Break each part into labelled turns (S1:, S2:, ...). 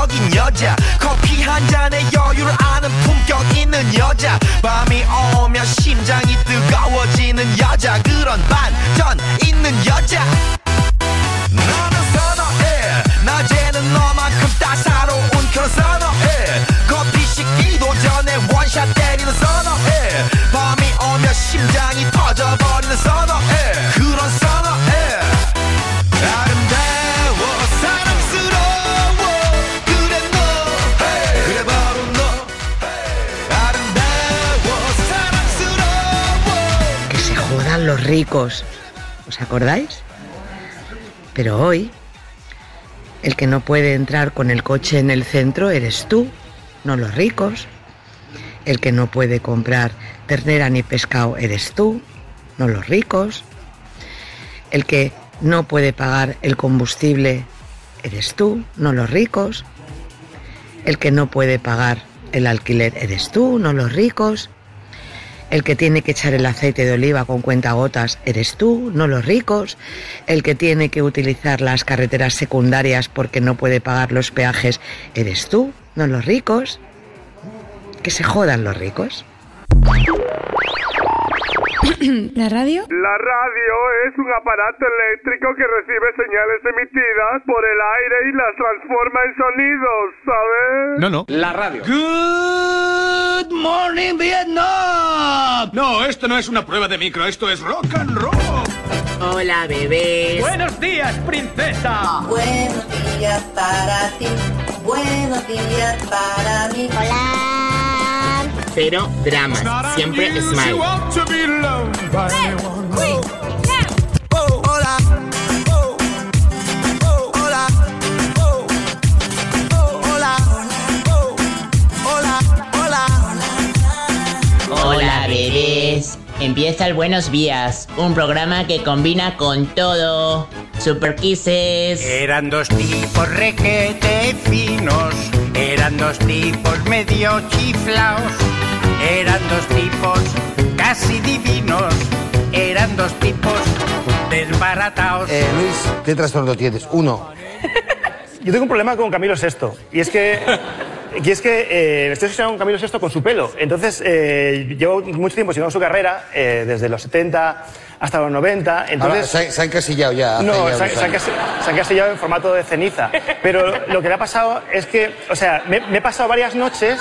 S1: 매력적인 여자 커피 한 잔에 여유를 아는 품격 있는 여자 밤이 오면 심장이 뜨거워지는 여자 그런 반전 있는 여자 나는 선호해 낮에는 너만큼 따사로운 그런 선호해 커피 식기도 전에 원샷 때리는 선호해 밤이 오면 심장이 터져버리는 선호해 그런 선호해 아름다워 사랑스러워 그래 너 hey. 그래 바로 너 hey. 아름다워 사랑스러워
S2: Que se jodan los ricos, ¿os acordáis? Pero hoy el que no puede entrar con el coche en el centro eres tú, no los ricos. El que no puede comprar ternera ni pescado eres tú, no los ricos. El que no puede pagar el combustible eres tú, no los ricos. El que no puede pagar el alquiler eres tú, no los ricos. El que tiene que echar el aceite de oliva con cuentagotas eres tú, no los ricos. El que tiene que utilizar las carreteras secundarias porque no puede pagar los peajes eres tú, no los ricos. Que se jodan los ricos.
S3: ¿La radio?
S4: La radio es un aparato eléctrico que recibe señales emitidas por el aire y las transforma en sonidos, ¿sabes?
S5: No. La radio.
S1: Good morning Vietnam.
S5: No, esto no es una prueba de micro, esto es rock and roll.
S2: Hola, bebés.
S5: Buenos días, princesa.
S6: Buenos días para ti, buenos días para mí.
S7: Hola. Pero dramas, siempre smile. Hola, bebés. Empieza el Buenos Días, un programa que combina con todo. Super Kisses.
S8: Eran dos tipos requete finos, eran dos tipos medio chiflaos, eran dos tipos casi divinos, eran dos tipos desbarataos.
S9: Luis, ¿qué trastorno tienes? Uno.
S10: Yo tengo un problema con Camilo VI, y es que estoy obsesionado con Camilo VI con su pelo. Entonces, llevo mucho tiempo siguiendo su carrera, desde los 70 hasta los 90. Entonces,
S9: ahora se ha encasillado ya.
S10: No, se ha encasillado en formato de ceniza. Pero lo que le ha pasado es que, o sea, me he pasado varias noches...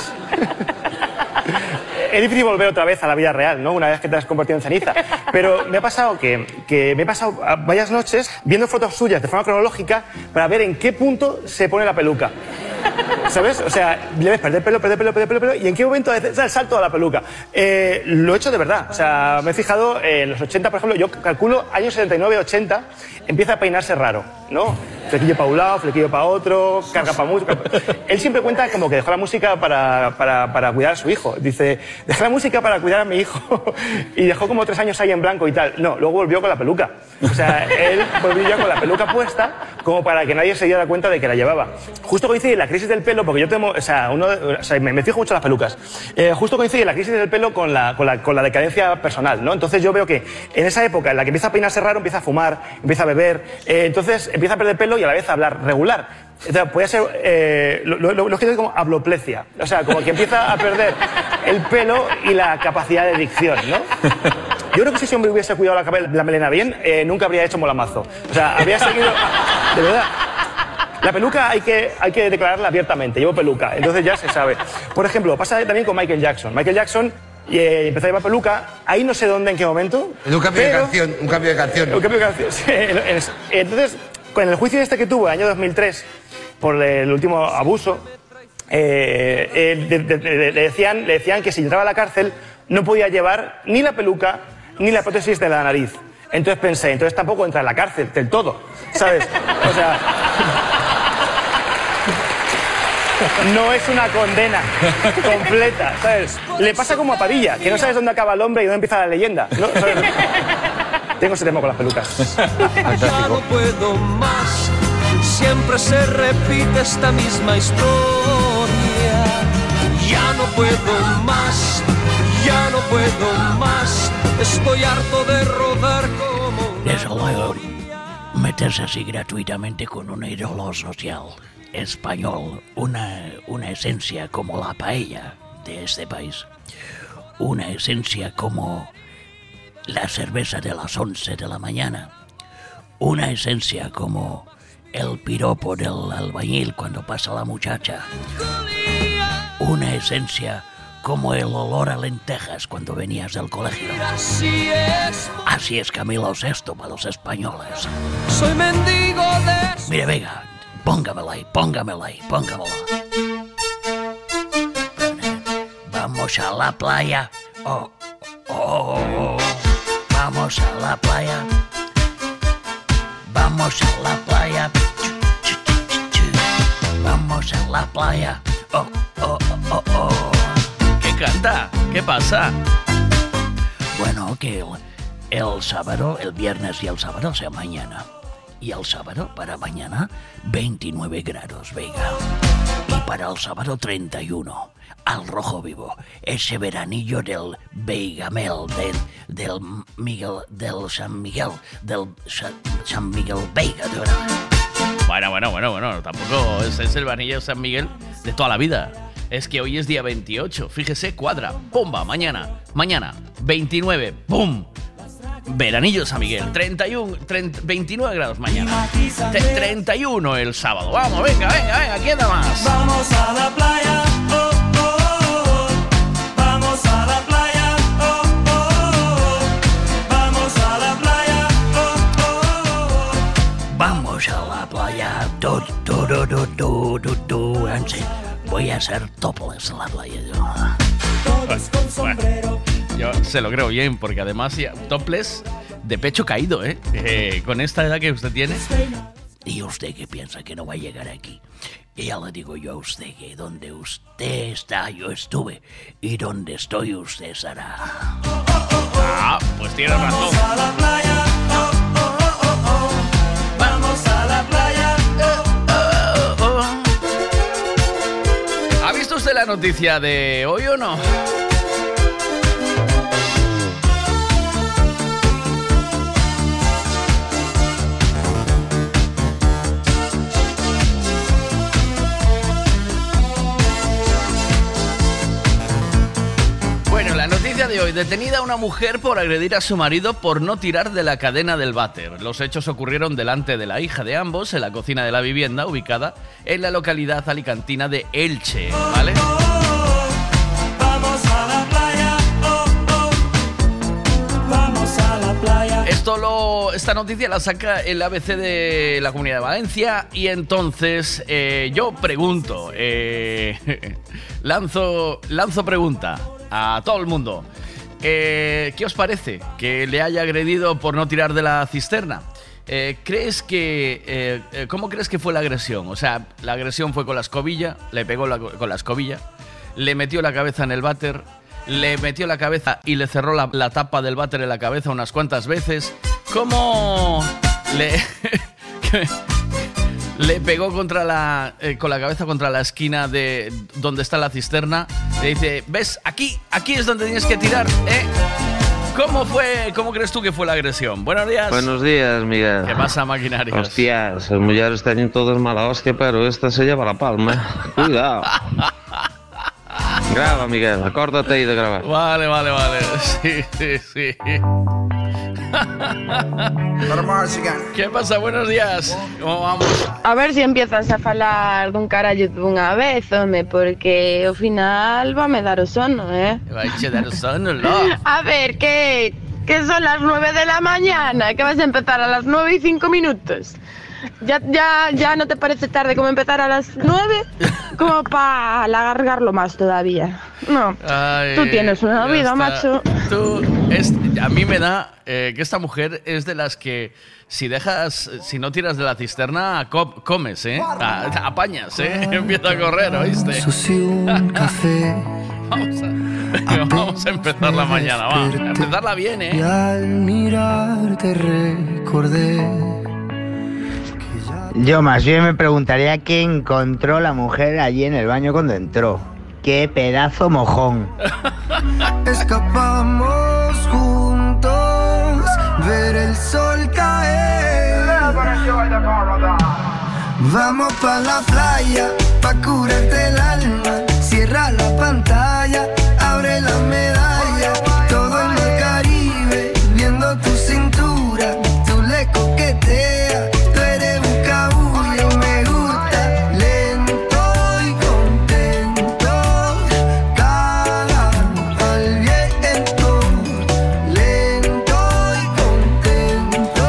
S10: Es difícil volver otra vez a la vida real, ¿no? Una vez que te has convertido en ceniza. Pero me ha pasado que me he pasado varias noches viendo fotos suyas de forma cronológica para ver en qué punto se pone la peluca. ¿Sabes? O sea, le ves perder pelo, y en qué momento da el salto a la peluca. Lo he hecho de verdad. O sea, me he fijado en los 80, por ejemplo, yo calculo años 79, 80, empieza a peinarse raro, ¿no? Flequillo para un lado, flequillo para otro, carga para música. Él siempre cuenta como que dejó la música para cuidar a su hijo. Dice, dejé la música para cuidar a mi hijo y dejó como 3 años ahí en blanco y tal. No, luego volvió con la peluca. O sea, él volvió ya con la peluca puesta como para que nadie se diera cuenta de que la llevaba. Justo coincide la crisis del pelo, porque yo tengo, me fijo mucho en las pelucas. Justo coincide la crisis del pelo con la decadencia personal, ¿no? Entonces yo veo que en esa época en la que empieza a peinarse raro, empieza a fumar, empieza a beber, entonces empieza a perder pelo y a la vez a hablar regular. Entonces, puede ser, lo que como habloplesia. O sea, como que empieza a perder el pelo y la capacidad de dicción, ¿no? Yo creo que si ese hombre hubiese cuidado la melena bien, nunca habría hecho molamazo. O sea, habría seguido... De verdad. La peluca hay que declararla abiertamente. Llevo peluca, entonces ya se sabe. Por ejemplo, pasa también con Michael Jackson. Michael Jackson empezó a llevar peluca. Ahí no sé dónde, en qué momento.
S9: Un cambio de canción. Un cambio de canción, sí.
S10: Entonces, con el juicio que tuvo en el año 2003 por el último abuso, le decían que si entraba a la cárcel no podía llevar ni la peluca ni la prótesis de la nariz. Entonces pensé, entonces tampoco entra en la cárcel del todo, ¿sabes? O sea, no es una condena completa, ¿sabes? Le pasa como a Padilla, que no sabes dónde acaba el hombre y dónde empieza la leyenda, ¿no? ¿Sabes? Tengo ese tema con las pelucas.
S1: Ya no puedo más, siempre se repite esta misma historia. Ya no puedo más, ya no puedo más, estoy harto de rodar como...
S11: Desde luego, meterse así gratuitamente con un ídolo social español, una esencia como la paella de este país, una esencia como la cerveza de las 11 de la mañana, una esencia como el piropo del albañil cuando pasa la muchacha, una esencia como el olor a lentejas cuando venías del colegio. Así es Camilo VI para los españoles.
S12: Soy mendigo de...
S11: Mire, venga, póngamela ahí. Vamos a la playa. Vamos a la playa. Vamos a la playa. Vamos a la playa.
S13: ¿Qué canta? ¿Qué pasa?
S11: Bueno, que el sábado, el viernes y el sábado sea mañana. Y el sábado, para mañana, 29 grados, Vega. Y para el sábado, 31. Al rojo vivo. Ese veranillo del Veigamel, del Miguel, del San Miguel, del San Miguel Veiga, de verdad.
S13: Bueno, tampoco es el veranillo de San Miguel de toda la vida. Es que hoy es día 28, fíjese, cuadra, ¡pumba! Mañana, 29, ¡pum! Veranillo San Miguel, 29 grados mañana, 31 el sábado. Vamos, venga, ¿quién da más?
S12: Vamos a la playa, vamos a la playa, vamos a la playa,
S11: Vamos a la playa, voy a hacer topless en la playa
S13: Bueno, yo se lo creo bien, porque además topless de pecho caído, con esta edad que usted tiene.
S11: ¿Y usted qué piensa que no va a llegar aquí? Y ya le digo yo a usted que donde usted está yo estuve, y donde estoy usted estará.
S13: Ah, pues tiene razón.
S12: vamos a la playa, vamos a la playa.
S13: ¿Ha visto usted la noticia de hoy o no? Bueno, la noticia de hoy: detenida una mujer por agredir a su marido por no tirar de la cadena del váter. Los hechos ocurrieron delante de la hija de ambos en la cocina de la vivienda ubicada en la localidad alicantina de Elche, ¿vale?
S12: Vamos a la playa, vamos a la playa.
S13: Esta noticia la saca el ABC de la Comunidad de Valencia, y entonces yo pregunto, lanzo pregunta a todo el mundo. ¿Qué os parece que le haya agredido por no tirar de la cisterna? ¿Cómo crees que fue la agresión? O sea, la agresión fue con la escobilla, le pegó con la escobilla, le metió la cabeza en el váter, le metió la cabeza y le cerró la tapa del váter en la cabeza unas cuantas veces. ¿Cómo le pegó con la cabeza contra la esquina de donde está la cisterna? Le dice, ¿ves? Aquí es donde tienes que tirar, ¿eh? ¿Cómo crees tú que fue la agresión? Buenos días.
S14: Buenos días, Miguel.
S13: ¿Qué pasa, maquinarios?
S14: Hostias, las mujeres tienen todas mala hostia, pero esta se lleva la palma. Cuidado. Graba, Miguel, acórdate ahí de grabar.
S13: Vale. Sí. ¿Qué pasa? Buenos días. ¿Cómo vamos?
S15: A ver si empiezas a falar dun carallo dunha vez, home, porque ao final va me dar o sono,
S13: Vai che dar o sono, lo.
S15: A ver, que son las 9 de la mañana, que vas a empezar a las 9:05. ¿Ya no te parece tarde como empezar a las 9? Como para alargarlo más todavía. No,
S13: ay,
S15: tú tienes una vida, macho.
S13: A mí me da que esta mujer es de las que si no tiras de la cisterna, comes, apañas, empieza a correr, ¿oíste? Vamos a empezar la mañana, va. A empezarla bien,
S16: Y al mirarte recordé.
S17: Yo más bien me preguntaría qué encontró la mujer allí en el baño cuando entró. ¡Qué pedazo mojón!
S16: Escapamos juntos, ver el sol caer. Vamos pa' la playa, pa' curarte el alma. Cierra la pantalla, abre la medalla. Todo el mar Caribe, viendo tu cintura. Tú le coqueteas, tú eres un cabullo. Me gusta lento y contento. Cara al viento. Lento y contento.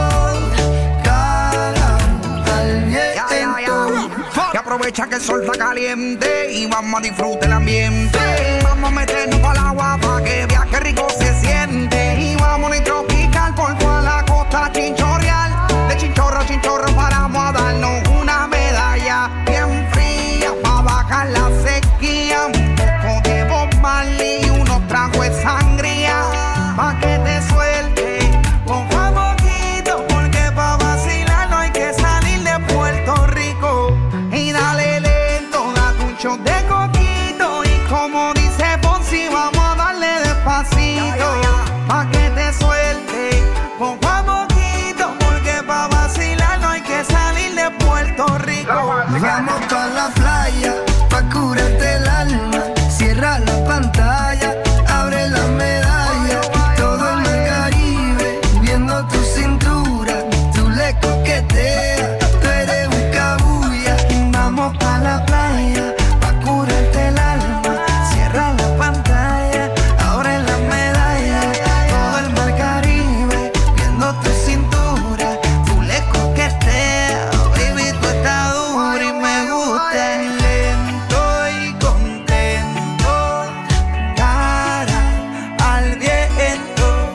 S16: Cara al viento.
S1: Y aprovecha que el sol está caliente y vamos a disfrutar el ambiente. Vamos a meternos para el agua para que veas qué rico se siente. Y vamos a tropical por toda la costa chinchorreal. De chinchorro a chinchorro paramos a darnos una medalla bien fría para bajar la sequía. Un poco de Bob Marley y unos tragos de sangría pa' que te suelte poco a poquito, porque pa' vacilar no hay que salir de Puerto Rico. Y dale lento, date un shot de coquito. Y como dice Ponzi, vamos a darle despacito pa' que te suelte poco a poquito, porque pa' vacilar no hay que salir de Puerto Rico.
S16: Vamos pa' la playa, pa' curarte el alma. Cierra la pantalla, abre la medalla. Todo el mar Caribe, viendo tu cintura. Tú le coqueteas, tú eres un cabulla. Vamos pa' la playa, pa' curarte el alma. Cierra la pantalla, abre la medalla. Todo el mar Caribe, viendo tu cintura. Tú le coqueteas, baby, tú estás dura y me gusta. Lento y contento, cara al viento.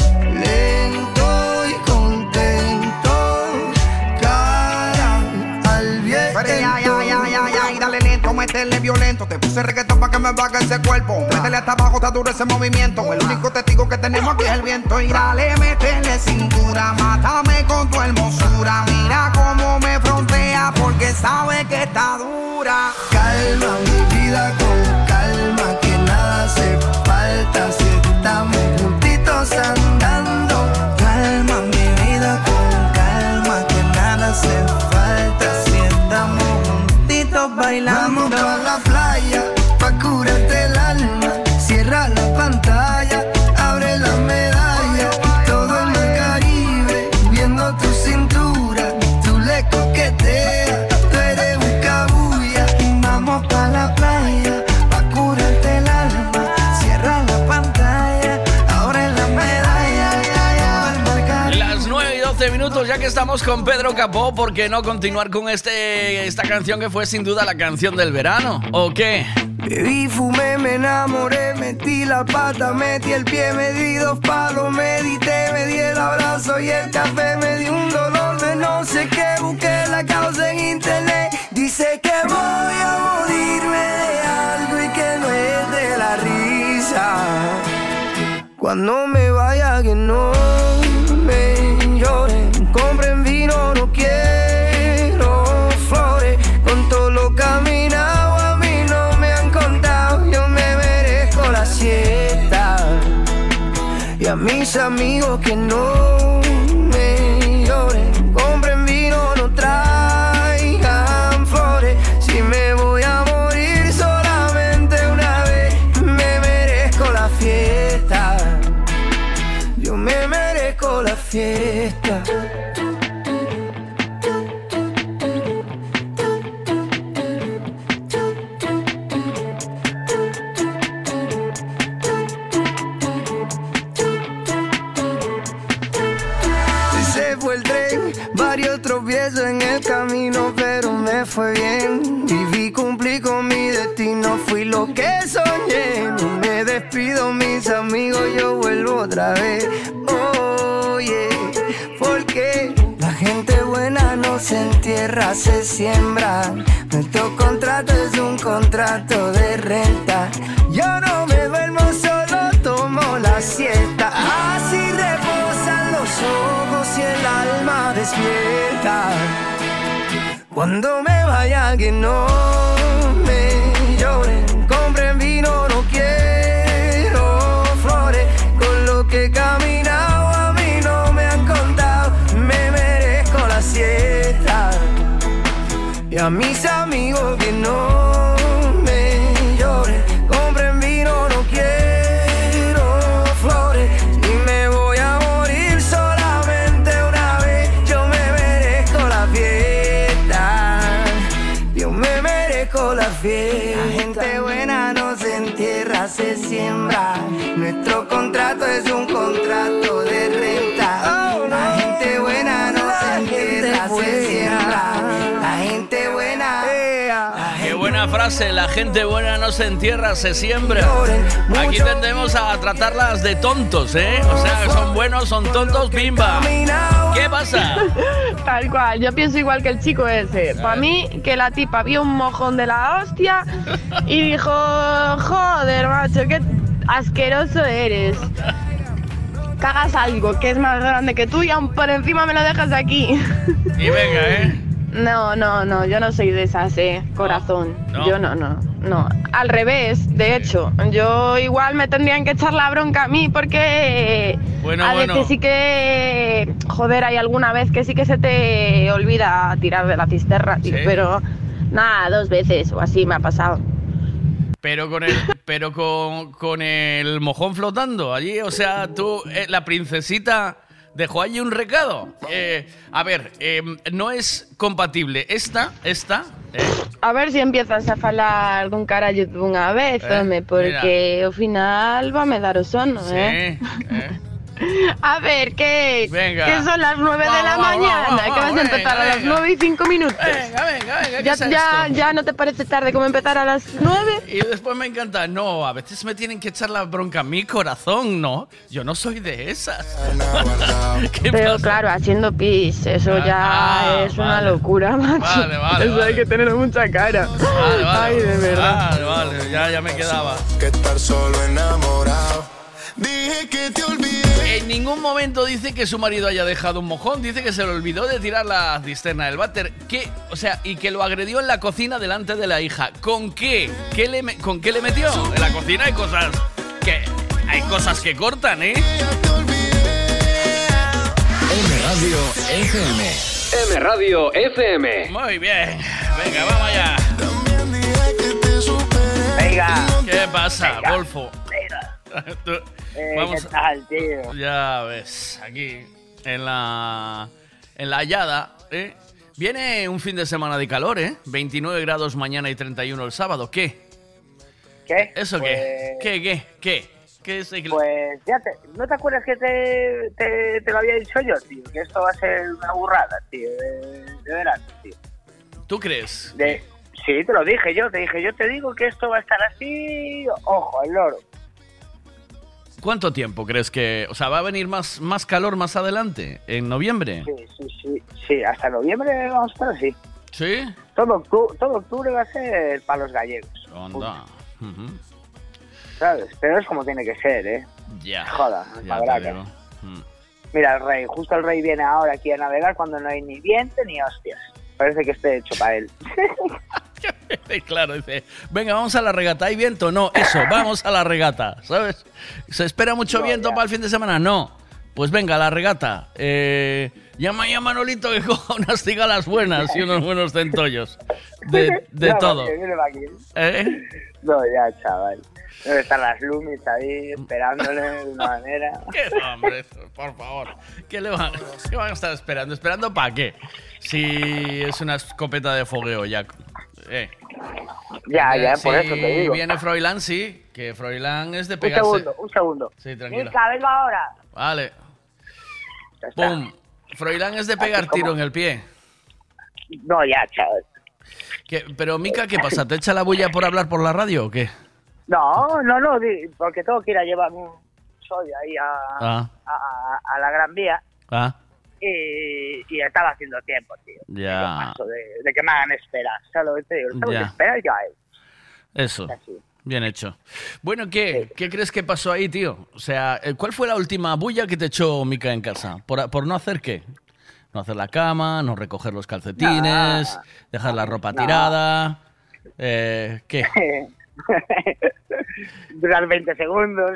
S16: Lento y contento, cara al viento.
S1: Y dale lento, métele violento. Te puse reggaetón pa' que me baje ese cuerpo. Métele hasta abajo, está duro ese movimiento. El único testigo que tenemos aquí es el viento. Y dale, métele cintura, mátame con tu hermosura. Mira cómo me frontea porque sabe que está dura.
S16: Calma mi vida con calma, que nada hace falta si estamos juntitos andando. Calma mi vida con calma, que nada hace falta si estamos juntitos bailando. Vamos pa' la playa, pa' curarte el alma. Cierra la pantalla, abre la medalla. Todo el mar Caribe, viendo tu cintura. Tú le coqueteas, tú eres un cabulla. Vamos pa' la playa, pa' curarte el alma. Cierra la pantalla, abre la medalla. Todo el mar Caribe.
S13: Las 9 y 12 minutos, ya que estamos con Pedro Capó, ¿por qué no continuar con esta canción que fue sin duda la canción del verano? ¿O qué?
S16: Bebí, fumé, me enamoré, metí la pata, metí el pie, me di 2 palos, medité, me di el abrazo y el café, me di un dolor de no sé qué, busqué la causa en internet, dice que voy a morirme de algo y que no es de la risa, cuando me vaya que no me lloren, compren vino, no quiero flores, con todo lo caminado a mí no me han contado, yo me merezco la siesta, y a mis amigos que no me lloren, compren vino, no traigan flores, si me voy a morir solamente una vez, me merezco la fiesta, yo me merezco la fiesta. Se fue el tren, varios tropiezos en el camino, pero me fue bien. Viví, cumplí con mi destino, fui lo que soñé. No me despido, mis amigos, yo vuelvo otra vez. Oye, porque la gente buena no se entierra, se siembra. Nuestro contrato es un contrato de renta. Yo no me duermo, solo tomo la siesta. Así reposan los ojos y el alma despierta. Cuando me vaya que no me lloren, compren vino, no quiero flores. Con lo que he caminado a mí no me han contado, me merezco la siesta. a mis amigos que no me lloren. Compren vino, no quiero flores. Si me voy a morir solamente una vez, yo me merezco la fiesta. Yo me merezco la fiesta. La gente buena no se entierra, se siembra. Nuestro contrato es un contrato de renta. La gente buena no se entierra, se siembra. La gente buena.
S13: Qué buena frase, la gente buena no se entierra, se siembra. Aquí tendemos a tratarlas de tontos, ¿eh? O sea, son buenos, son tontos, pimba. ¿Qué pasa?
S15: Tal cual, yo pienso igual que el chico ese. Para mí, que la tipa vio un mojón de la hostia y dijo, joder, macho, qué asqueroso eres. Cagas algo que es más grande que tú y aún por encima me lo dejas aquí.
S13: Y venga, ¿eh?
S15: No, yo no soy de esas, corazón.
S13: No.
S15: Yo no. Al revés, de hecho, yo igual me tendrían que echar la bronca a mí porque a veces sí que, joder, hay alguna vez que sí que se te olvida tirar de la cisterna, tío,
S13: ¿Sí?
S15: pero nada, 2 veces o así me ha pasado.
S13: Pero con el mojón flotando allí, o sea, tú, la princesita dejó allí un recado. A ver, no es compatible esta.
S15: A ver si empiezas a falar con carallo dunha vez, home, porque ao final va me dar o sono, A ver, que son las 9 de la mañana, que vas a empezar a las 9 y 5 minutos.
S13: Venga,
S15: ya no te parece tarde como empezar a las 9.
S13: Y después me encanta, no, a veces me tienen que echar la bronca a mi corazón, ¿no? Yo no soy de esas.
S15: Pero claro, haciendo pis, eso ya es una locura, macho.
S13: Vale,
S15: eso hay que tener mucha cara.
S13: Vale.
S15: Ay, de verdad.
S13: Vale, ya me quedaba.
S18: Que estar solo enamorado. Dije que te olvidé.
S13: En ningún momento dice que su marido haya dejado un mojón, dice que se le olvidó de tirar la cisterna del váter, y que lo agredió en la cocina delante de la hija. ¿Con qué? ¿Con qué le metió? En la cocina hay cosas que cortan, ¿eh?
S19: M Radio FM.
S13: Muy bien. Venga, vamos allá.
S20: Venga.
S13: ¿Qué pasa, Golfo?
S20: ¿Qué tal, tío?
S13: Ya ves, aquí en la hallada, ¿eh? Viene un fin de semana de calor, 29 grados mañana y 31 el sábado. ¿Qué?
S20: ¿Qué?
S13: ¿Eso
S20: pues...
S13: qué? ¿Qué es?
S20: Pues ya ¿no te acuerdas que te lo había dicho yo, tío? Que esto va a ser una burrada, tío, de verano, tío.
S13: ¿Tú crees?
S20: Sí, te lo dije yo, te digo que esto va a estar así, ojo, al loro.
S13: ¿Cuánto tiempo crees que...? O sea, ¿va a venir más calor más adelante? ¿En noviembre?
S20: Sí, hasta noviembre vamos a estar así.
S13: ¿Sí?
S20: Todo octubre va a ser para los gallegos.
S13: Onda.
S20: ¿Sabes? Pero es como tiene que ser,
S13: Ya.
S20: Joda,
S13: ya
S20: para
S13: te digo.
S20: Mira, justo el rey viene ahora aquí a navegar cuando no hay ni viento ni hostias. Parece que esté hecho para él.
S13: Claro, dice, venga, vamos a la regata. ¿Hay viento? No, vamos a la regata, ¿sabes? ¿Se espera mucho viento para el fin de semana? No. Pues venga, a la regata. Llama a Manolito que coja unas cigalas buenas y unos buenos centollos. De todo.
S20: No, ya, chaval. Debe estar las Lumis ahí esperándole de una manera.
S13: ¿Qué hombre? Por favor. ¿Qué van a estar esperando? ¿Esperando para qué? Si es una escopeta de fogueo ya.
S20: Ya, por eso te digo.
S13: Viene Froilán, sí, que Froilán es de pegarse.
S20: Un segundo.
S13: Sí, tranquilo.
S20: Mica, vengo ahora.
S13: Vale. ¡Pum! Froilán es de pegar tiro en el pie.
S20: No, ya, chaval.
S13: Pero, Mica, ¿qué pasa? ¿Te echa la bulla por hablar por la radio o qué?
S20: No, porque tengo que ir a llevar un soy ahí a la Gran Vía. Y estaba haciendo tiempo, tío.
S13: Ya.
S20: Paso de que me hagan esperar. ¿Sabes lo que te digo? Tengo que esperar ya.
S13: Eso. Bien hecho. Bueno, ¿qué crees que pasó ahí, tío? O sea, ¿cuál fue la última bulla que te echó Mica en casa? ¿Por no hacer qué? No hacer la cama, no recoger los calcetines, dejar la ropa tirada. ¿Qué?
S20: Durar 20 segundos.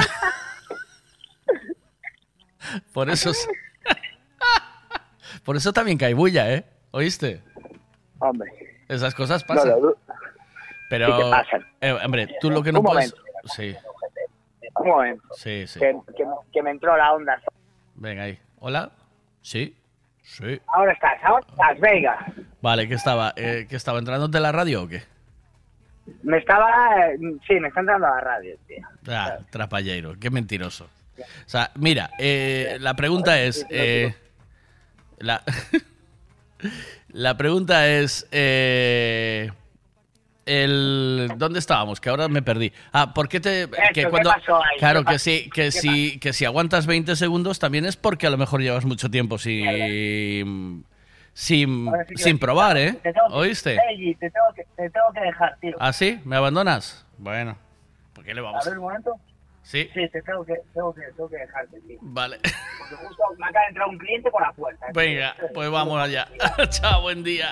S13: Por eso también que hay bulla, ¿eh? ¿Oíste?
S20: Hombre.
S13: Esas cosas pasan. Pero,
S20: sí que pasan.
S13: Hombre, tú lo que no
S20: Un
S13: puedes...
S20: momento.
S13: Sí.
S20: Un momento.
S13: Sí, sí.
S20: Que me entró la onda.
S13: Venga, ahí. ¿Hola? Sí. Sí.
S20: Ahora estás, venga.
S13: Vale, ¿qué estaba entrando de la radio o qué?
S20: Me está entrando a la radio, tío.
S13: Ah, trapalleiro, qué mentiroso. O sea, mira, la pregunta es... La pregunta es... ¿dónde estábamos? Que ahora me perdí. Ah, ¿por qué te...? Que cuando,
S20: pasó ahí?
S13: claro, que si aguantas 20 segundos también es porque a lo mejor llevas mucho tiempo sin probar, ¿eh? ¿Oíste?
S20: Te tengo que dejar, tío.
S13: ¿Ah, sí? ¿Me abandonas? Bueno, ¿por qué le vamos?
S20: A ver, un momento.
S13: Sí.
S20: Sí, te tengo que dejarte, tío.
S13: Vale.
S20: Porque justo me acaba de entrar un cliente por la puerta.
S13: Venga, pues vamos allá. Chao, buen día.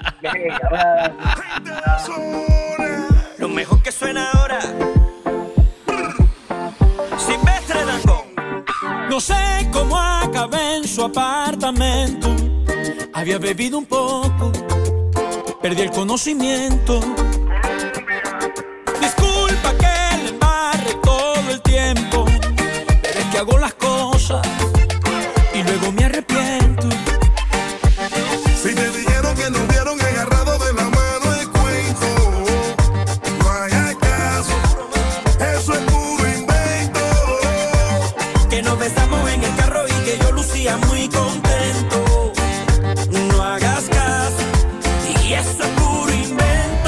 S12: Lo mejor que suena ahora. Silvestre Dangond. No sé cómo acabé en su apartamento. Había bebido un poco, perdí el conocimiento. Disculpa que le embarre todo el tiempo, pero es que hago las cosas y luego me arrepiento.
S18: Si te dijeron que nos vieron agarrados de la mano el cuento, no hagas caso, eso es puro invento.
S12: Que nos besamos en el carro y que yo lucía muy contento. No hagas caso, y eso es puro invento.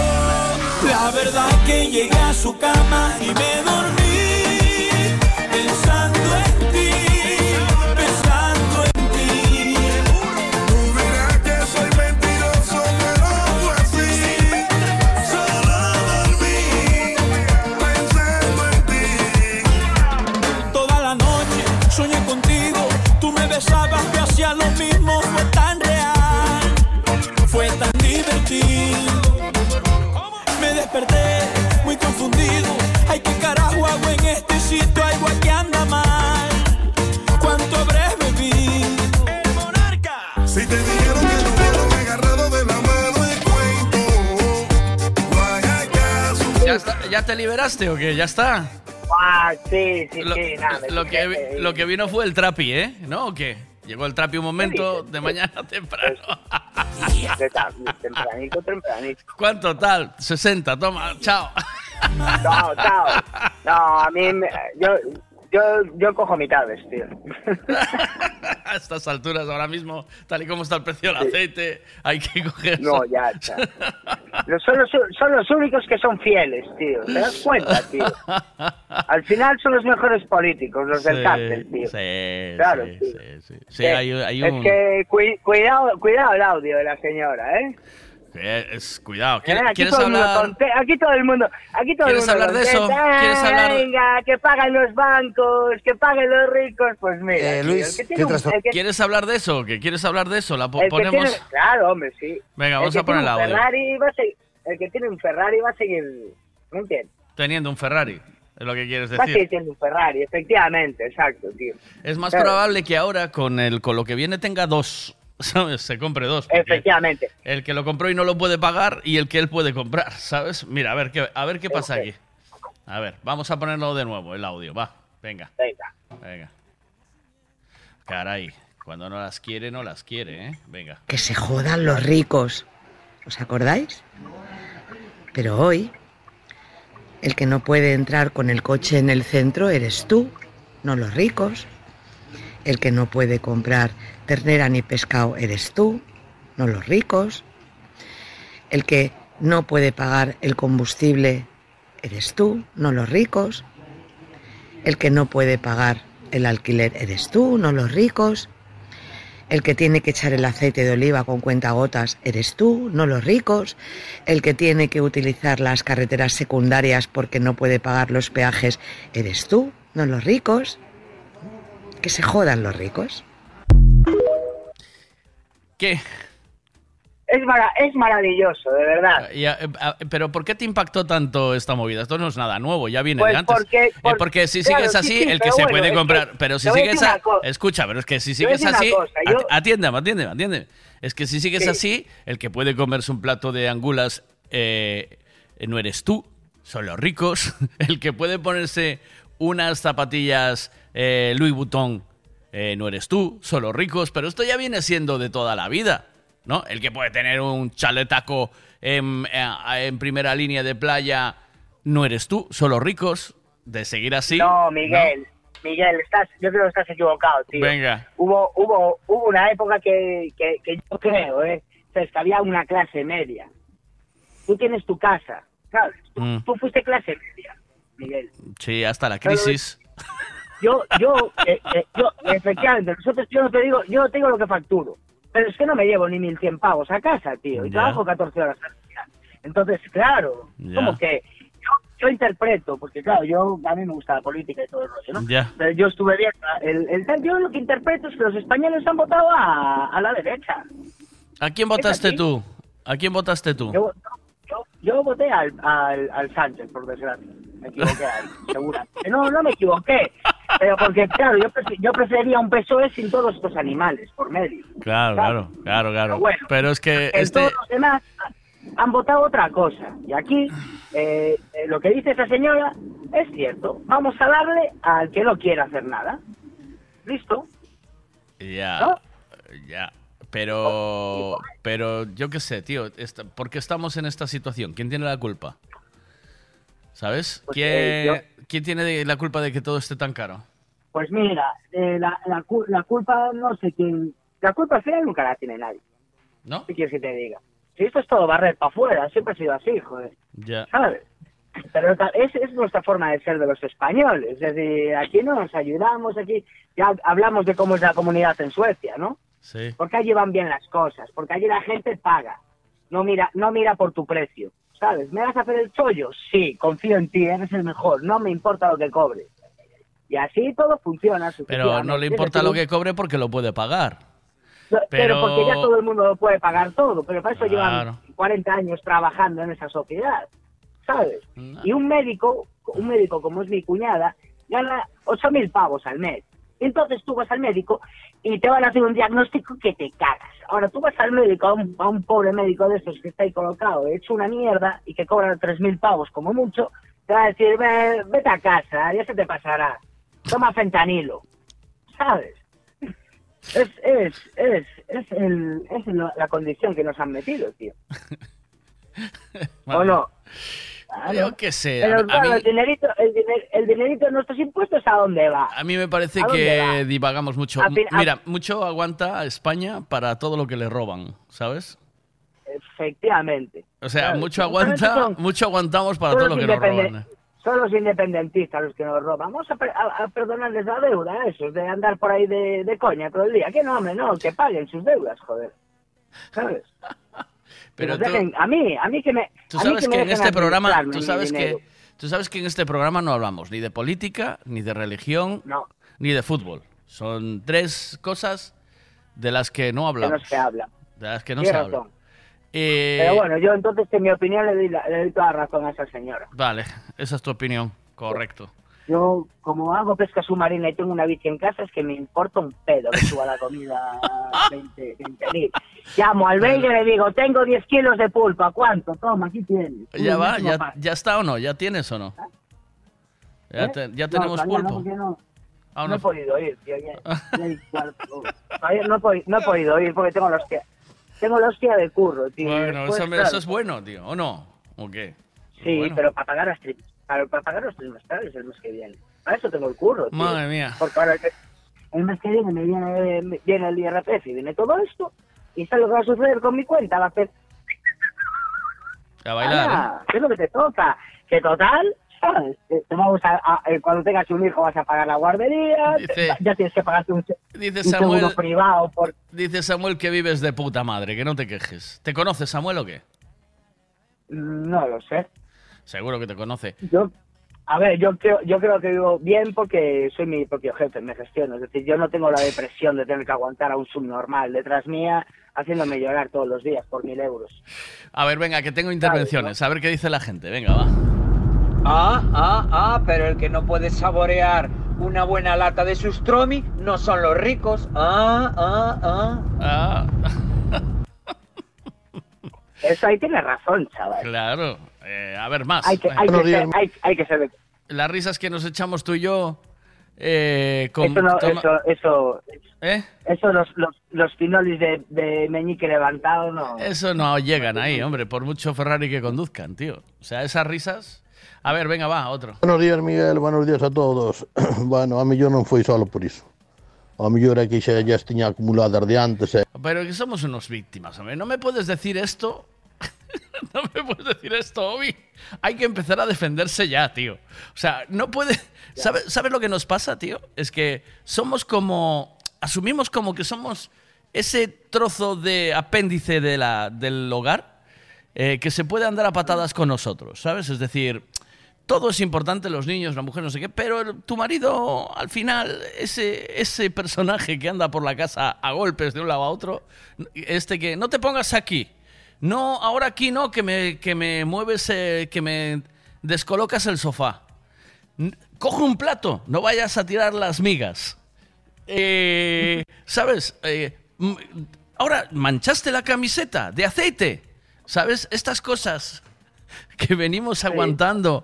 S12: La verdad que llegué a su cama y me dormí pensando en ti, pensando en ti.
S18: Tú dirás que soy mentiroso, pero fue así. Solo dormí pensando en ti.
S12: Toda la noche soñé contigo, tú me besabas, yo hacía lo mismo. Fue tan real, fue tan divertido. Me desperté muy confundido. Ay, qué carajo hago en este sitio, algo aquí anda mal. ¿Cuánto habré bebido? El monarca.
S18: Si te dijeron que nos vieron agarrados de la mano el cuento, no hagas caso.
S13: ¿Ya te liberaste o qué? ¿Ya está?
S20: Ah, sí, nada.
S13: Lo que vino fue el trapi, ¿eh? ¿No? ¿O qué? Llegó el trapi un momento de mañana temprano.
S20: Tempranito.
S13: ¿Cuánto tal? 60, toma, chao.
S20: Chao. No, a mí, yo cojo mitades, tío.
S13: A estas alturas, ahora mismo, tal y como está el precio del aceite, hay que coger...
S20: No, ya. Son los únicos que son fieles, tío. ¿Te das cuenta, tío? Al final son los mejores políticos, los del cártel, tío.
S13: Sí,
S20: claro,
S13: sí, hay un...
S20: Es que cuidado el audio de la señora, ¿eh?
S13: Cuidado,
S20: aquí
S13: ¿quieres
S20: todo
S13: hablar?
S20: Aquí todo el mundo.
S13: ¿Quieres hablar de eso? ¿Quieres hablar?
S20: Venga, que paguen los bancos, que paguen los ricos. Pues mira,
S9: Luis,
S13: ¿quieres hablar de eso? ¿Que quieres hablar de eso? ¿La ponemos?
S20: Claro, hombre, sí.
S13: Venga, vamos a poner el audio.
S20: El que tiene un Ferrari va a seguir, ¿me entiendes?
S13: Teniendo un Ferrari, es lo que quieres decir.
S20: Va a seguir teniendo un Ferrari, efectivamente, exacto, tío.
S13: Es más probable que ahora con lo que viene tenga dos. ¿Sabes? Se compre dos.
S20: Efectivamente.
S13: El que lo compró y no lo puede pagar y el que él puede comprar, ¿sabes? Mira, a ver qué pasa aquí. A ver, vamos a ponerlo de nuevo, el audio, va. Venga. Caray, cuando no las quiere, ¿eh? Venga.
S2: Que se jodan los ricos. ¿Os acordáis? Pero hoy, el que no puede entrar con el coche en el centro eres tú, no los ricos. El que no puede comprar ternera ni pescado eres tú, no los ricos. El que no puede pagar el combustible eres tú, no los ricos. El que no puede pagar el alquiler eres tú, no los ricos. El que tiene que echar el aceite de oliva con cuentagotas eres tú, no los ricos. El que tiene que utilizar las carreteras secundarias porque no puede pagar los peajes eres tú, no los ricos. Que se jodan los ricos.
S13: ¿Qué?
S20: es maravilloso, de verdad.
S13: Pero ¿por qué te impactó tanto esta movida? Esto no es nada nuevo, ya viene
S20: Pues
S13: de antes.
S20: porque
S13: si
S20: claro,
S13: sigues así,
S20: sí,
S13: el que
S20: pero
S13: se
S20: bueno,
S13: puede
S20: es
S13: comprar...
S20: que
S13: Pero si
S20: te voy a
S13: sigues
S20: decir una cosa.
S13: Escucha, pero es que si
S20: Te voy a
S13: sigues
S20: decir una
S13: así...
S20: cosa,
S13: Atiéndeme. Es que si sigues así, el que puede comerse un plato de angulas no eres tú, son los ricos. El que puede ponerse unas zapatillas Louis Vuitton no eres tú, son los ricos. Pero esto ya viene siendo de toda la vida, ¿no? El que puede tener un chaletaco en primera línea de playa no eres tú, son los ricos. De seguir así...
S20: No, Miguel, yo creo que estás equivocado, tío.
S13: Venga.
S20: Hubo una época que yo creo, ¿sabes? Que había una clase media. Tú tienes tu casa, ¿sabes? Tú fuiste clase media, Miguel.
S13: Sí, hasta la crisis.
S20: Yo, efectivamente, yo no te digo lo que facturo. Pero es que no me llevo ni 1.100 pavos a casa, tío. Y trabajo 14 horas al día. Entonces, claro, como que yo interpreto, porque claro, a mí me gusta la política y todo el rollo, ¿no?
S13: Ya.
S20: Pero yo estuve viendo, yo lo que interpreto es que los españoles han votado a la derecha.
S13: ¿A quién votaste tú?
S20: Yo voté al Sánchez, por desgracia. Me equivoqué ahí, segura. No me equivoqué. Pero porque, claro, yo prefería un PSOE sin todos estos animales por medio.
S13: Claro.
S20: Pero bueno,
S13: pero es que
S20: todos los demás han votado otra cosa. Y aquí, lo que dice esa señora es cierto. Vamos a darle al que no quiere hacer nada. ¿Listo?
S13: Ya. Pero yo qué sé, tío. ¿Por qué estamos en esta situación? ¿Quién tiene la culpa? ¿Sabes?
S20: Pues,
S13: ¿Quién tiene la culpa de que todo esté tan caro?
S20: Pues mira, la culpa no sé quién... La culpa al final nunca la tiene nadie.
S13: ¿No?
S20: ¿Qué quieres que te diga? Si esto es todo barrer para afuera, siempre ha sido así, joder.
S13: Ya.
S20: ¿Sabes? Pero es nuestra forma de ser de los españoles. Es decir, aquí no nos ayudamos, aquí ya hablamos de cómo es la comunidad en Suecia, ¿no?
S13: Sí.
S20: Porque allí van bien las cosas, porque allí la gente paga, no mira por tu precio, ¿sabes? ¿Me vas a hacer el chollo? Sí, confío en ti, eres el mejor, no me importa lo que cobres. Y así todo funciona.
S13: Pero no le importa lo que cobre porque lo puede pagar.
S20: Pero porque ya todo el mundo lo puede pagar todo, pero para eso
S13: Claro.
S20: llevan 40 años trabajando en esa sociedad, ¿sabes? Y un médico como es mi cuñada, gana 8.000 pavos al mes. Entonces tú vas al médico y te van a hacer un diagnóstico que te cagas. Ahora tú vas al médico, a un pobre médico de estos que está ahí colocado, hecho una mierda y que cobra 3.000 pavos como mucho, te va a decir, vete a casa, ya se te pasará. Toma fentanilo, ¿sabes? Es la condición que nos han metido, tío. ¿O no? Claro.
S13: Yo qué sé.
S20: Pero claro, el dinerito de nuestros impuestos, ¿a dónde va?
S13: A mí me parece que divagamos mucho. Mira, mucho aguanta España para todo lo que le roban, ¿sabes?
S20: Efectivamente.
S13: O sea,
S20: claro,
S13: mucho aguantamos para todo lo que nos roban.
S20: Son los independentistas los que nos roban. Vamos a perdonarles la deuda a esos de andar por ahí de coña todo el día. Que no, hombre, no, que paguen sus deudas, joder. ¿Sabes?
S13: Pero
S20: a mí que me...
S13: Tú sabes que en este programa, tú sabes
S20: dinero.
S13: que en este programa no hablamos ni de política, ni de religión, ni de fútbol. Son tres cosas de las que no hablamos.
S20: Que no se habla.
S13: De las que no
S20: Tienes
S13: se habla.
S20: razón. Pero bueno, yo entonces, en mi opinión, le doy toda la razón a esa señora.
S13: Vale, esa es tu opinión, correcto.
S20: Yo, como hago pesca submarina y tengo una bici en casa, es que me importa un pedo que suba la comida 20.000. Llamo al Vega y le digo, tengo 10 kilos de pulpo, ¿a cuánto? Toma, aquí tienes.
S13: ¿Ya va? ¿Ya está o no? ¿Ya tienes o no? ¿Ya tenemos pulpo?
S20: No he podido ir, tío. No he podido ir porque tengo la hostia de curro, tío.
S13: Bueno,
S20: después,
S13: eso es bueno, tío, ¿o no? ¿O qué?
S20: Sí,
S13: bueno.
S20: pero para pagar los trimestrales el mes que viene. Para eso tengo el curro, tío.
S13: Madre mía.
S20: Porque ahora el mes que viene me viene el IRPF y viene todo esto. ¿Y sabes lo que va a suceder con mi cuenta? Va a hacer...
S13: A bailar,
S20: ¿Qué es lo que te toca? Que total, ¿sabes? Cuando tengas un hijo vas a pagar la guardería, ya tienes que pagarte un seguro privado.
S13: Dice Samuel que vives de puta madre, que no te quejes. ¿Te conoces, Samuel, o qué?
S20: No lo sé.
S13: Seguro que te conoce.
S20: Yo A ver, yo creo que vivo bien porque soy mi propio jefe, me gestiono. Es decir, yo no tengo la depresión de tener que aguantar a un subnormal detrás mía haciéndome llorar todos los días por 1.000 euros.
S13: A ver, venga, que tengo intervenciones. A ver qué dice la gente. Venga, va.
S21: Pero el que no puede saborear una buena lata de sustromi no son los ricos.
S20: Eso ahí tienes razón, chaval.
S13: Claro. A ver, más.
S20: Hay que ser...
S13: Las risas que nos echamos tú y yo...
S20: Eso los pinolis de meñique levantado no...
S13: Eso no llegan ahí, hombre, por mucho Ferrari que conduzcan, tío. O sea, esas risas... A ver, venga, va, otro.
S22: Buenos días, Miguel, buenos días a todos. Bueno, a mí yo non foi solo por iso. A mellor é que xa tiña acumuladas de antes.
S13: Pero que somos unos víctimas, hombre. No me puedes decir esto... No me puedes decir esto, Obi. Hay que empezar a defenderse ya, tío. O sea, no puede... ¿Sabes lo que nos pasa, tío? Es que somos como... Asumimos como que somos ese trozo de apéndice del hogar que se puede andar a patadas con nosotros, ¿sabes? Es decir, todo es importante, los niños, la mujer, no sé qué, pero tu marido, al final, ese personaje que anda por la casa a golpes de un lado a otro, que no te pongas aquí. No, ahora aquí no, que me mueves, que me descolocas el sofá. Coge un plato, no vayas a tirar las migas. ¿Sabes? Ahora, manchaste la camiseta de aceite. ¿Sabes? Estas cosas que venimos aguantando.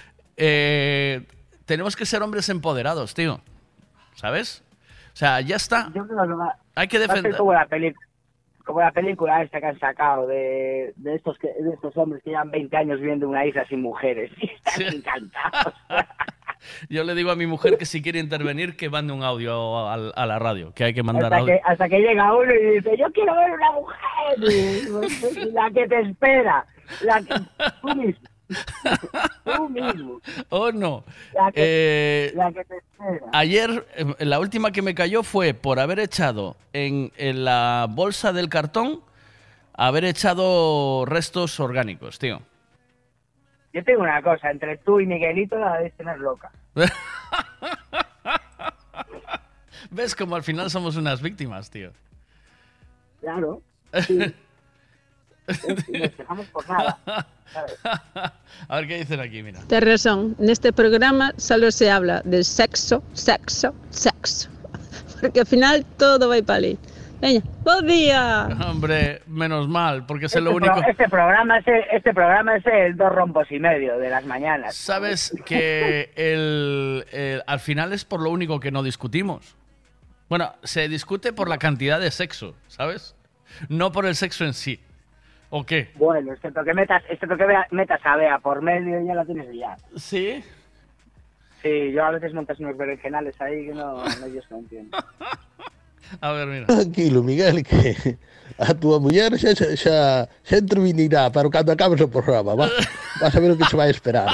S13: Tenemos que ser hombres empoderados, tío. ¿Sabes? O sea, ya está. Hay que defender.
S20: Como la película esta que han sacado de estos hombres que llevan 20 años viviendo en una isla sin mujeres. Están encantados.
S13: Yo le digo a mi mujer que si quiere intervenir, que mande un audio a la radio, que hay que mandar audio.
S20: Hasta que llega uno y dice, yo quiero ver una mujer. La que te espera. Tú mismo.
S13: Oh, no.
S20: La que te espera.
S13: Ayer, la última que me cayó fue por haber echado en la bolsa del cartón, haber echado restos orgánicos, tío.
S20: Yo tengo una cosa, entre tú y Miguelito la debes tener loca.
S13: ¿Ves como al final somos unas víctimas, tío?
S20: Claro. Sí. Nos dejamos por nada. ¿Sabes?
S13: A ver qué dicen aquí, mira.
S3: Tienes razón, en este programa solo se habla del sexo. Porque al final todo va a ir para ahí. Venga, ¡buen día!
S13: Hombre, menos mal, porque es lo único...
S20: Este programa es el 2 rompos y medio de las mañanas.
S13: ¿Sabes que al final es por lo único que no discutimos? Bueno, se discute por la cantidad de sexo, ¿sabes? No por el sexo en sí. ¿O qué?
S20: Bueno, excepto que metas a Bea por medio y ya la tienes liada.
S13: ¿Sí?
S20: Sí, yo a veces montas unos berenjenales ahí que no yo no entiendo.
S13: A ver, mira.
S22: Tranquilo, Miguel, que a tua muller xa intervinirá, pero cando acabes o programa vas a ver o que se vai esperar.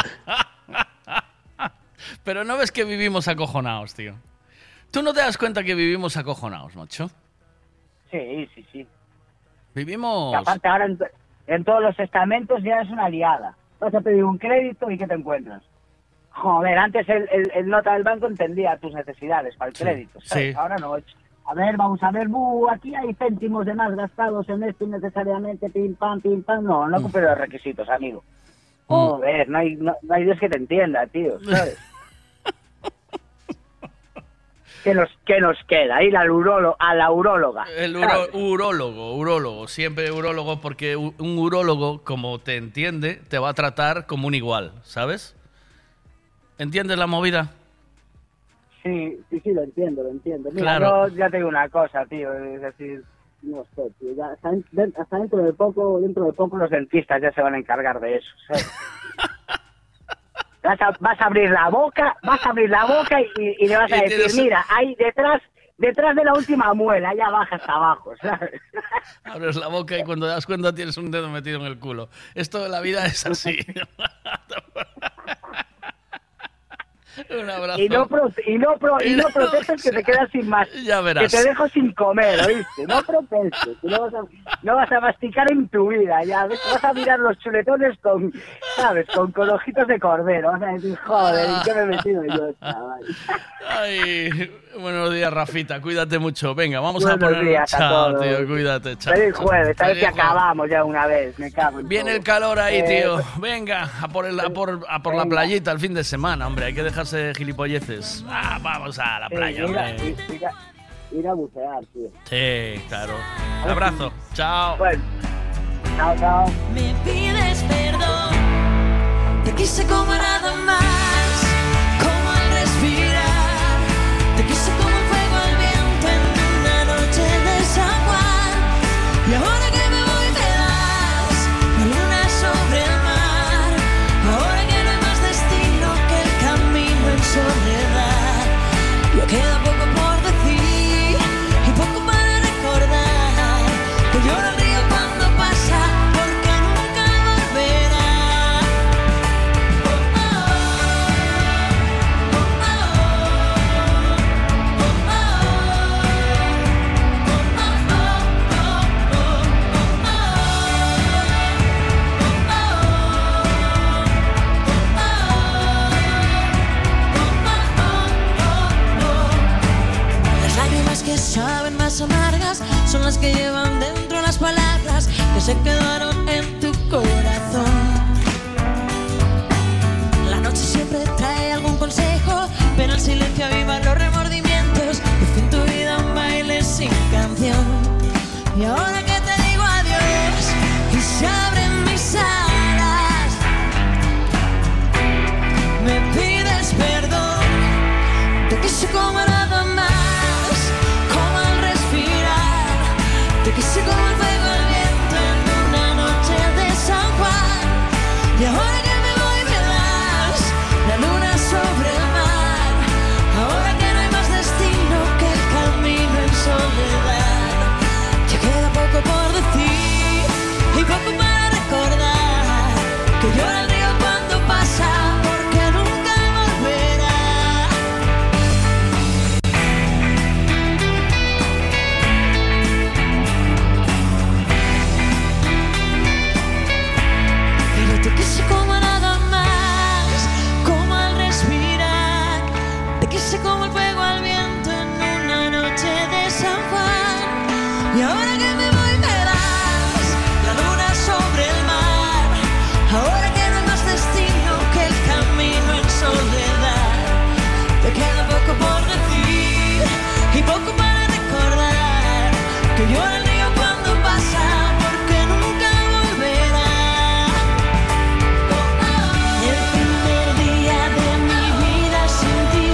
S13: Pero no ves que vivimos acojonados, tío. ¿Tú no te das cuenta que vivimos acojonados, macho?
S20: Sí.
S13: Vivimos...
S20: Y aparte ahora en todos los estamentos ya es una liada. Vas a pedir un crédito y ¿qué te encuentras? Joder, antes el nota del banco entendía tus necesidades para el crédito, ¿sabes? Sí. Ahora no. A ver, vamos a ver, aquí hay céntimos de más gastados en esto innecesariamente, pim pam. No cumple los requisitos, amigo. Joder, no hay Dios que te entienda, tío, ¿sabes? ¿Qué nos queda? Ir a la uróloga.
S13: El urólogo, siempre urólogo, porque un urólogo, como te entiende, te va a tratar como un igual, ¿sabes? ¿Entiendes la movida?
S20: Sí, lo entiendo. Mira,
S13: claro.
S20: Yo ya te digo una cosa, tío, es decir, no sé, tío, ya, hasta dentro de poco los dentistas ya se van a encargar de eso, ¿sabes? Vas a abrir la boca y le vas a decir, mira, ahí detrás de la última muela, allá baja hasta abajo, ¿sabes?
S13: Abres la boca y cuando te das cuenta tienes un dedo metido en el culo. Esto de la vida es así. Un abrazo.
S20: Y no protestes que te quedas sin más.
S13: Ya verás.
S20: Que te dejo sin comer, ¿oíste? No protestes. Que no vas a masticar en tu vida. Ya vas a mirar los chuletones con, ¿sabes? Con ojitos de cordero. Vas a decir, joder, ¿en qué me he metido yo, chaval?
S13: Ay, buenos días, Rafita. Cuídate mucho. Venga, vamos a
S20: Buenos
S13: poner...
S20: días a
S13: Chao,
S20: todos.
S13: tío, cuídate. Chao.
S20: Feliz jueves. A ver si
S13: Feliz jueves.
S20: acabamos ya una vez. Me cago en
S13: Viene
S20: todo.
S13: el calor ahí, tío. Venga, a por la playita el fin de semana, hombre. Hay que dejarse de gilipolleces. Vamos a la playa, hombre.
S20: Ir a bucear, tío.
S13: Sí, claro. Un abrazo. Chao.
S20: Bueno, chao.
S12: Me pides perdón, te quise como nada más, como al respirar, te quise como el fuego al viento en una noche de San Juan. Y ahora que me voy me das la luna sobre el mar, ahora que no hay más destino que el camino en soledad. Ya queda poco por decir y poco para recordar, que llora el río cuando pasa porque nunca volverá. Las lágrimas que saben más amargas son las que llevan dentro las palabras que se quedaron en tu corazón. La noche siempre trae algún consejo, pero el silencio aviva los remordimientos. Por fin tu vida un baile sin canción. Y ahora que te digo adiós y se abren mis alas, me pides perdón, te quise como nada más, como al respirar, te quise como el fuego al viento en una noche de San Juan. Y ahora que me voy me das la luna sobre el mar, ahora que no hay más destino que el camino en soledad. Ya queda poco por decir y poco para recordar, que llora el río cuando pasa porque nunca volverá. Pero te quise como nada más, como al respirar, te quise como el fuego al viento en una noche de San Juan. Y ahora que me voy me das la luna sobre el mar, ahora que no hay más destino que el camino en soledad. Te queda poco por decir y poco para recordar, que llora el río cuando pasa porque nunca volverá. El primer día de mi vida sin ti,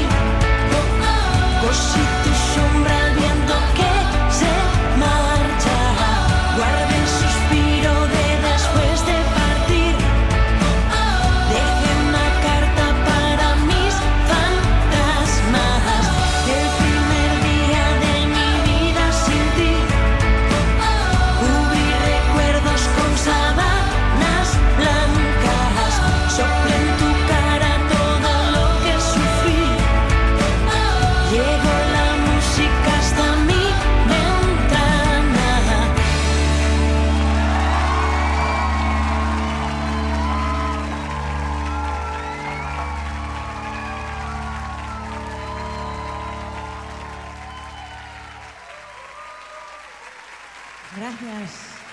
S12: cosí tu sombra al viento que se marcha, guardé el suspiro de después de partir, dejé una carta para mis fantasmas. El primer día de mi vida sin ti, cubrí recuerdos con sábanas blancas, soplé en tu cara todo lo que sufrí, llegó la música hasta mi ventana. Gracias.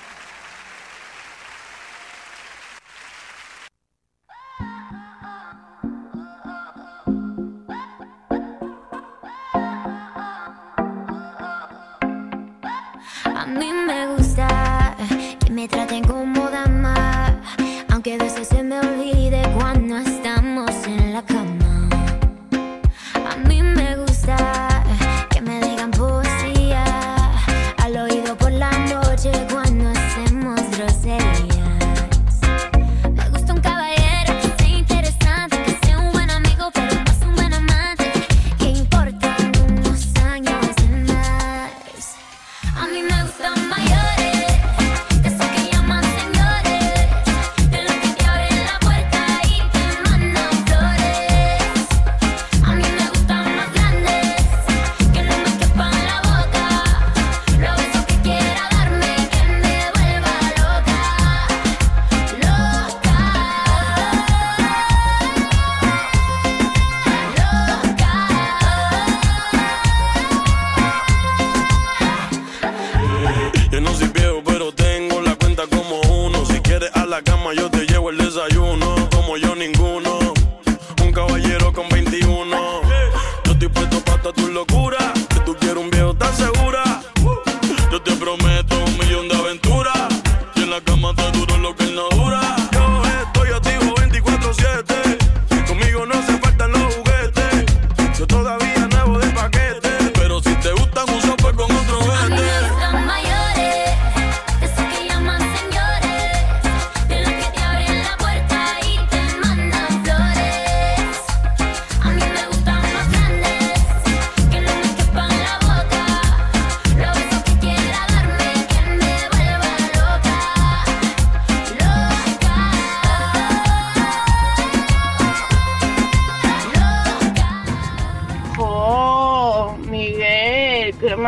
S4: A mí me gusta que me traten como dama, aunque a veces se me olvide cuando estamos en la cama. A mí me gusta que me digan poesía al oído por la noche cuando hacemos groserías. Me gusta un caballero que sea interesante, que sea un buen amigo pero más un buen amante, que importan unos años de más. A mí me gustan mayores, de esos que llaman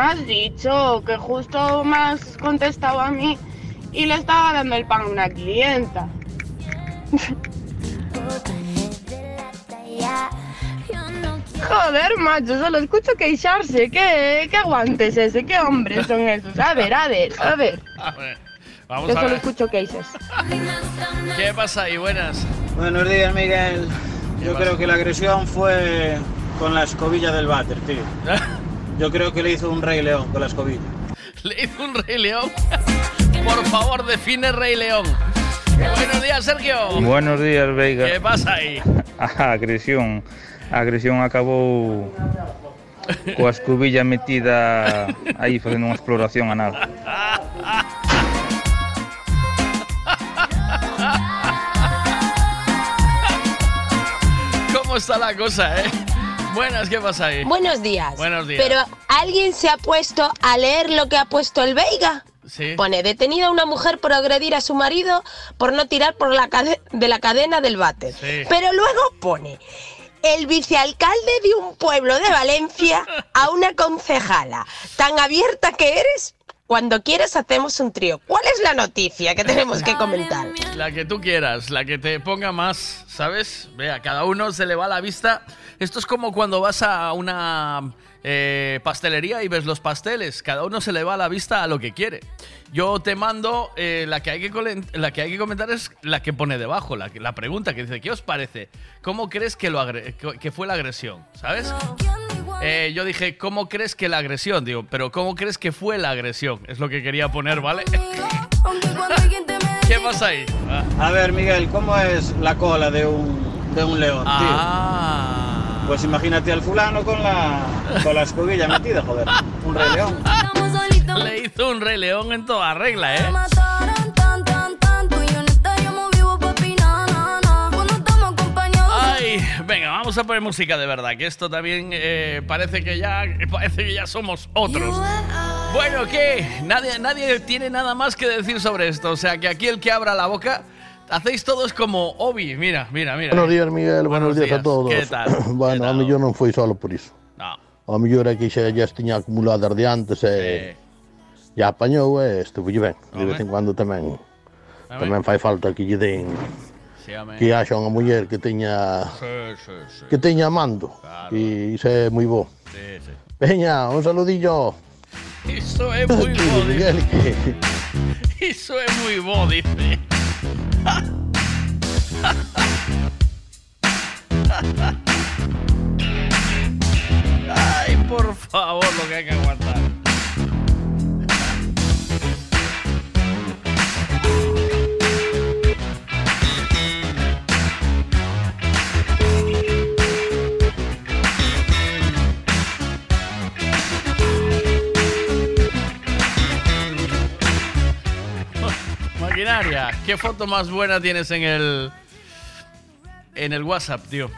S15: has dicho? Que justo me has contestado a mí y le estaba dando el pan a una clienta. Joder, macho, solo escucho queixarse. ¿Qué aguantes ese? ¿Qué hombres son esos? A ver.
S13: A ver, vamos
S15: Yo
S13: a
S15: solo
S13: ver.
S15: escucho queixas.
S13: ¿Qué pasa ahí? Buenas.
S5: Buenos días, Miguel. Yo creo que la agresión fue con la escobilla del váter, tío. Yo creo que le hizo un Rey León con la escobilla.
S13: ¿Le hizo un Rey León? Por favor, define Rey León. Buenos días, Sergio.
S6: Buenos días, Veiga.
S13: ¿Qué pasa aí?
S6: Agresión. A agresión acabou coa escobilla metida aí facendo unha exploración anal.
S13: ¿Cómo está la cosa, Buenas, ¿qué pasa ahí?
S23: Buenos días.
S13: Buenos días.
S23: Pero ¿alguien se ha puesto a leer lo que ha puesto el Veiga?
S13: Sí.
S23: Pone, detenida una mujer por agredir a su marido por no tirar por de la cadena del váter.
S13: Sí.
S23: Pero luego pone, el vicealcalde de un pueblo de Valencia a una concejala. Tan abierta que eres, cuando quieres hacemos un trío. ¿Cuál es la noticia que tenemos que comentar?
S13: La que tú quieras, la que te ponga más, ¿sabes? Vea, cada uno se le va la vista. Esto es como cuando vas a una pastelería y ves los pasteles. Cada uno se le va la vista a lo que quiere. Yo te mando, la que hay que comentar es la que pone debajo, la pregunta que dice, ¿qué os parece? ¿Cómo crees que fue la agresión? ¿Sabes? Yo dije, ¿cómo crees que la agresión? Digo, pero ¿cómo crees que fue la agresión? Es lo que quería poner, ¿vale? ¿Qué pasa ahí?
S5: A ver, Miguel, ¿cómo es la cola de un león, tío? Pues imagínate al fulano con la escobilla metida, joder. Un Rey León.
S13: Le hizo un Rey León en toda regla, Ay, venga, vamos a poner música de verdad, que esto también parece que ya somos otros. Bueno, ¿qué? Nadie tiene nada más que decir sobre esto. O sea, que aquí el que abra la boca, hacéis todos como Obi. Mira.
S22: Buenos días, Miguel. Buenos días a todos.
S13: ¿Qué tal?
S22: Bueno, a mellor non foi solo por iso.
S13: No.
S22: A mellor é que xa tiña acumuladas de antes e apañou e estuve ben. De vez en cuando tamén fai falta que lle den que haxa unha muller que teña que teña mando. E iso é moi bo. Veña, un saludillo.
S13: Iso é moi bo, dice. Iso é moi bo, dice. Ay, por favor, lo que hay que aguantar. Maquinaria, ¿qué foto más buena tienes en el WhatsApp, tío?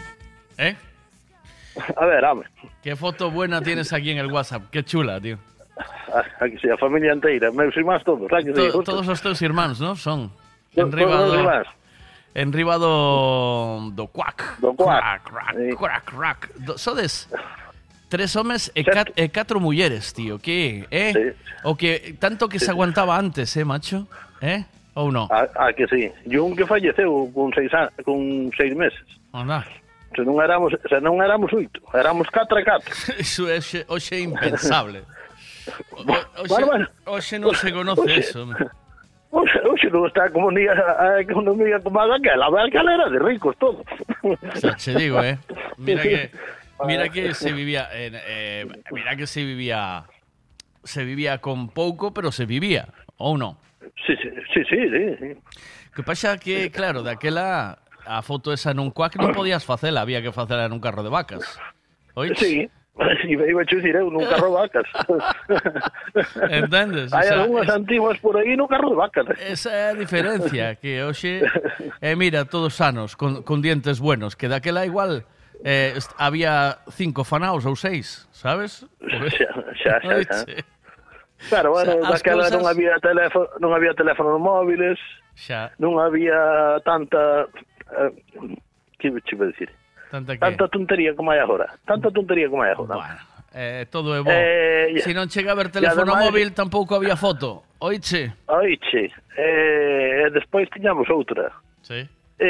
S24: A ver, hombre.
S13: ¿Qué foto buena tienes aquí en el WhatsApp? Qué chula, tío.
S24: Aquí sí, a familia inteira, meus irmáns todos.
S13: Todos os teus irmáns, ¿no? Son.
S24: Todos os irmáns.
S13: En riba do cuac.
S24: Do cuac.
S13: Crack. Sodes 3 homes e 4 mulleres, tío. Que,
S24: Sí.
S13: O que tanto que se aguantaba antes, macho? Ou non?
S24: Que sí. E un que falleceu con 6 meses.
S13: Anda.
S24: Se non éramos 8, éramos 4 e 4.
S13: Iso é hoxe impensable.
S24: Bueno.
S13: Hoxe non se conoce eso.
S24: Hoxe non está a economía como a daquela. Aquela era de ricos todos.
S13: Xa che digo, Mira que se vivía se vivía con pouco, pero se vivía, ou non?
S24: Sí.
S13: Que pasa que, claro, daquela a foto esa nun cuac non podías facela, había que facela nun carro de vacas. Oís?
S24: Sí, iba a dicir eu nun carro de vacas.
S13: Entendes?
S24: Hai algunhas antiguas por aí nun carro de vacas.
S13: Esa é a diferencia, que hoxe mira, todos sanos, con dientes buenos, que daquela igual había 5 fanaos ou 6, sabes?
S24: Xa. Claro, bueno, daquela non había teléfonos móviles, non había tanta que che vou dicir? Tanta tontería como hai agora. Bueno,
S13: todo é bo. Se non chega a ver teléfono móvil, tampouco había foto. Oiche?
S24: Oiche. Despois tiñamos outra.
S13: Sí.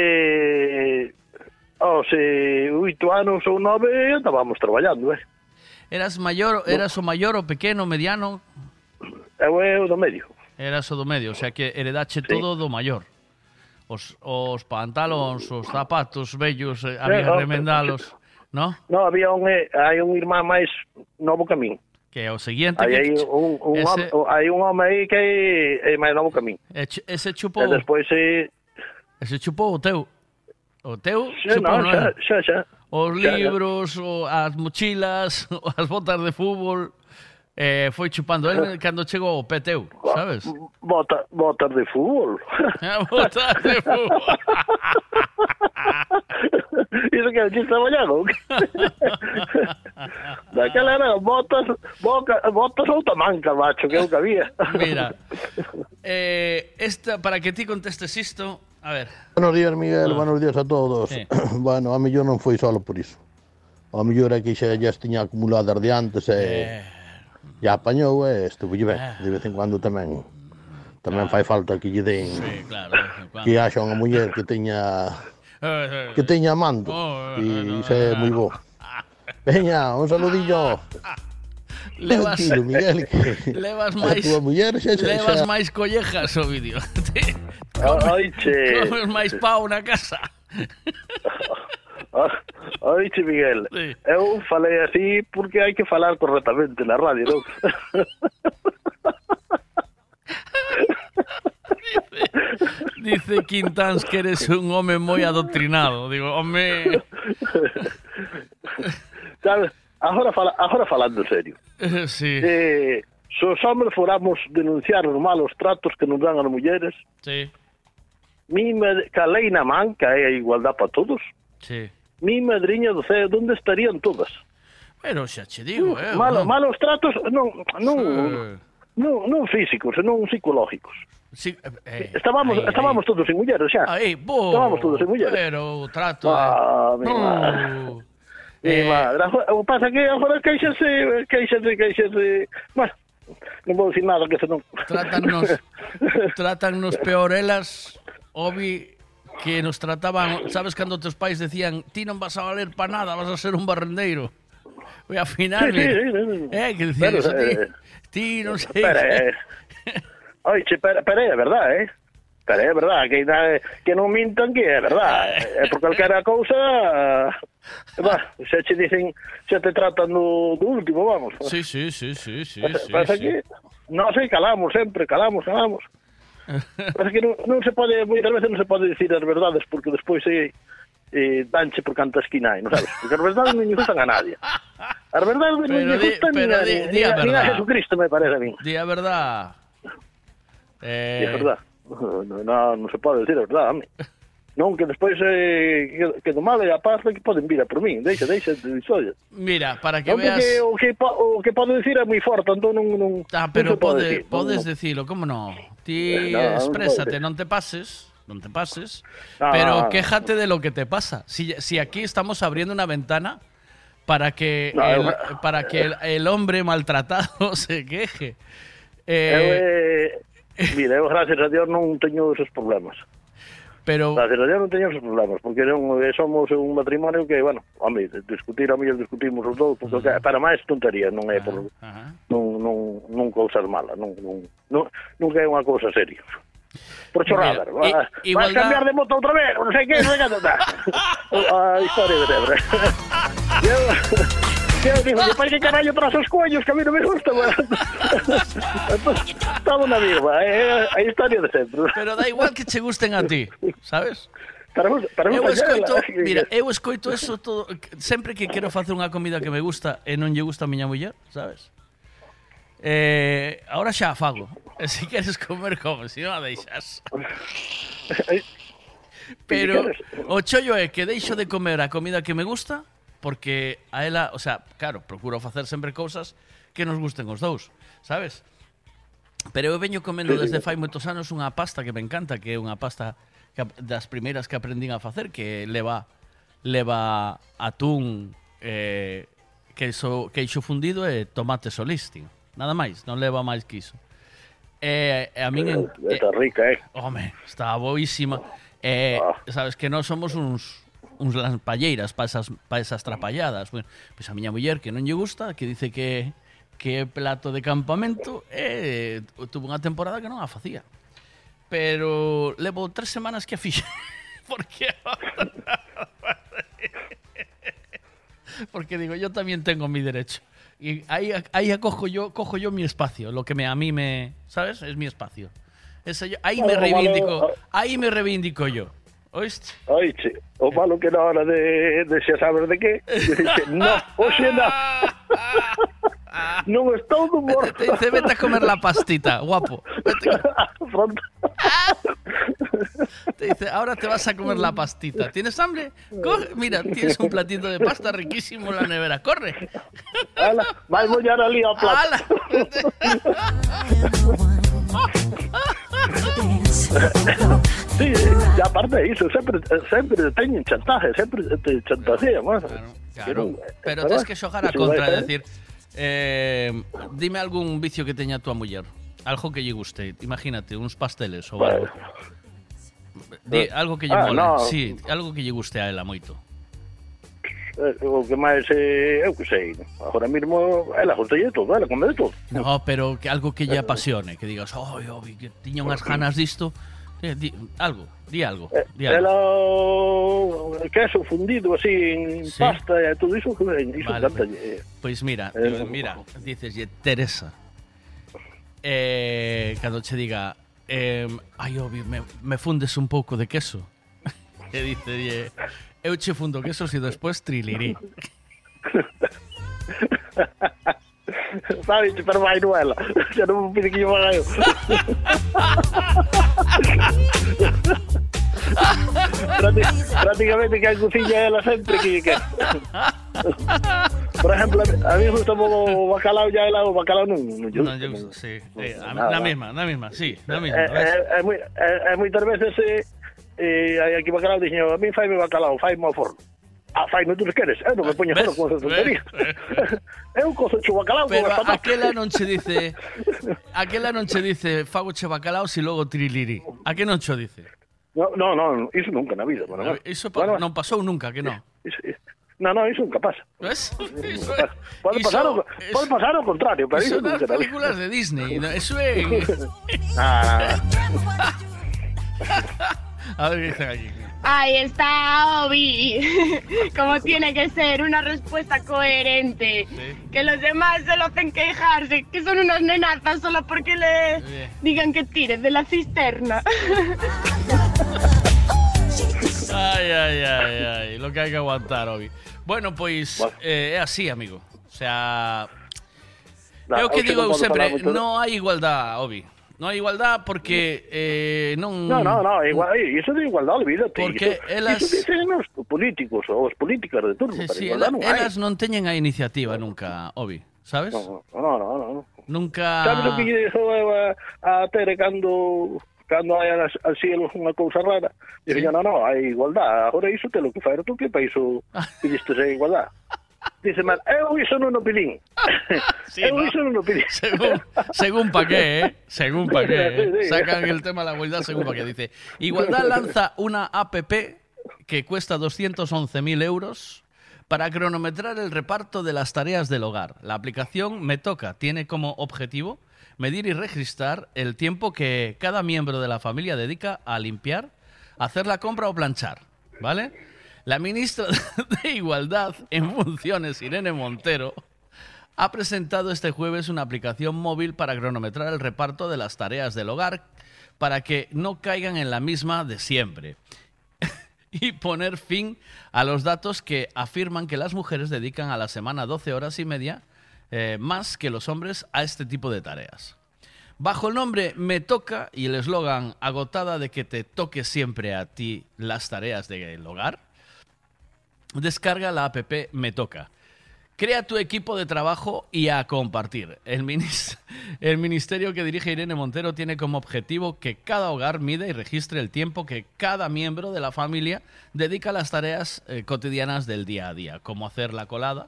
S24: Aos 8 anos ou 9 andábamos traballando,
S13: Eras o maior, o pequeno, mediano?
S24: Eu do medio.
S13: Eras o do medio, o sea que heredache todo do maior. Os pantalóns, os zapatos vellos, había remendalos, ¿no?
S24: No, hai un irmán máis novo que a min.
S13: Que é o seguinte.
S24: Hai un home aí que é máis novo que a min.
S13: Ese chupou.
S24: E despois
S13: Ese chupou o teu. O teu
S24: chupou, non é? Xa.
S13: Os libros, as mochilas, as botas de fútbol. Foi chupando ele cando chegou o pé teu, sabes?
S24: Botas de fútbol.
S13: Botas de fútbol.
S24: Iso que é o chiste trabalhado. Daquela era botas ou tamanca, macho, que é o que había.
S13: Mira, para que ti contestes isto, a ver.
S22: Buenos días, Miguel, buenos días a todos. Sí. Bueno, a mellor non foi solo por iso. A mellor é que xa tiña acumuladas de antes e apañou e estuvo ben. De vez en cuando tamén fai falta que lle den que haxa unha muller que teña manto e iso é moi bo. Veña, un saludillo. Tranquilo, Miguel, que
S13: levas máis collejas o vídeo. Comes máis pau na casa.
S24: Oiche, Miguel, eu falei así porque hai que falar correctamente na radio, non?
S13: Dice Quintáns que eres un home moi adoctrinado. Digo, home...
S24: Sabes, agora falando en serio.
S13: Sí.
S24: Se os homes foramos denunciar os malos tratos que nos dan as mulleres, que a lei na man, que é a igualdad para todos, mi madriña do ceo, onde estarían todas?
S13: Pero xa che digo,
S24: malos tratos non físicos, non psicológicos. Estábamos todos sin mulleres xa. Estábamos todos sin mulleres.
S13: Pero o trato...
S24: mi madre. Mi madre. O que pasa que agora queixase... Bueno, non vou dicir nada que se non...
S13: Tratannos peor elas, Obi, que nos trataban... Sabes cando teus pais decían ti non vas a valer pa nada, vas a ser un barrendeiro? E ao final... que decían eso, ti non sei...
S24: Oiche, pero é verdad, Pero é verdad, que non mintan que é verdad. É por calquera cousa... xa che dicen, xa te tratan do último, vamos.
S13: Sí.
S24: Pasa que non sei, calamos sempre, calamos. Pasa que non se pode, moitas veces non se pode dicir as verdades porque despois danche por canta esquina hai, non sabes? Porque as verdades non lle gustan a nadie. As verdades non lle gustan ni a Jesucristo, me parece a mí.
S13: Di a verdad.
S24: É verdad. Non se pode dicir a verdade, a mí. Non, que despois que do mal e a paz que poden vir a por min. Deixa de dixolla.
S13: Mira, para que veas...
S24: O que podo dicir é moi forte, entón non
S13: pero podes dicilo, como non? Ti exprésate, non te pases, pero quéjate de lo que te pasa. Si aquí estamos abriendo una ventana para que el hombre maltratado se queje.
S24: Mira, eu gracias a Dios non teño esos problemas. Gracias a Dios non teño esos problemas, porque somos un matrimonio que, bueno, discutir a mí discutimos os dous, porque para máis tontería, non é por non cousas malas, nunca é unha cousa seria. Por chorradas, vas cambiar de moto outra vez, non sei que, a historia de sempre. Eu digo, para que carallo tras os coños, que a mí non me gusta, estaba unha misma, é a historia de sempre.
S13: Pero da igual que che gusten a ti, sabes? Eu escoito eso todo, sempre que quero facer unha comida que me gusta e non lle gusta a miña muller, sabes? Ahora xa a fago. Se queres comer, come, se non a deixas. Pero o chollo é que deixo de comer a comida que me gusta porque a ela, o sea, claro, procuro facer sempre cousas que nos gusten os dous, sabes? Pero eu veño comendo desde fai moitos anos unha pasta que me encanta, que é unha pasta das primeiras que aprendín a facer, que leva atún, queixo fundido e tomate solisting. Nada máis, non leva máis que iso. A min
S24: está rica,
S13: Home, está boísima. Sabes que nós somos uns lampalleiras para esas trapalladas. Bueno, pois a miña muller que non lle gusta, que dice que é plato de campamento, tuvo unha temporada que non a facía. Pero levo 3 semanas que a fixe. Porque digo, yo también tengo mi derecho. Y ahí cojo yo mi espacio, lo que a mí me, ¿sabes? Es mi espacio. Ahí me reivindico yo. ¿Oíste?
S24: Oíste, o malo que na hora de xa saber de qué, dice, no, oxe no. Non estou de humor.
S13: Te dice, vete a comer la pastita, guapo.
S24: Pronto.
S13: Te dice, ahora te vas a comer la pastita. ¿Tienes hambre? Coge, mira, tienes un platito de pasta riquísimo en la nevera. ¡Corre!
S24: Ala, vai mollar ali ao plato.
S13: Ala.
S24: Sí, e aparte de iso, sempre teñen chantaje, sempre te chantajean,
S13: Claro, pero tens que xogar a contra, é decir, dime algún vicio que teña a tua muller, algo que lle guste, imagínate, uns pasteles ou algo. Algo que lle mole, sí, algo que lle guste a ela moito.
S24: O que máis, eu que sei, agora mesmo ela gosta de todo, ela come de todo.
S13: No, pero que algo que lle apasione, que digas, que tiña unhas ganas disto. Di algo.
S24: Ela queso fundido así en pasta e todo iso, iso encanta.
S13: Pois mira, diceslle Teresa, cando che diga Obi, me fundes un pouco de queso, e dicelle, eu che fundo quesos e despois triliri.
S24: Sabes, pero vai no ela. Xa non me pide que yo haga eu. Prácticamente que a cociña ela sempre que por exemplo, a mí gusta o bacalao, ya ela o bacalao non yo gusto,
S13: sí. Na mesma, sí, na mesma.
S24: Moitas veces hai aquí bacalao, dixen, a mí faime bacalao, faime ao forno. Fai, non tú queres, non me poño foro con esa tontería. Eu cozo cho bacalao con
S13: pero aquela non che dice fago che bacalao e logo triliri. A que non cho dice?
S24: No, iso nunca na vida.
S13: Iso non pasou nunca, que non?
S24: No, iso nunca pasa.
S13: ¿Ves?
S24: Pode pasar ao contrario, pero
S13: iso nas películas de Disney. Eso é... A ver qué dicen aquí.
S15: Ahí está, Obi. Como tiene que ser, una respuesta coherente. Sí. Que los demás se lo hacen quejarse, que son unas nenazas solo porque le digan que tire de la cisterna.
S13: Ay, lo que hay que aguantar, Obi. Bueno, pues é así, amigo. O sea, eu que digo sempre, non hai igualdad, Obi. No hai igualdad porque non...
S24: No, iso de igualdade, olvídate.
S13: Porque elas...
S24: Iso dicen os políticos ou as políticas de turno.
S13: Sí, elas non teñen a iniciativa nunca, Obi, sabes?
S24: No.
S13: Nunca...
S24: Sabes o que lle dixo a Tere cando hai al cielo unha cousa rara? Dixo, non, hai igualdad. Agora iso te lo que fai, tú que para iso pidiste a igualdade. Dice mal, eu iso non o pidín.
S13: Sí, iso non o pidín. Según pa qué, Según pa qué, Sacan el tema de la igualdad según pa qué. Dice, Igualdad lanza una app que cuesta 211.000 euros para cronometrar el reparto de las tareas del hogar. La aplicación Me Toca tiene como objetivo medir y registrar el tiempo que cada miembro de la familia dedica a limpiar, hacer la compra o planchar, ¿vale? La ministra de Igualdad en funciones, Irene Montero, ha presentado este jueves una aplicación móvil para cronometrar el reparto de las tareas del hogar para que no caigan en la misma de siempre y poner fin a los datos que afirman que las mujeres dedican a la semana 12 horas y media más que los hombres a este tipo de tareas. Bajo el nombre Me Toca y el eslogan agotada de que te toque siempre a ti las tareas del hogar, descarga la app Me Toca. Crea tu equipo de trabajo y a compartir. El ministerio que dirige Irene Montero tiene como objetivo que cada hogar mida y registre el tiempo que cada miembro de la familia dedica a las tareas cotidianas del día a día, como hacer la colada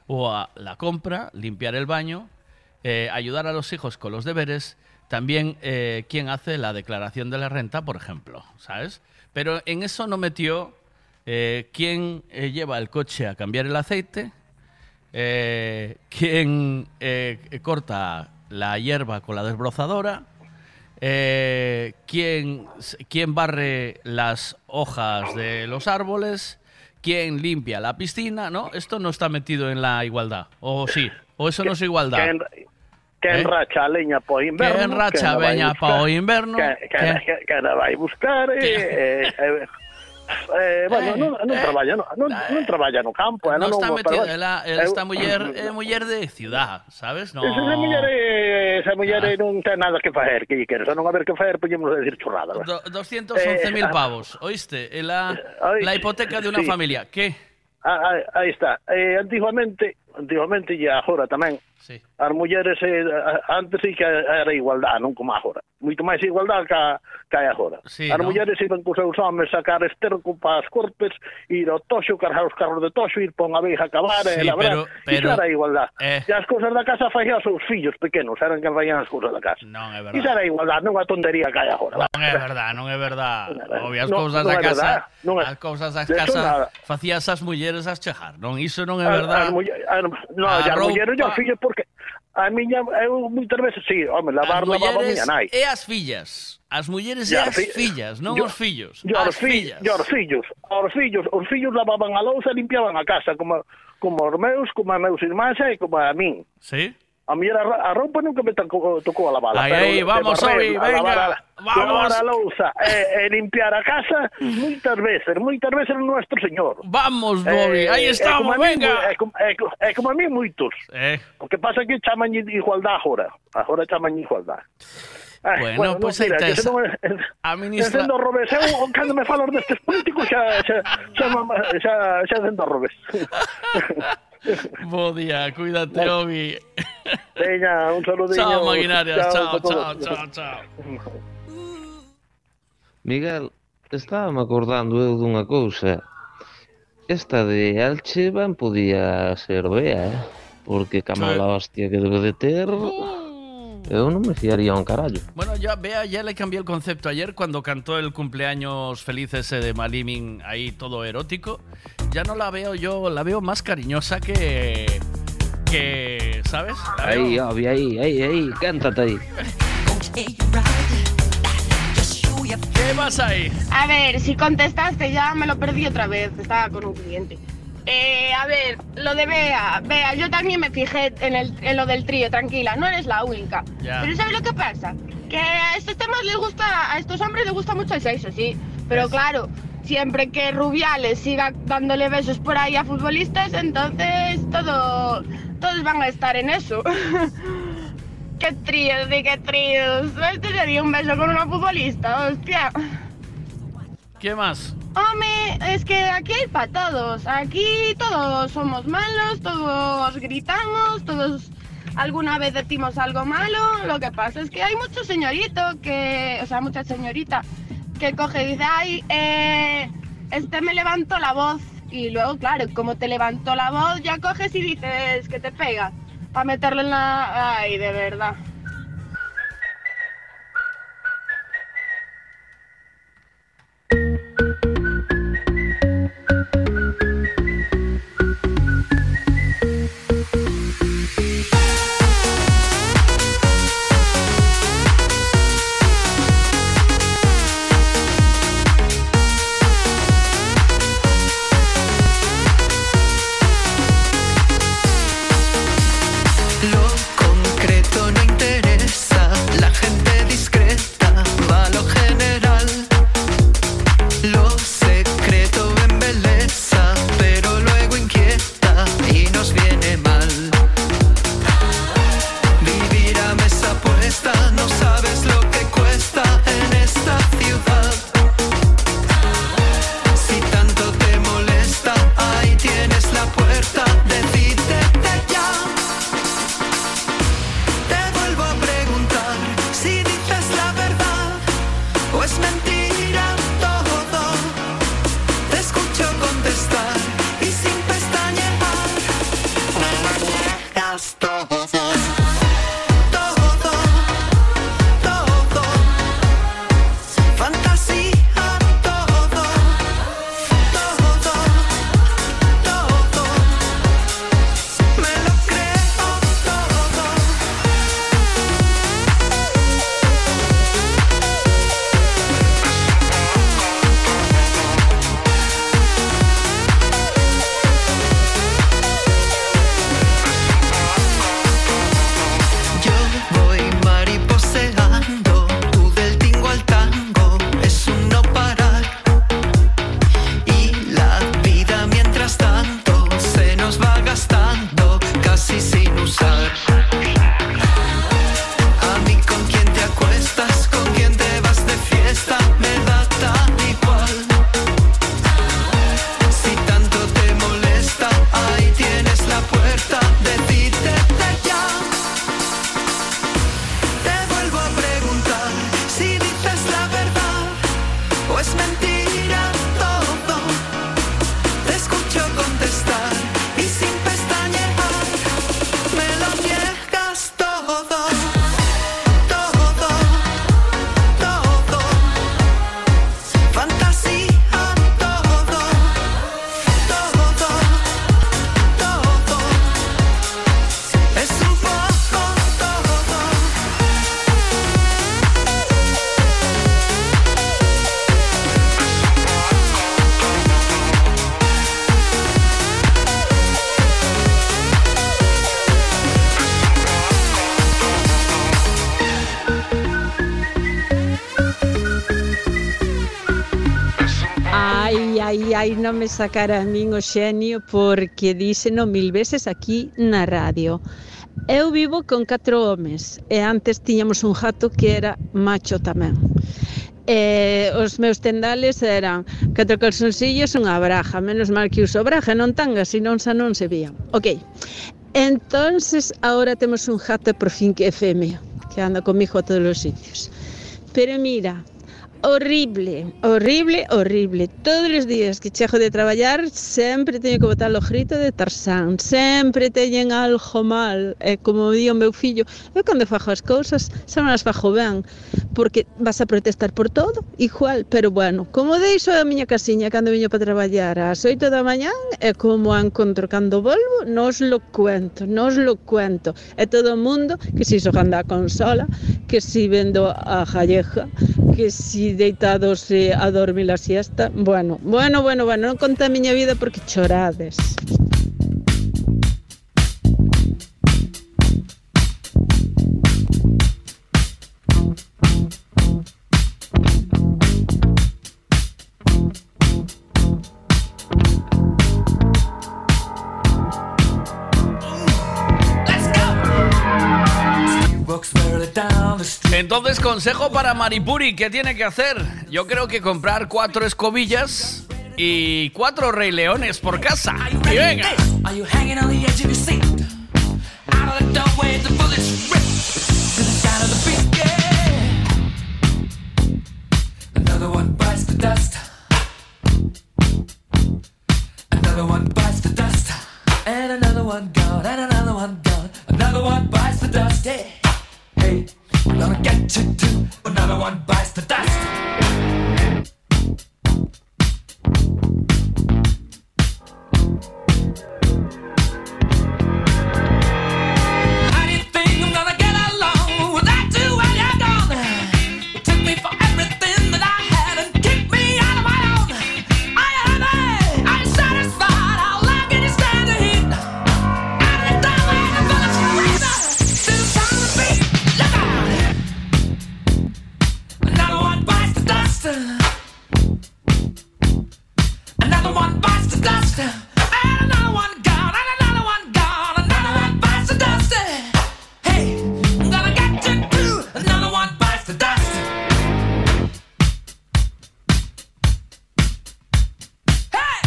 S13: o a la compra, limpiar el baño, ayudar a los hijos con los deberes, también quién hace la declaración de la renta, por ejemplo, ¿sabes? Pero en eso no metió quién lleva el coche a cambiar el aceite, quién corta la hierba con la desbrozadora, quién barre las hojas de los árboles, quién limpia la piscina, ¿no? Esto no está metido en la igualdad, o sí, o eso no es igualdad.
S24: Que enracha a leña para o inverno.
S13: Que enracha a leña para o inverno.
S24: Que la vai buscar. Bueno, non traballa no campo.
S13: Non está metido, esta muller de ciudad, sabes? No.
S24: Esa muller non ten nada que facer, que queres non haber que facer, podemos decir chorrada.
S13: 211.000 pavos, oíste? La hipoteca de una familia. ¿Qué?
S24: Aí está. Antiguamente e agora tamén, as mulleres antes sí que era igualdade, non como agora. Moito máis igualdade que hai agora.
S13: Sí,
S24: as mulleres iban cos seus homens sacar esterco para as corpes, ir ao toxo, cargar os carros de toxo, ir para unha veiga a cavar, labrar, iso era igualdade. E as cousas da casa faían os seus fillos pequenos, eran que faían as cousas da casa.
S13: Non é verdade.
S24: Iso era igualdade, non a tontería que hai agora.
S13: Non é verdade. Obvio, as cousas da casa, as cousas da casa facías as mulleres as chejar, non? Iso non é verdade.
S24: As mulleres e os fillos, porque a miña, eu moitas veces, sí, home, lavar lavaba a miña nai.
S13: E as fillas. As mulleres e as fillas, non os fillos. Os fillos
S24: lavaban a lousa e limpiaban a casa, como os meus irmáns e como a min.
S13: Sí?
S24: A mí a roupa nunca me tocou a lavar.
S13: Aí, vamos, Obi, venga, vamos.
S24: Lavar a lousa e limpiar a casa moitas veces o Nuestro Señor.
S13: Vamos, Bobby, aí estamos, venga.
S24: É como a mí moitos. O que pasa é que chaman igualdade agora chaman igualdade.
S13: Bueno, pues aí tes.
S24: A ministra... Sendo robes, eu cando me falo destes políticos xa sendo robes.
S13: Bo día, cuídate, Obi.
S24: Veña, un saludinho.
S13: Chao, maquinarias, chao.
S14: Miguel, estaba-me acordando eu dunha cousa. Esta de Elche ben podía ser Bea, porque ca mala hostia que debe de ter... Eu non me fiaría un carallo.
S13: Bueno, ya Bea ya le cambié el concepto ayer cuando cantó el cumpleaños feliz ese de Malimin ahí todo erótico. Ya no la veo yo, la veo más cariñosa que ¿sabes?
S14: Ahí, Obi, ahí, cántate ahí.
S13: ¿Qué pasa ahí?
S15: A ver, si contestaste ya me lo perdí otra vez, estaba con un cliente. A ver, lo de Bea, yo también me fijé en lo del trío, tranquila, no eres la única.
S13: Ya.
S15: Pero ¿sabes lo que pasa? Que a estos temas a estos hombres les gusta mucho el sexo, sí. Pero claro, siempre que Rubiales siga dándole besos por ahí a futbolistas, entonces todos van a estar en eso. ¡Qué tríos! Este sería un beso con una futbolista, hostia.
S13: ¿Qué más?
S15: Hombre, es que aquí hay para todos. Aquí todos somos malos, todos gritamos, todos alguna vez decimos algo malo. Lo que pasa es que hay mucha señorita que coge y dice, ay, me levantó la voz. Y luego, claro, como te levantó la voz, ya coges y dices que te pega. Para meterlo en la... Ay, de verdad.
S3: Ai, non me sacara a min o xenio porque díseno 1000 veces aquí na radio. Eu vivo con 4 homes e antes tiñamos un gato que era macho tamén. Os meus tendales eran 4 calzoncillos e unha braja, menos mal que uso braja, non tanga, senón xa non se vían. Ok, entonces ahora temos un gato por fin que é femia, que anda comigo a todos os sitios. Pero mira, horrible. Todos os días que chego de traballar sempre teño que botar o grito de Tarzán. Sempre teñen algo mal. E como di o meu fillo, eu cando fago as cousas xa non as fago ben, porque vas a protestar por todo, igual. Pero bueno, como deixo a miña casiña cando veño para traballar ás 8 da mañán, e como a encontro cando volvo, nos lo cuento. E todo o mundo, que si xogando a consola, que si vendo a galleja, que si deitados a dormir a siesta. Bueno, non conta a miña vida porque chorades.
S13: Entonces, consejo para Maripuri, ¿qué tiene que hacer? Yo creo que comprar 4 escobillas y 4 Rey Leones por casa. ¡Y venga!
S12: Gonna get you too. Another one bites the dust. How do you think I'm gonna get along without you when you're gone? You took me for everything that I had and kicked me out of my own. Are you happy? Are you satisfied? How long can you stand the heat? Out of the door and I'm gonna freeze out. Still trying to be. Look out! Another one bites the dust. Another one bites the dust. And another one gone. And another one gone. Another one bites the dust. Hey, I'm gonna get you too. Another one bites the dust. Hey!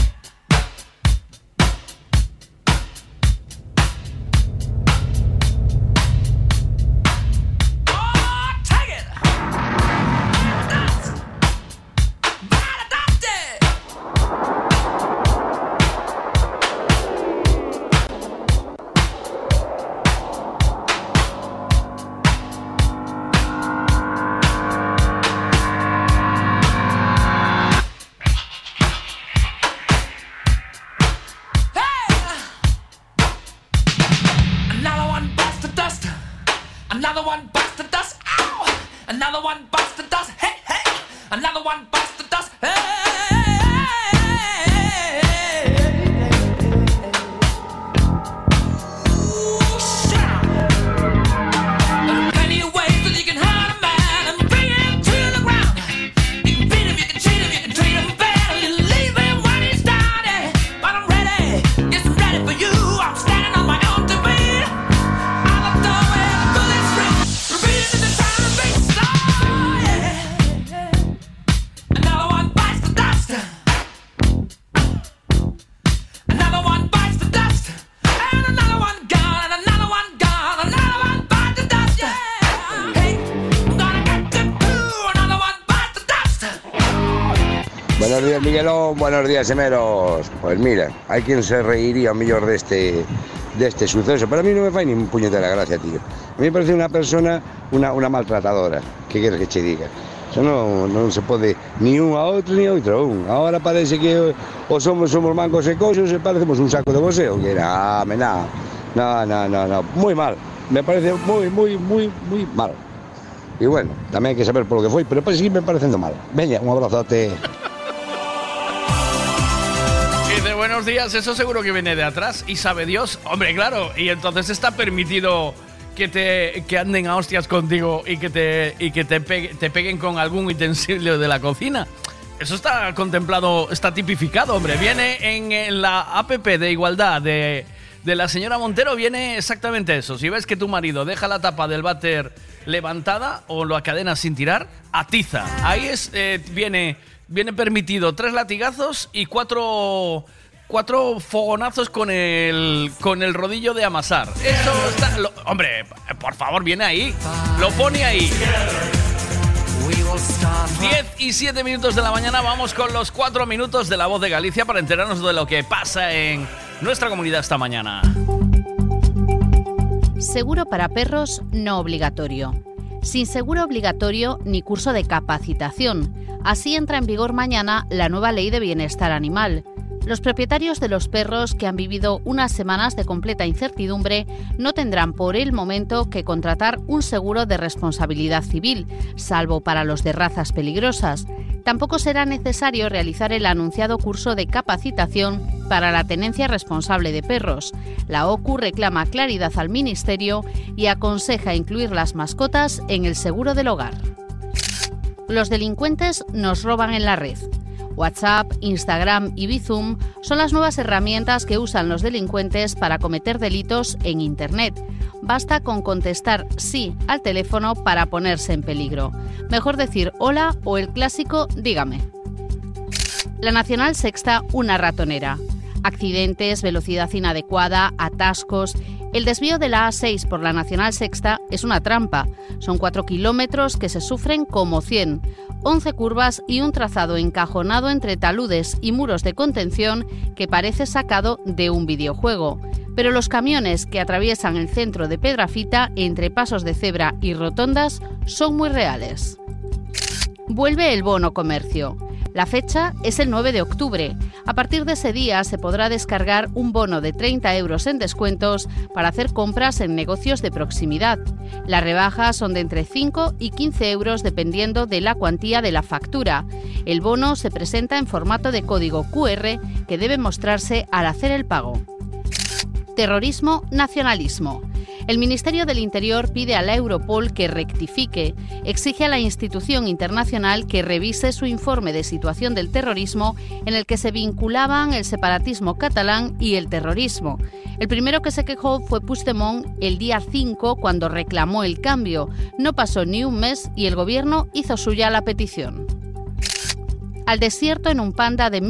S12: Oh, take it! Another one bites the dust. Another one bites the dust. Ow! Another one bites the dust. Hey, hey! Another one bites the dust. Hey! Ooh, shout! There are plenty of ways that you can hurt a man and bring him to the ground. You can beat him, you can cheat him, you can treat him bad, you leave him when he's down. But I'm ready, yes, I'm ready for you. I'm standing on my own two feet. Out of the way, the bullets ring, repeating the sound of beats. Oh, yeah. Another one bites the dust. Another one bites the dust. And another one gone. And another one gone. Another one bites the dust. Yeah. Hey, I'm gonna get you too. Another one bites the dust.
S9: Buenos días, Miguelón. Buenos días, Emeros. Pues mira, hay quien se reiría mellor de este suceso, pero a mí no me fai ni un puñetera gracia, tío. A mí me parece una persona, una maltratadora. ¿Qué quieres que te diga? Eso non se pode ni un a outro ni a outro un. Ahora parece que o somos mancos e coxos e parecemos un saco de boxeo. Que no. Muy mal. Me parece muy mal. Y bueno, tamén hai que saber por lo que foi, pero para seguirme parecendo mal. Veña, un abrazote.
S13: Dice, buenos días, eso seguro que viene de atrás y sabe Dios. Hombre, claro, y entonces está permitido que anden a hostias contigo y que te peguen con algún utensilio de la cocina. eso está contemplado, está tipificado, hombre. Viene en la APP de igualdad de la señora Montero, viene exactamente eso. Si ves que tu marido deja la tapa del váter levantada o la cadena sin tirar, atiza. Ahí viene permitido 3 latigazos y 4 fogonazos con el rodillo de amasar. Eso está... hombre, por favor, viene ahí. Lo pone ahí. 10:07 de la mañana. Vamos con los 4 minutos de La Voz de Galicia para enterarnos de lo que pasa en nuestra comunidad esta mañana.
S7: Seguro para perros no obligatorio. Sin seguro obligatorio ni curso de capacitación. Así entra en vigor mañana la nueva Ley de Bienestar Animal. Los propietarios de los perros que han vivido unas semanas de completa incertidumbre no tendrán por el momento que contratar un seguro de responsabilidad civil, salvo para los de razas peligrosas. Tampoco será necesario realizar el anunciado curso de capacitación para la tenencia responsable de perros. La OCU reclama claridad al Ministerio y aconseja incluir las mascotas en el seguro del hogar. Los delincuentes nos roban en la red. WhatsApp, Instagram y Bizum son las nuevas herramientas que usan los delincuentes para cometer delitos en Internet. Basta con contestar sí al teléfono para ponerse en peligro. Mejor decir hola o el clásico dígame. La Nacional Sexta, una ratonera. Accidentes, velocidad inadecuada, atascos... El desvío de la A6 por la Nacional Sexta es una trampa. Son 4 kilómetros que se sufren como 100, 11 curvas y un trazado encajonado entre taludes y muros de contención que parece sacado de un videojuego. Pero los camiones que atraviesan el centro de Pedrafita entre pasos de cebra y rotondas son muy reales. Vuelve el bono comercio. La fecha es el 9 de octubre. A partir de ese día se podrá descargar un bono de 30 euros en descuentos para hacer compras en negocios de proximidad. Las rebajas son de entre 5 y 15 euros dependiendo de la cuantía de la factura. El bono se presenta en formato de código QR que debe mostrarse al hacer el pago. Terrorismo, nacionalismo. El Ministerio del Interior pide a la Europol que rectifique, exige a la institución internacional que revise su informe de situación del terrorismo en el que se vinculaban el separatismo catalán y el terrorismo. El primero que se quejó fue Puigdemont el día 5 cuando reclamó el cambio. No pasó ni un mes y el gobierno hizo suya la petición. Al desierto en un Panda de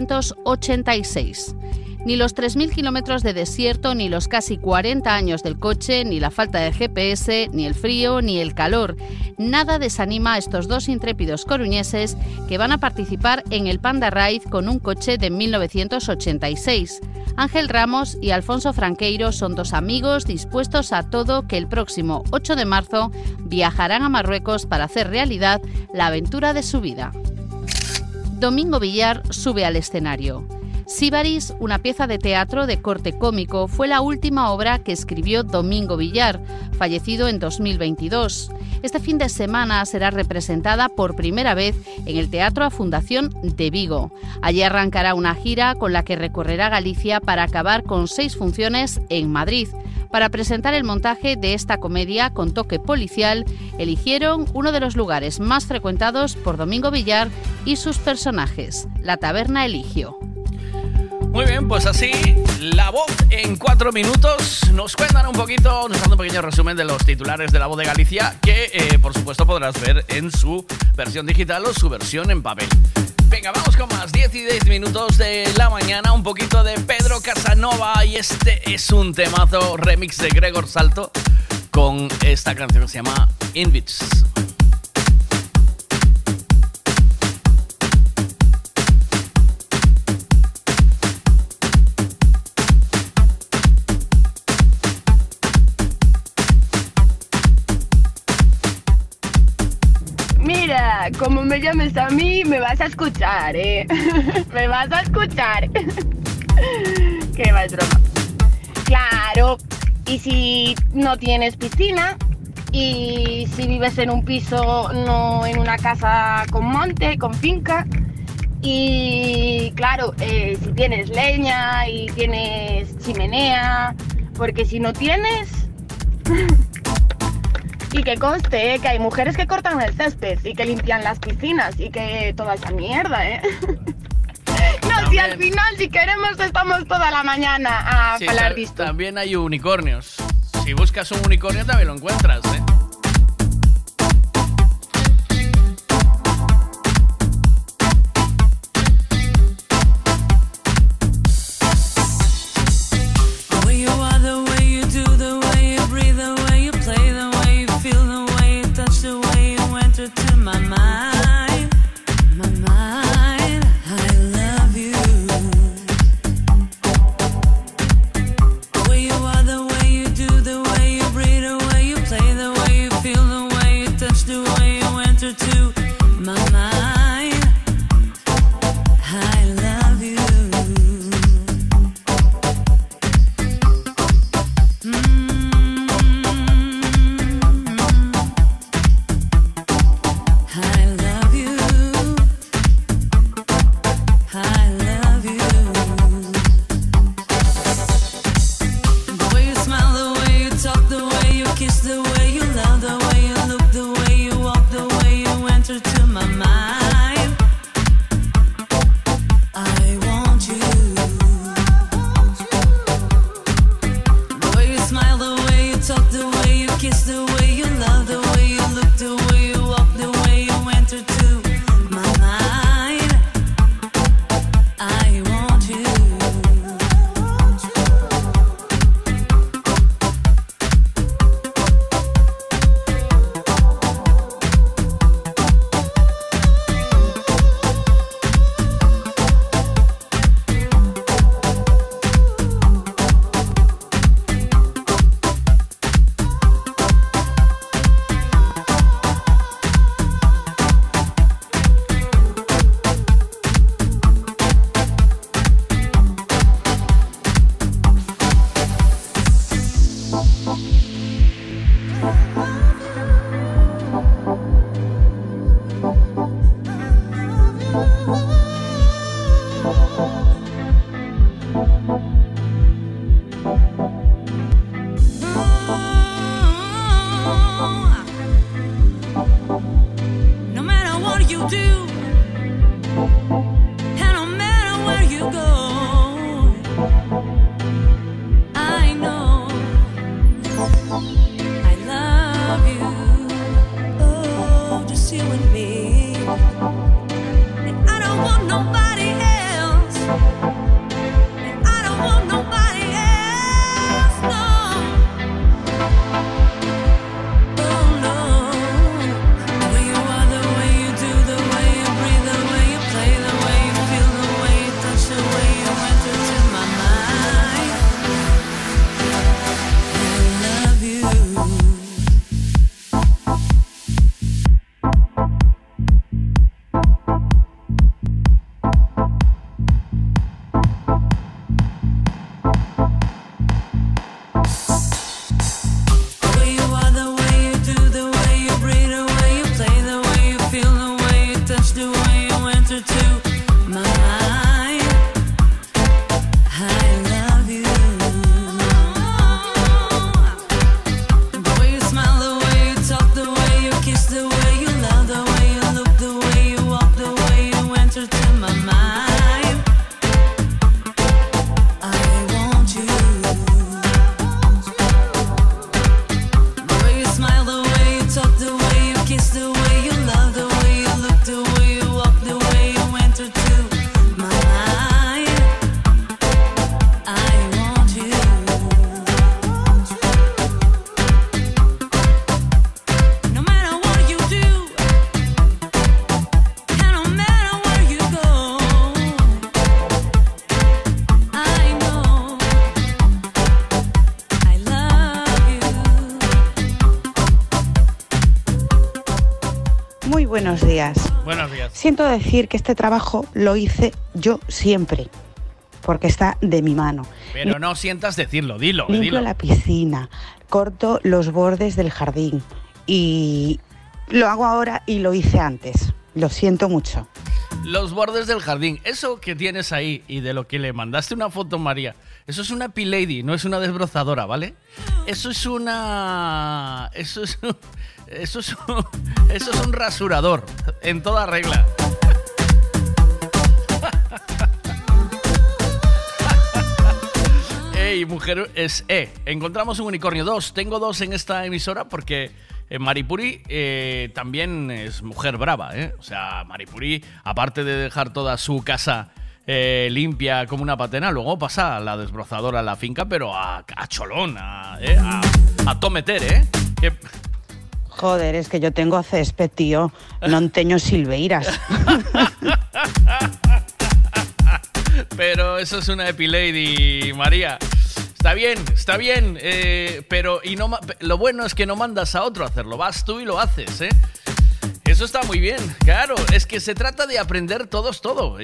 S7: 1986. Ni los 3.000 kilómetros de desierto, ni los casi 40 años del coche, ni la falta de GPS, ni el frío, ni el calor. Nada desanima a estos dos intrépidos coruñeses que van a participar en el Panda Ride con un coche de 1986. Ángel Ramos y Alfonso Franqueiro son dos amigos dispuestos a todo que el próximo 8 de marzo viajarán a Marruecos para hacer realidad la aventura de su vida. Domingo Villar sube al escenario. Síbaris, una pieza de teatro de corte cómico, fue la última obra que escribió Domingo Villar, fallecido en 2022. Este fin de semana será representada por primera vez en el Teatro A Fundación de Vigo. Allí arrancará una gira con la que recorrerá Galicia para acabar con 6 funciones en Madrid. Para presentar el montaje de esta comedia con toque policial, eligieron uno de los lugares más frecuentados por Domingo Villar y sus personajes, la Taberna Eligio.
S13: Muy bien, pues así, La Voz en 4 minutos. Nos cuentan un poquito, nos dan un pequeño resumen de los titulares de La Voz de Galicia, que por supuesto podrás ver en su versión digital o su versión en papel. Venga, vamos con más, 10 y 10 minutos de la mañana, un poquito de Pedro Casanova, y este es un temazo remix de Gregor Salto con esta canción que se llama Invits.
S15: Mira, como me llames a mí, me vas a escuchar, ¿eh? Me vas a escuchar. Qué va, es broma. Claro, y si no tienes piscina, y si vives en un piso, no en una casa con monte, con finca, y claro, si tienes leña y tienes chimenea, porque si no tienes... Y que conste, que hay mujeres que cortan el césped y que limpian las piscinas y que toda esa mierda, No, si al final, si queremos, estamos toda la mañana a hablar de esto.
S13: También hay unicornios. Si buscas un unicornio también lo encuentras,
S8: Buenos días.
S13: Buenos días.
S8: Siento decir que este trabajo lo hice yo siempre, porque está de mi mano.
S13: Pero no sientas decirlo, dilo.
S8: Limpio la piscina, corto los bordes del jardín y lo hago ahora y lo hice antes. Lo siento mucho.
S13: Los bordes del jardín, eso que tienes ahí y de lo que le mandaste una foto, María, Eso es una P-Lady, no es una desbrozadora, ¿vale? Eso es un rasurador, en toda regla. Ey, mujer, encontramos un unicornio 2. Tengo 2 en esta emisora porque Maripuri también es mujer brava, ¿eh? O sea, Maripuri, aparte de dejar toda su casa limpia como una patena, luego pasa la desbrozadora a la finca, pero a cholón, a tometer, ¿eh?
S8: Joder, es que yo tengo césped, tío. Non teño silveiras.
S13: Pero eso es una Epilady, María. Está bien, pero lo bueno es que no mandas a otro a hacerlo, vas tú y lo haces, ¿eh? Eso está muy bien, claro, es que se trata de aprender todos todo.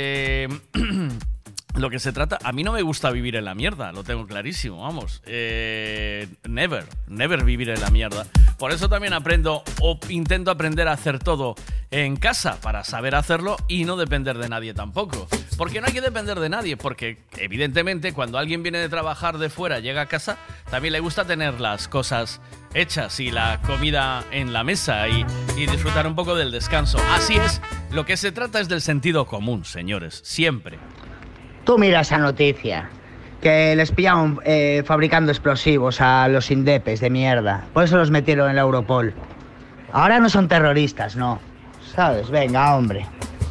S13: Lo que se trata, a mí no me gusta vivir en la mierda, lo tengo clarísimo, vamos. Never vivir en la mierda. Por eso también intento aprender a hacer todo en casa, para saber hacerlo y no depender de nadie tampoco. Porque no hay que depender de nadie, porque evidentemente cuando alguien viene de trabajar de fuera, llega a casa, también le gusta tener las cosas hechas y la comida en la mesa y disfrutar un poco del descanso. Así es, lo que se trata es del sentido común, señores, siempre.
S20: Tú mira esa noticia, que les pillaron fabricando explosivos a los indepes de mierda. Por eso los metieron en la Europol. Ahora no son terroristas, no. ¿Sabes? Venga, hombre.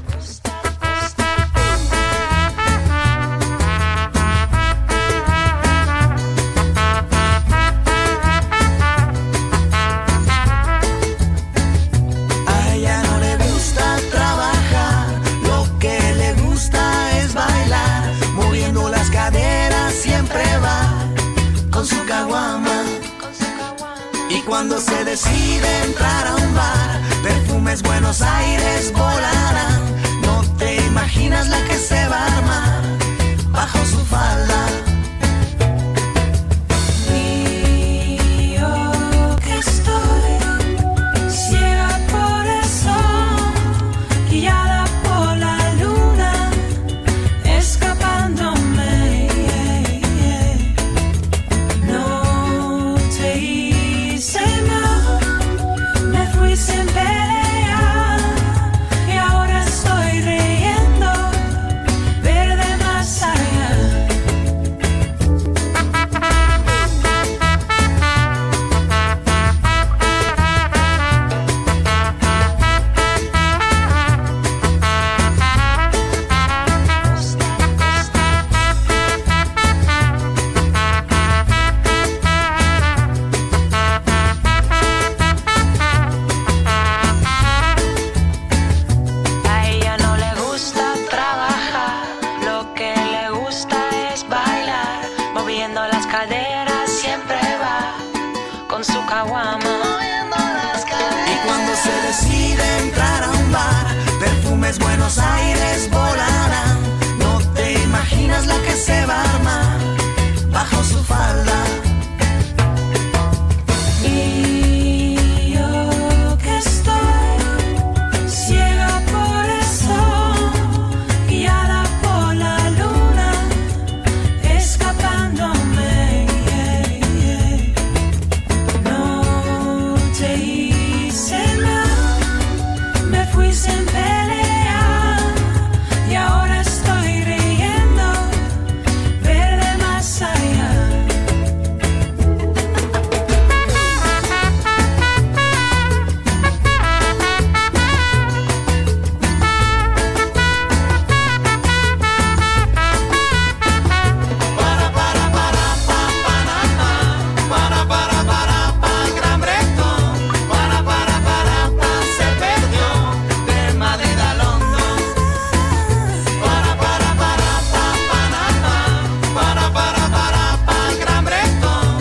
S12: A ella no le gusta trabajar, lo que le gusta es bailar, moviendo las caderas siempre va con su caguama. Y cuando se decide entrar a un bar, perfumes Buenos Aires volarán. No te imaginas la que se va a armar bajo su falda. Y yo que estoy ciega por el sol, guiada por la luna, escapándome. No te hice mal, me fui sin pelear y ahora estoy riendo, verde más allá. A ella no le gusta trabajar, lo que le gusta es bailar, moviendo las caderas siempre va con su caguama. Y cuando se decide entrar a un bar, perfumes Buenos Aires volarán. No te imaginas la que se va a armar bajo su falda. Y yo que estoy ciega por el sol, guiada por la luna, escapándome. No te hice mal, me fui sin pelear y ahora estoy riendo, verde más allá. Gran Bretón, se perdió de Madrid a London. Gran Bretón,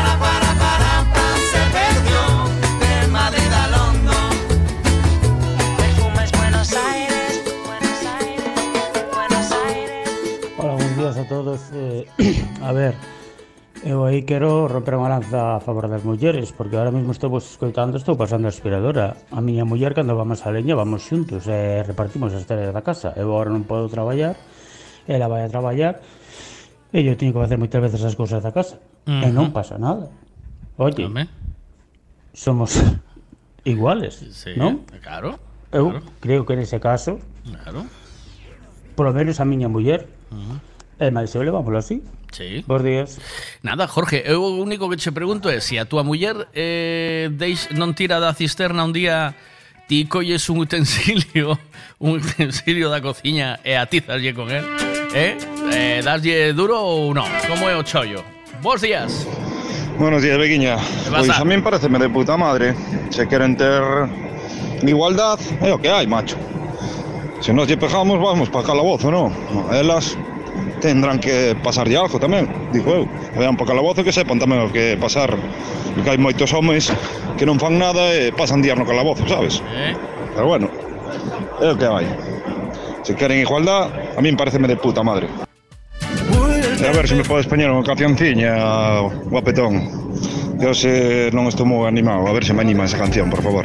S12: se perdió de Madrid a London. Perfumes Buenos Aires, Buenos Aires, Buenos Aires.
S1: Hola, buenos días a todos. A ver, eu aí quero romper unha lanza a favor das mulleres, porque ahora mesmo estou escoitando, estou pasando a aspiradora. A miña muller, cando vamos a leña, vamos xuntos e repartimos as tareas da casa. Eu agora non podo traballar, ela vai a traballar, E eu teño que facer moitas veces as cousas da casa. E non pasa nada. Oye, somos iguales,
S13: sí,
S1: non?
S13: Claro.
S1: Eu creo que nese caso, polo menos a miña muller, e máis eu levámoslo así.
S13: Sí.
S1: Bos días.
S13: Nada, Jorge, eu o único que che pregunto é se a túa muller non tira da cisterna un día, ti colles un utensilio da cociña e atizaslle con él, daslle duro ou non? Como é o chollo? Bos días.
S10: Buenos días, Bequiña. Pois a min pareceme de puta madre. Se queren ter igualdad, é o que hai, macho. Se nos lle pejamos, vamos para calabozo, non? Elas tendrán que pasarlle algo tamén, digo eu. Vean para calabozo que sepan tamén o que pasar. Porque hai moitos homes que non fan nada e pasan días no calabozo, sabes? Pero bueno, é o que hai. Se queren igualdad, a min pareceme de puta madre. E a ver se me podes poñer unha cancionciña, guapetón. Eu se non estou moi animado, a ver se me anima esa canción, por favor.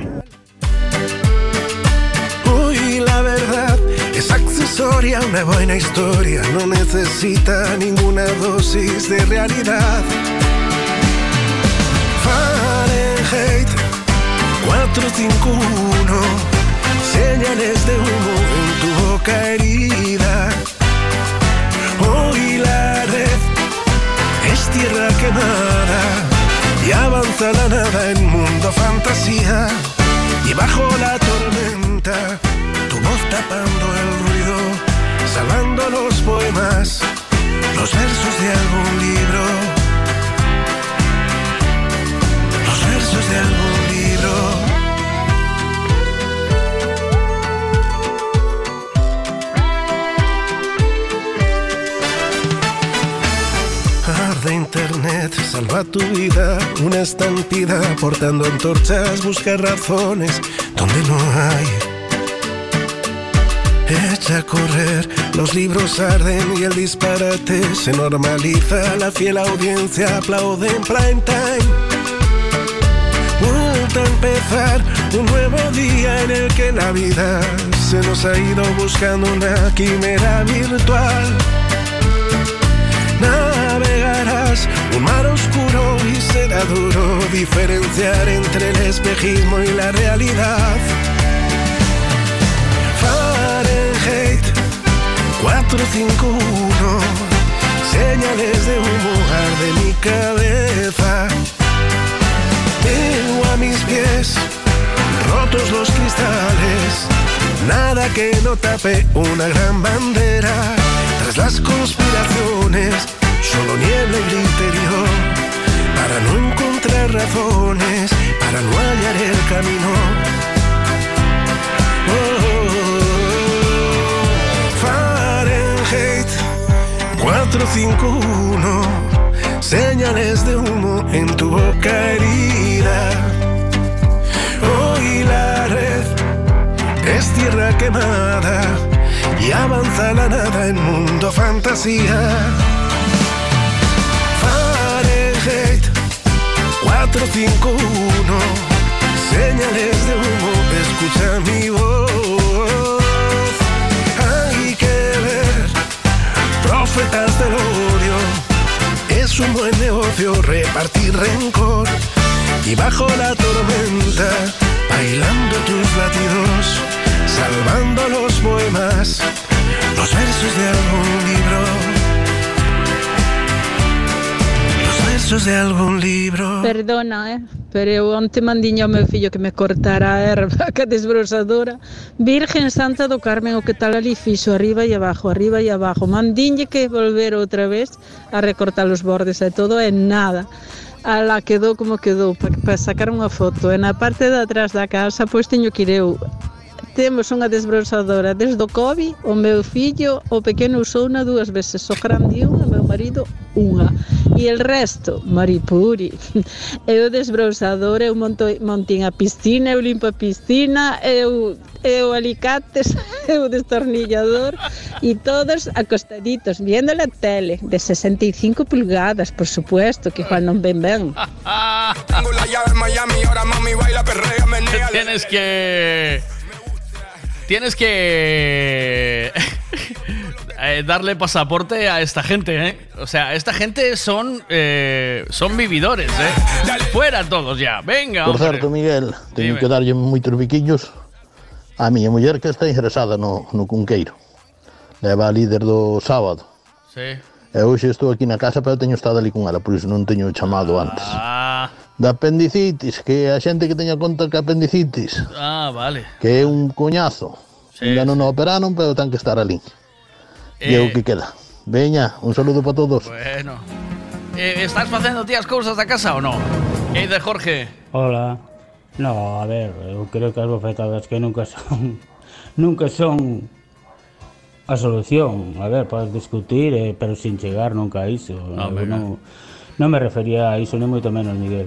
S11: Uy, la verdad es accesoria, una buena historia, no necesita ninguna dosis de realidad. Fahrenheit 451, señales de humo en tu boca herida. Hoy la red es tierra quemada y avanza la nada en mundo fantasía. Y bajo la tormenta, tu voz tapando el ruido, salvando los poemas, los versos de algún libro, los versos de algún libro. De internet, salva tu vida, una estampida, portando antorchas, busca razones donde no hay. Echa a correr, los libros arden y el disparate se normaliza, la fiel audiencia aplaude en prime time. Vuelta a empezar, un nuevo día en el que la vida se nos ha ido buscando una quimera virtual. Navegarás un mar oscuro y será duro diferenciar entre el espejismo y la realidad. Fahrenheit 451, señales de humo arde mi cabeza. Tengo a mis pies rotos los cristales, nada que no tape una gran bandera. Tras las conspiraciones, solo niebla y griterío, para no encontrar razones, para no hallar el camino. Fahrenheit 451, señales de humo en tu boca herida. Hoy la red es tierra quemada y avanza la nada en mundo fantasía. Fahrenheit 451, señales de humo, escucha mi voz. Hay que ver profetas del odio, es un buen negocio repartir rencor. Y bajo la tormenta, bailando tus latidos, salvando los poemas, los versos de algún libro, los versos de algún libro.
S3: Perdona, pero eu onte mandiña ao meu fillo que me cortara a erva ca desbrosadora. Virgen Santa do Carmen, o que tal ali fixo arriba e abajo, arriba e abajo. Mandinlle que volver outra vez a recortar os bordes e todo, e nada. Ala quedou como quedou, para sacar unha foto. E na parte de atrás da casa, pois teño que ir eu. Temos unha desbrosadora desde o COVID, o meu fillo, o pequeno usouna 2 veces, o grande unha, o meu marido unha. E el resto, maripuri. Eu desbrosador, eu montín a piscina, eu limpo a piscina, eu alicates, eu destornillador, e todos acostaditos, viendo la tele, de 65 pulgadas, por supuesto, que igual non ven ben.
S16: Tengo la llave en Miami, ahora mami baila, perrea, menea.
S13: darle pasaporte a esta gente, ¿eh? O sea, esta gente son vividores, ¿eh? Fuera todos ya, venga,
S22: Por
S13: hombre.
S22: certo, Miguel, teño
S13: Dime.
S22: que darlle moitos biquiños a miña muller que está ingresada no Cunqueiro. Leva a líder do sábado.
S13: Sí.
S22: E hoxe estou aquí na casa, pero teño estado ali con ela, por iso non teño chamado antes. Da apendicitis, que a xente que teña conta que apendicitis,
S13: Vale.
S22: que é un coñazo.
S13: Sí,
S22: Ainda non o operaron, pero ten que estar ali. E é o que queda. Veña, un saludo para todos.
S13: Bueno. Estás facendo ti as cousas da casa ou non? E de Jorge?
S1: Hola. No, a ver, eu creo que as bofetadas que nunca son a solución. A ver, podes discutir, pero sin chegar nunca a iso. Non me refería a iso, nem moito menos, Miguel.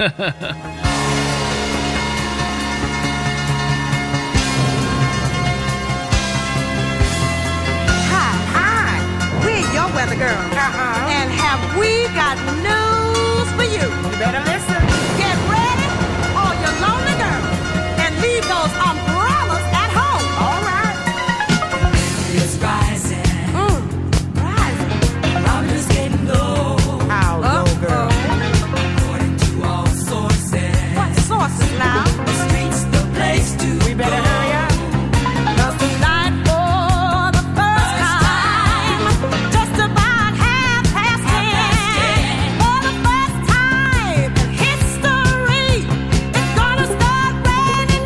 S2: Hi, we're your weather girl. And have we got news for you? You better listen. Get ready, all your lonely girls, and leave those umbrellas at home. All right.
S12: It's rising. Rising. I'm just getting low.
S2: How low, girl?
S12: According to all sources.
S2: What sources now?
S12: The streets, the place to
S2: We better hurry up. 'Cause tonight, for the first time, just about 10:30, for the first time in history, it's gonna start raining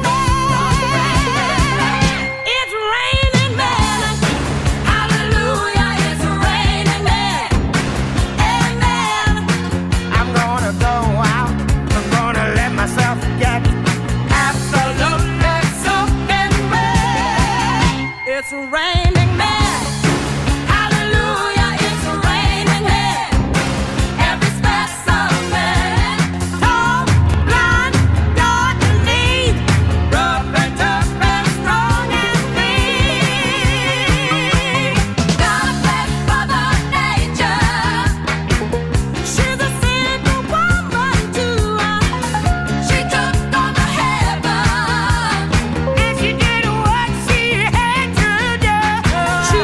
S2: men. It's raining men. Hallelujah, it's raining men. Amen. I'm gonna go out. I'm gonna let myself get absolutely soaking wet. It's raining men. Hallelujah, it's raining men. Every specimen, tall, blind, dark and neat, rough and tough and strong and mean. God bless Mother Nature. She's a single woman too. She took on the heaven, and she did what she had to do. She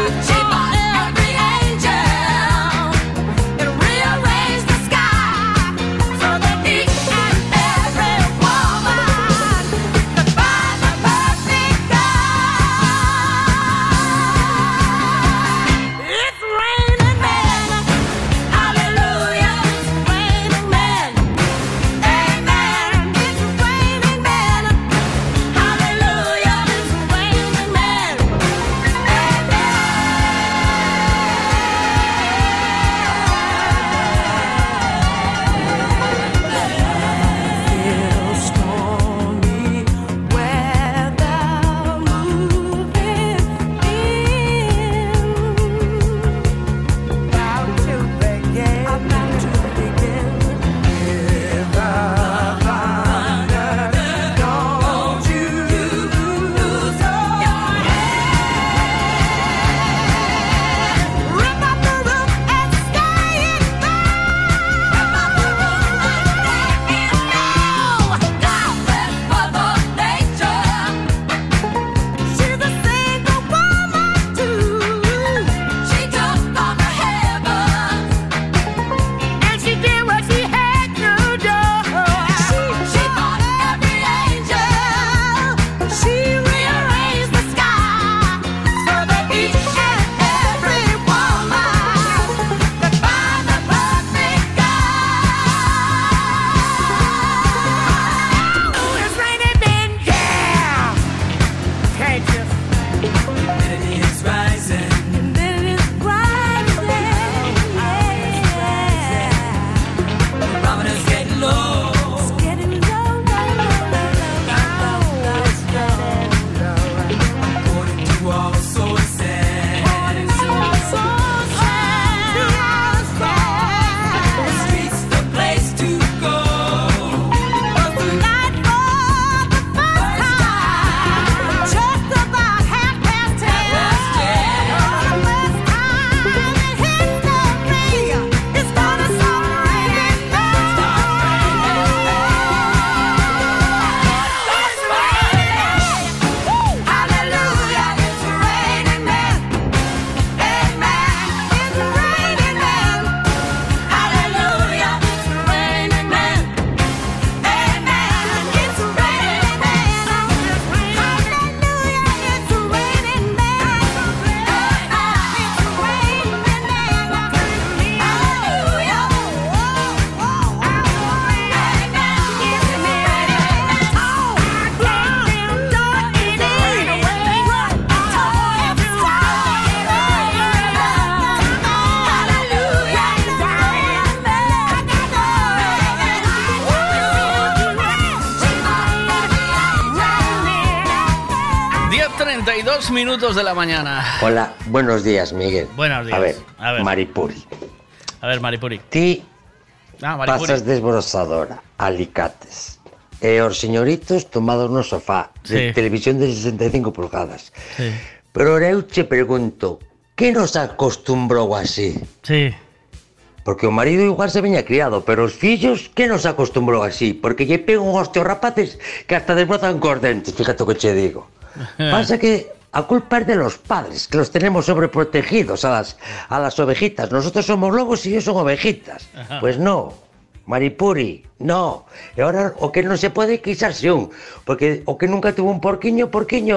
S13: 2 minutos de la mañana.
S17: Hola, buenos días, Miguel.
S13: Buenos días.
S17: A ver. Maripuri.
S13: A ver, Maripuri.
S17: Ti
S13: Maripuri.
S17: pasas desbrozadora, alicates. E os señoritos tomados no sofá de televisión de 65 pulgadas.
S13: Sí.
S17: Pero ahora eu che pregunto, que nos acostumbrou así?
S13: Sí.
S17: Porque o marido igual se veña criado, pero os fillos, que nos acostumbrou así? Porque lle pego un hostio rapaces que hasta desbrozan cos dentes, fíjate o que che digo. Pasa que a culpa es de los padres, que los tenemos sobreprotegidos a las ovejitas. Nosotros somos lobos y ellos son ovejitas.
S13: Ajá.
S17: Pues no, Maripuri, no. E ahora o que non se pode quixarse un, porque o que nunca tuvo un porquiño.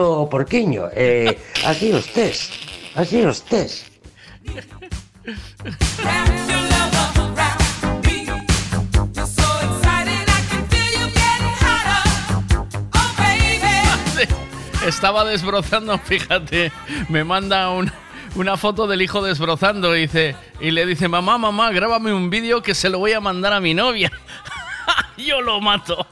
S17: Así os tes.
S13: Estaba desbrozando, fíjate, me manda una foto del hijo desbrozando y le dice, mamá, grábame un vídeo que se lo voy a mandar a mi novia. Yo lo mato.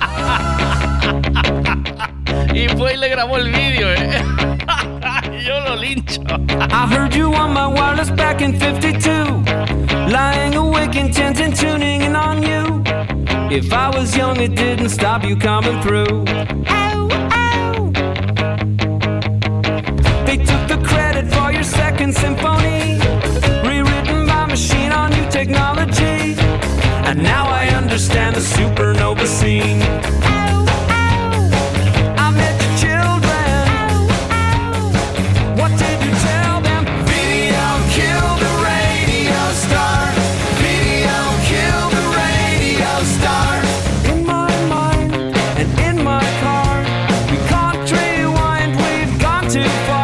S13: Y fue y le grabó el vídeo, Yo lo lincho.
S12: I heard you on my wireless back in 52, lying awake intent and tuning in on you. If I was young, it didn't stop you coming through. They took the credit for your second symphony, rewritten by machine on new technology. And now I understand the supernova scene. I met your children. What did you tell them? Video killed the radio star. Video killed the radio star. In my mind and in my car, we can't rewind, we've gone too far.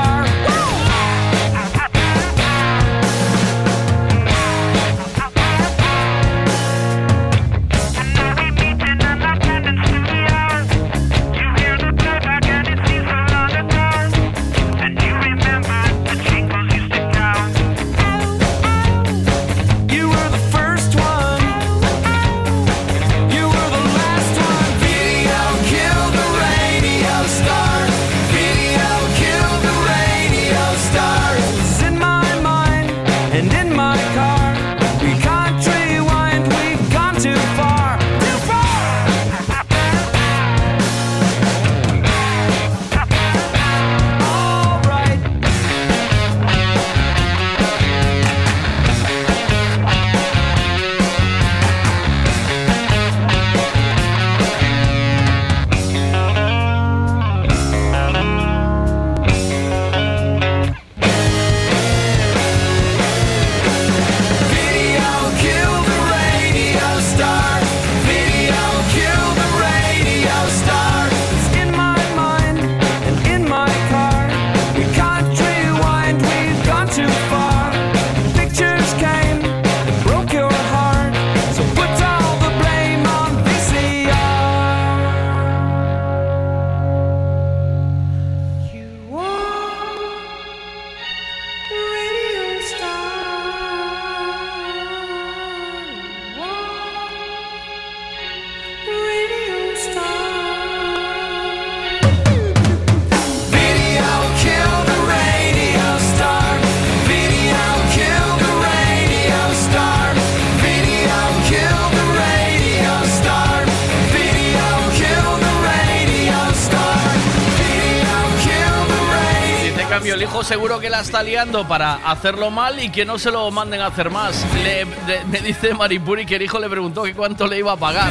S13: El hijo seguro que la está liando para hacerlo mal y que no se lo manden a hacer más. Me dice Maripuri que el hijo le preguntó que cuánto le iba a pagar.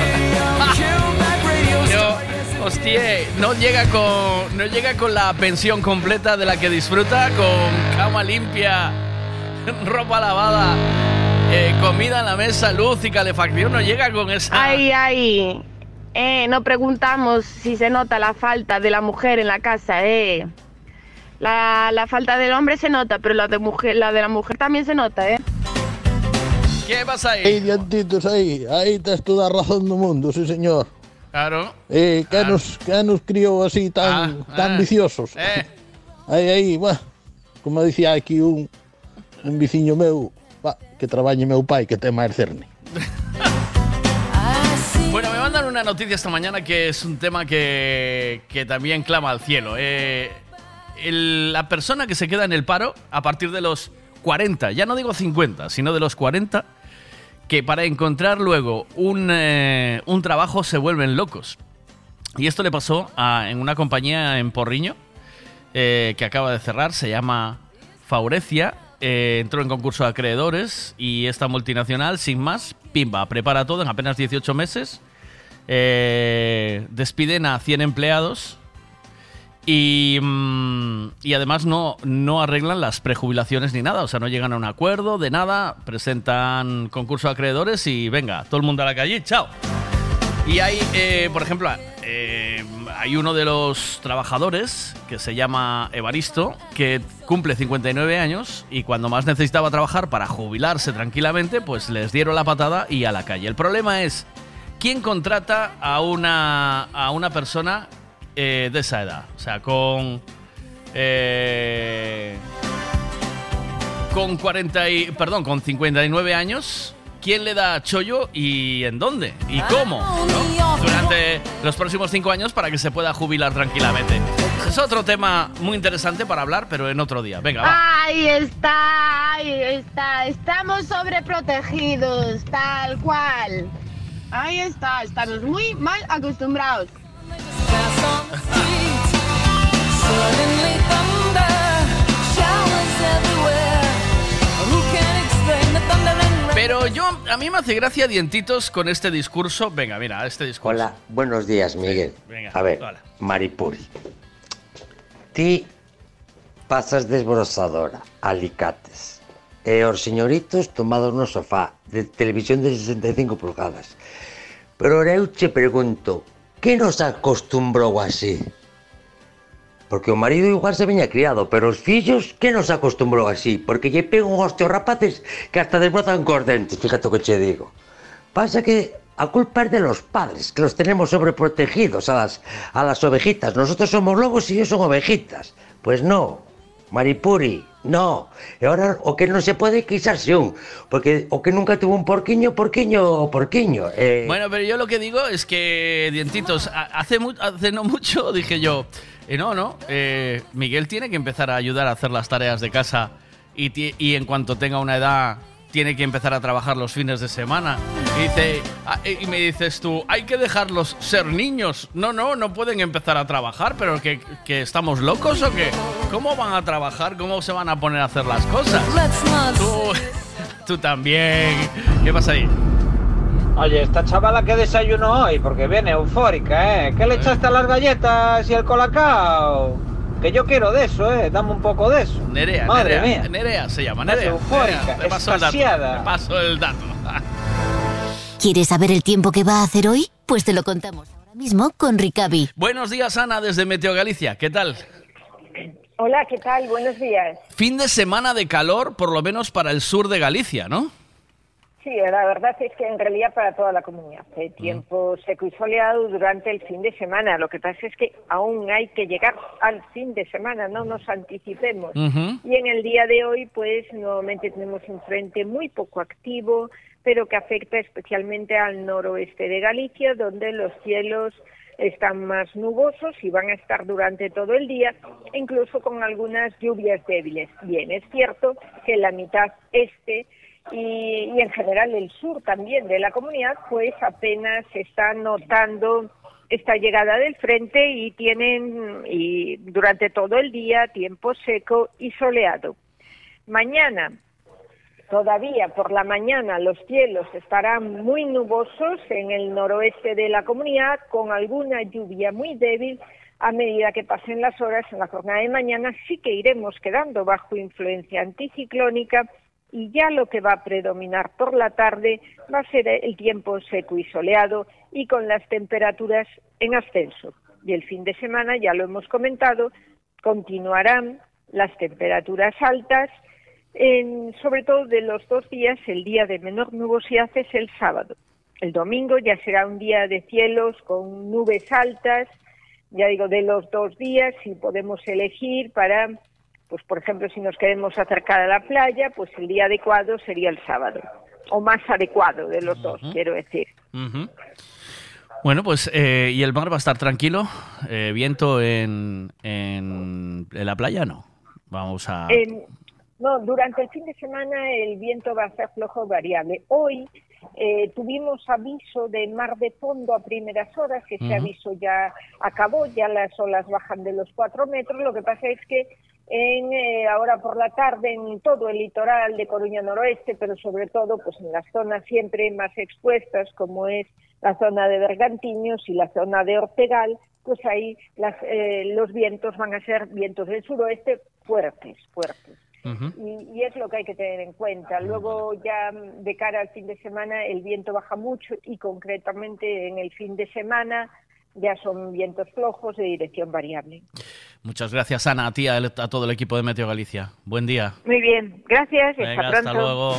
S13: Hostia, no llega con la pensión completa de la que disfruta, con cama limpia, ropa lavada, comida en la mesa, luz y calefacción. No llega con esa.
S15: Ay. No preguntamos si se nota la falta de la mujer en la casa, La falta del hombre se nota, pero la de la mujer también se nota,
S13: ¿Qué pasa ahí?
S22: Ei, diantitos, aí tes toda a razón do mundo, sí, señor.
S13: Claro.
S22: Que nos criou así tan viciosos. Aí, como dicía aquí un veciño meu, que traballe meu pai, que ten máis cerne.
S13: Bueno, me mandan una noticia esta mañana que es un tema que también clama al cielo. la persona que se queda en el paro a partir de los 40, ya no digo 50, sino de los 40, que para encontrar luego un trabajo se vuelven locos. Y esto le pasó en una compañía en Porriño, que acaba de cerrar, se llama Faurecia. Entró en concurso de acreedores y esta multinacional, sin más, pimba, prepara todo en apenas 18 meses. Despiden a 100 empleados y además no arreglan las prejubilaciones ni nada, o sea, no llegan a un acuerdo de nada, presentan concurso de acreedores y venga, todo el mundo a la calle, chao. Y hay, por ejemplo, hay uno de los trabajadores que se llama Evaristo, que cumple 59 años y cuando más necesitaba trabajar para jubilarse tranquilamente, pues les dieron la patada y a la calle. El problema es, ¿quién contrata a una persona de esa edad? O sea, con 59 años, ¿quién le da chollo y en dónde? ¿Y cómo? ¿No? Durante los próximos 5 años para que se pueda jubilar tranquilamente. Es otro tema muy interesante para hablar, pero en otro día. Venga, va.
S15: Ahí está. Estamos sobreprotegidos, tal cual. Ahí está, estamos muy mal acostumbrados.
S13: Pero a mí me hace gracia Dientitos con este discurso. Venga, mira, este discurso.
S17: Hola, buenos días, Miguel.
S13: Venga,
S17: a ver,
S13: hola.
S17: Maripuri. Ti pasas desbrozadora, alicates, e os señoritos tomados no sofá de televisión de 65 pulgadas. Pero ahora eu che pregunto, que nos acostumbrou así? Porque o marido igual se veña criado, pero os fillos, que nos acostumbrou así? Porque lle pego un hostio rapaces que hasta desbrozan cos dentes, fíjate o que che digo. Pasa que a culpa es de los padres, que los tenemos sobreprotegidos a las ovejitas. Nosotros somos lobos y ellos son ovejitas. Pues no, Maripuri, no. E ahora o que non se pode quizás un, porque o que nunca tuvo un porquiño.
S13: Bueno, pero yo lo que digo es que, Dientitos, hace no mucho dije yo, Miguel tiene que empezar a ayudar a hacer las tareas de casa y en cuanto tenga una edad tiene que empezar a trabajar los fines de semana. Y me dices tú, hay que dejarlos ser niños. No pueden empezar a trabajar, pero ¿que estamos locos o qué? ¿Cómo van a trabajar? ¿Cómo se van a poner a hacer las cosas? Tú también. ¿Qué pasa ahí?
S4: Oye, esta chavala que desayunó hoy, porque viene eufórica, ¿eh? ¿Qué le echaste a las galletas y el colacao? Que yo quiero de eso, dame un poco de eso.
S13: Nerea,
S4: Madre mía.
S13: Nerea se llama,
S4: Nerea. Eufórica, extasiada.
S13: Te paso el dato.
S18: ¿Quieres saber el tiempo que va a hacer hoy? Pues te lo contamos ahora mismo con Ricavi.
S13: Buenos días, Ana, desde Meteo Galicia. ¿Qué tal?
S19: Hola, ¿qué tal? Buenos días.
S13: Fin de semana de calor, por lo menos para el sur de Galicia, ¿no?
S19: Sí, la verdad es que en realidad para toda la comunidad. Tiempo seco y soleado durante el fin de semana. Lo que pasa es que aún hay que llegar al fin de semana, no nos anticipemos. Y en el día de hoy, pues nuevamente tenemos un frente muy poco activo, pero que afecta especialmente al noroeste de Galicia, donde los cielos están más nubosos y van a estar durante todo el día, incluso con algunas lluvias débiles. Bien, es cierto que la mitad este y en general el sur también de la comunidad, pues apenas se está notando esta llegada del frente y tienen durante todo el día tiempo seco y soleado. Mañana, todavía por la mañana, los cielos estarán muy nubosos en el noroeste de la comunidad, con alguna lluvia muy débil. A medida que pasen las horas, en la jornada de mañana sí que iremos quedando bajo influencia anticiclónica, y ya lo que va a predominar por la tarde va a ser el tiempo seco y soleado y con las temperaturas en ascenso. Y el fin de semana, ya lo hemos comentado, continuarán las temperaturas altas, sobre todo de los 2 días. El día de menor nubosidad es el sábado. El domingo ya será un día de cielos con nubes altas, ya digo, de los 2 días, si podemos elegir para... Pues, por ejemplo, si nos queremos acercar a la playa, pues el día adecuado sería el sábado. O más adecuado de los dos, quiero decir.
S13: Bueno, pues ¿y el mar va a estar tranquilo? ¿Viento en la playa? No. Vamos a...
S19: No, durante el fin de semana el viento va a ser flojo variable. Hoy tuvimos aviso de mar de fondo a primeras horas, que ese aviso ya acabó, ya las olas bajan de los 4 metros. Lo que pasa es que ahora por la tarde en todo el litoral de Coruña Noroeste, pero sobre todo pues en las zonas siempre más expuestas, como es la zona de Bergantiños y la zona de Ortegal, pues ahí los vientos van a ser vientos del suroeste fuertes. Y es lo que hay que tener en cuenta. Luego ya de cara al fin de semana el viento baja mucho y concretamente en el fin de semana ya son vientos flojos de dirección variable.
S13: Muchas gracias, Ana, a ti, a todo el equipo de Meteo Galicia. Buen día.
S19: Muy bien, gracias.
S13: Venga,
S19: hasta pronto.
S13: Hasta luego.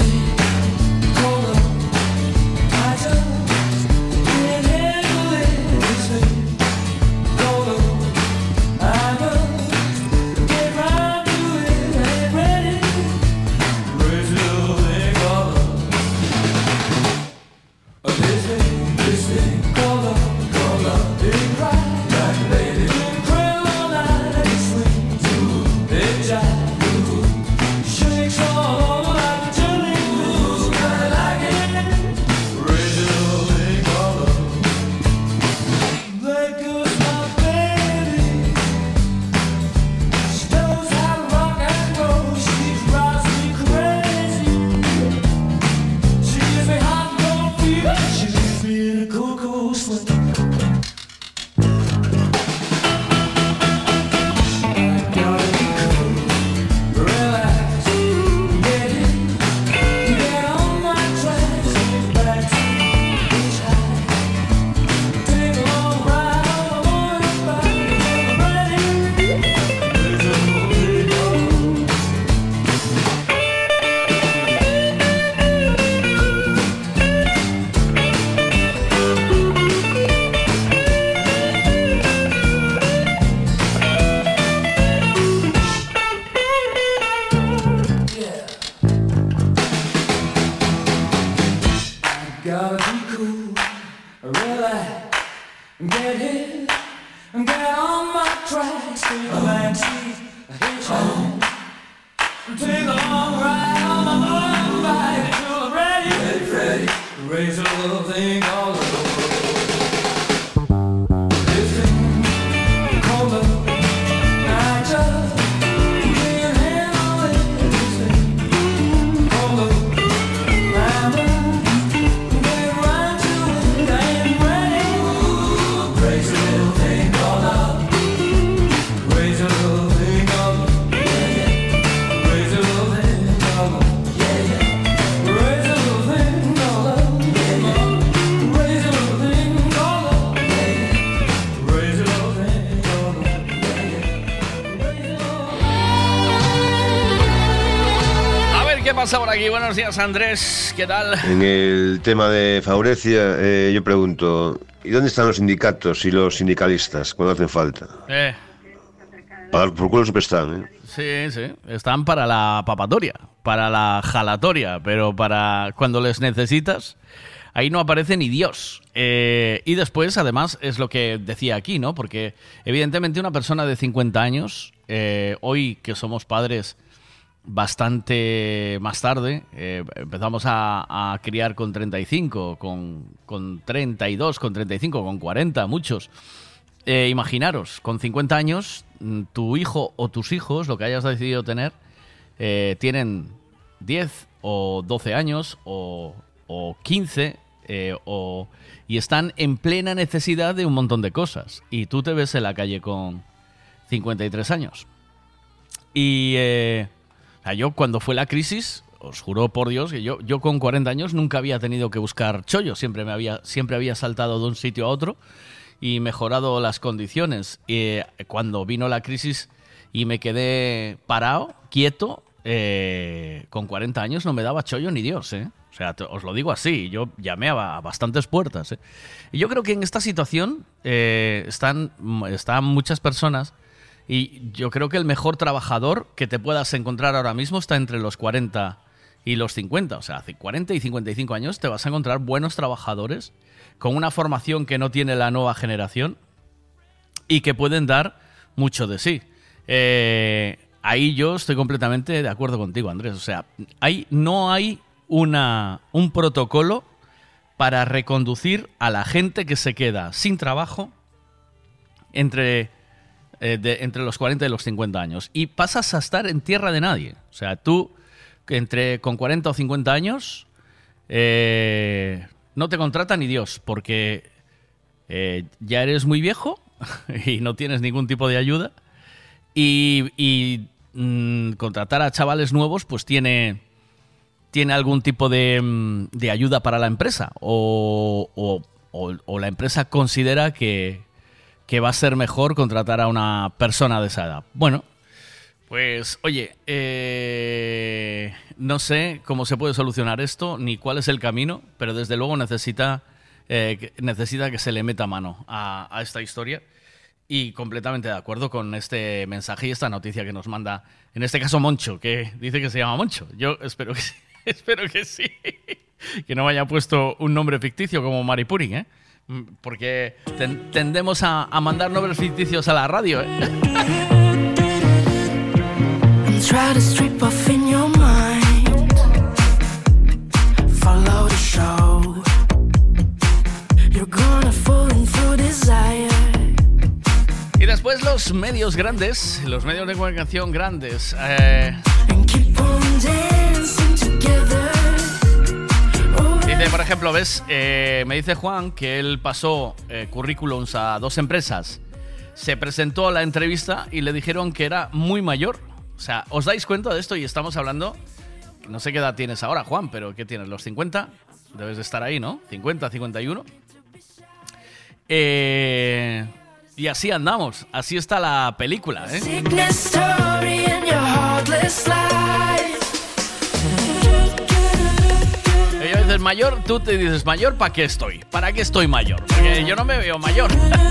S13: Ahora aquí, buenos días, Andrés, ¿qué tal?
S9: En el tema de Faurecia, yo pregunto, ¿y dónde están los sindicatos y los sindicalistas cuando hacen falta? Por culo siempre están,
S13: Sí, están para la papatoria, para la jalatoria, pero para cuando les necesitas, ahí no aparece ni Dios. Y después, además, es lo que decía aquí, ¿no? Porque evidentemente una persona de 50 años, hoy que somos padres bastante más tarde, empezamos a criar con 35, con 32, con 35, con 40, muchos. Imaginaros, con 50 años, tu hijo o tus hijos, lo que hayas decidido tener, tienen 10 o 12 años o 15 y están en plena necesidad de un montón de cosas. Y tú te ves en la calle con 53 años. Y yo cuando fue la crisis, os juro por Dios que yo con 40 años nunca había tenido que buscar chollo, siempre había saltado de un sitio a otro y mejorado las condiciones. Y cuando vino la crisis y me quedé parado, quieto, con 40 años no me daba chollo ni Dios, O sea, os lo digo así, yo llamé a bastantes puertas, Y yo creo que en esta situación están muchas personas. Y yo creo que el mejor trabajador que te puedas encontrar ahora mismo está entre los 40 y los 50, o sea, hace 40 y 55 años te vas a encontrar buenos trabajadores con una formación que no tiene la nueva generación y que pueden dar mucho de sí. Ahí yo estoy completamente de acuerdo contigo, Andrés. O sea, no hay un protocolo para reconducir a la gente que se queda sin trabajo entre los 40 y los 50 años. Y pasas a estar en tierra de nadie. O sea, tú con 40 o 50 años no te contrata ni Dios, porque ya eres muy viejo y no tienes ningún tipo de ayuda. Y contratar a chavales nuevos pues tiene algún tipo de ayuda para la empresa o la empresa considera que va a ser mejor contratar a una persona de esa edad. Bueno, pues oye, no sé cómo se puede solucionar esto ni cuál es el camino, pero desde luego necesita que se le meta mano a esta historia. Y completamente de acuerdo con este mensaje y esta noticia que nos manda, en este caso Moncho, que dice que se llama Moncho. Yo espero que sí, que no me haya puesto un nombre ficticio como Maripurin, ¿eh? Porque tendemos a mandar nombres ficticios a la radio, ¿eh? Y después los medios grandes, los medios de comunicación grandes. Dice, por ejemplo, ¿ves? Me dice Juan que él pasó currículums a 2 empresas. Se presentó a la entrevista y le dijeron que era muy mayor. O sea, ¿os dais cuenta de esto? Y estamos hablando, no sé qué edad tienes ahora, Juan, pero ¿qué tienes? ¿Los 50? Debes de estar ahí, ¿no? 50, 51. Y así andamos, así está la película, ¿eh? Ella dice mayor, tú te dices mayor, ¿para qué estoy? ¿Para qué estoy mayor? Porque yo no me veo mayor.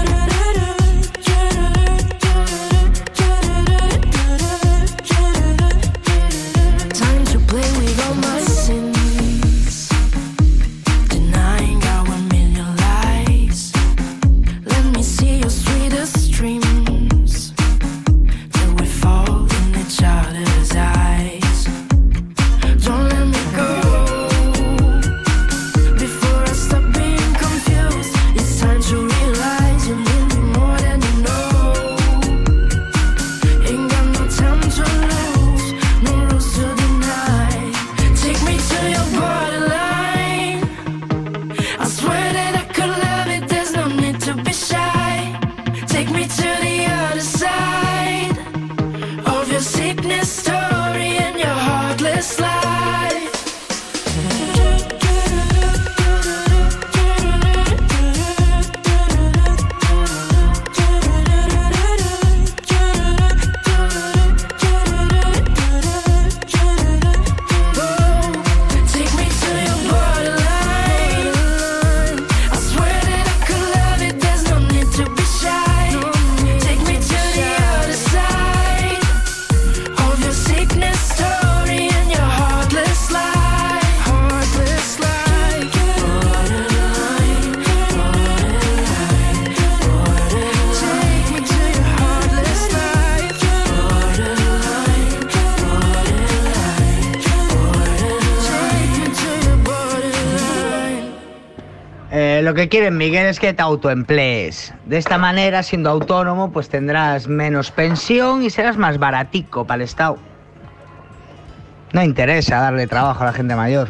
S5: Lo que quieren, Miguel, es que te autoemplees. De esta manera, siendo autónomo, pues tendrás menos pensión y serás más baratico para el Estado. No interesa darle trabajo a la gente mayor.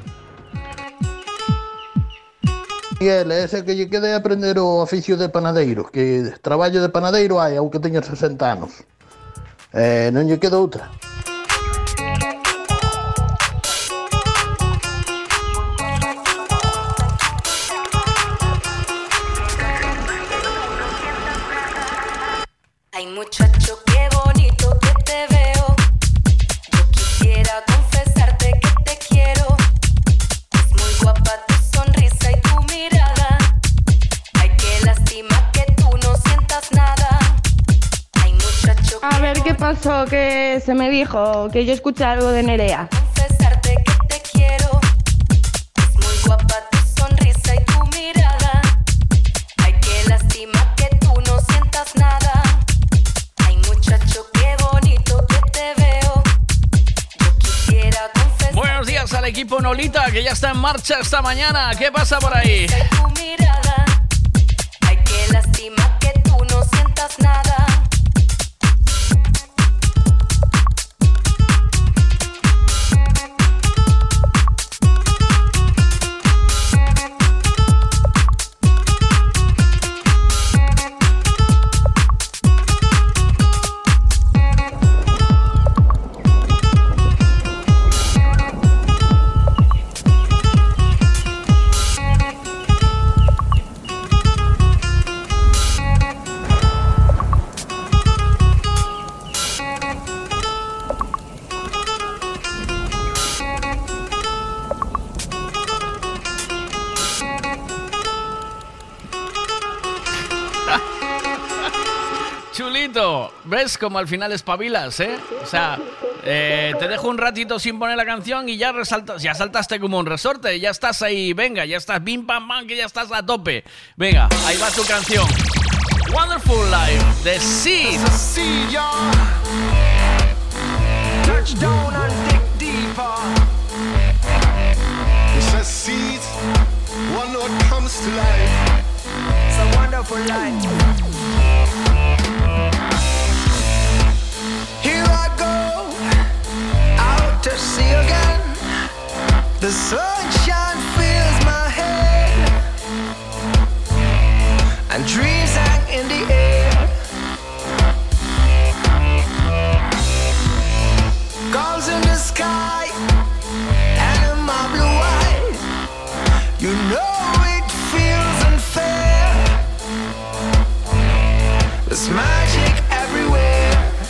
S22: Miguel, ese que lle quede aprender o oficio de panadeiro, que traballo de panadeiro hai, aunque teña 60 anos. Non lle queda outra.
S6: Ay, muchacho, qué bonito que te veo. Yo quisiera confesarte que te quiero. Es muy guapa tu sonrisa y tu mirada. Ay, qué lástima que tú no sientas nada. Ay, muchacho,
S15: a ver qué pasó, que se me dijo que yo escuché algo de Nerea.
S6: confesarte que te quiero.
S13: Gracias al equipo Nolita, que ya está en marcha esta mañana. ¿Qué pasa por ahí?
S6: Tu mirada, ay, qué lástima que tú no sientas nada.
S13: Chulito, ¿ves cómo al final espabilas, eh? O sea, te dejo un ratito sin poner la canción y ya ya saltaste como un resorte, ya estás ahí, venga, ya estás bim pam pam, que ya estás a tope. Venga, ahí va tu canción. Wonderful Life, The Seed.
S12: Touchdown and dig deeper. It's a seed, one note comes to life. It's a wonderful life. Here I go, out to sea again. The sunshine fills my head, and dreams hang in the air. Gulls in the sky, and in my blue eyes, you know it feels unfair. There's magic everywhere.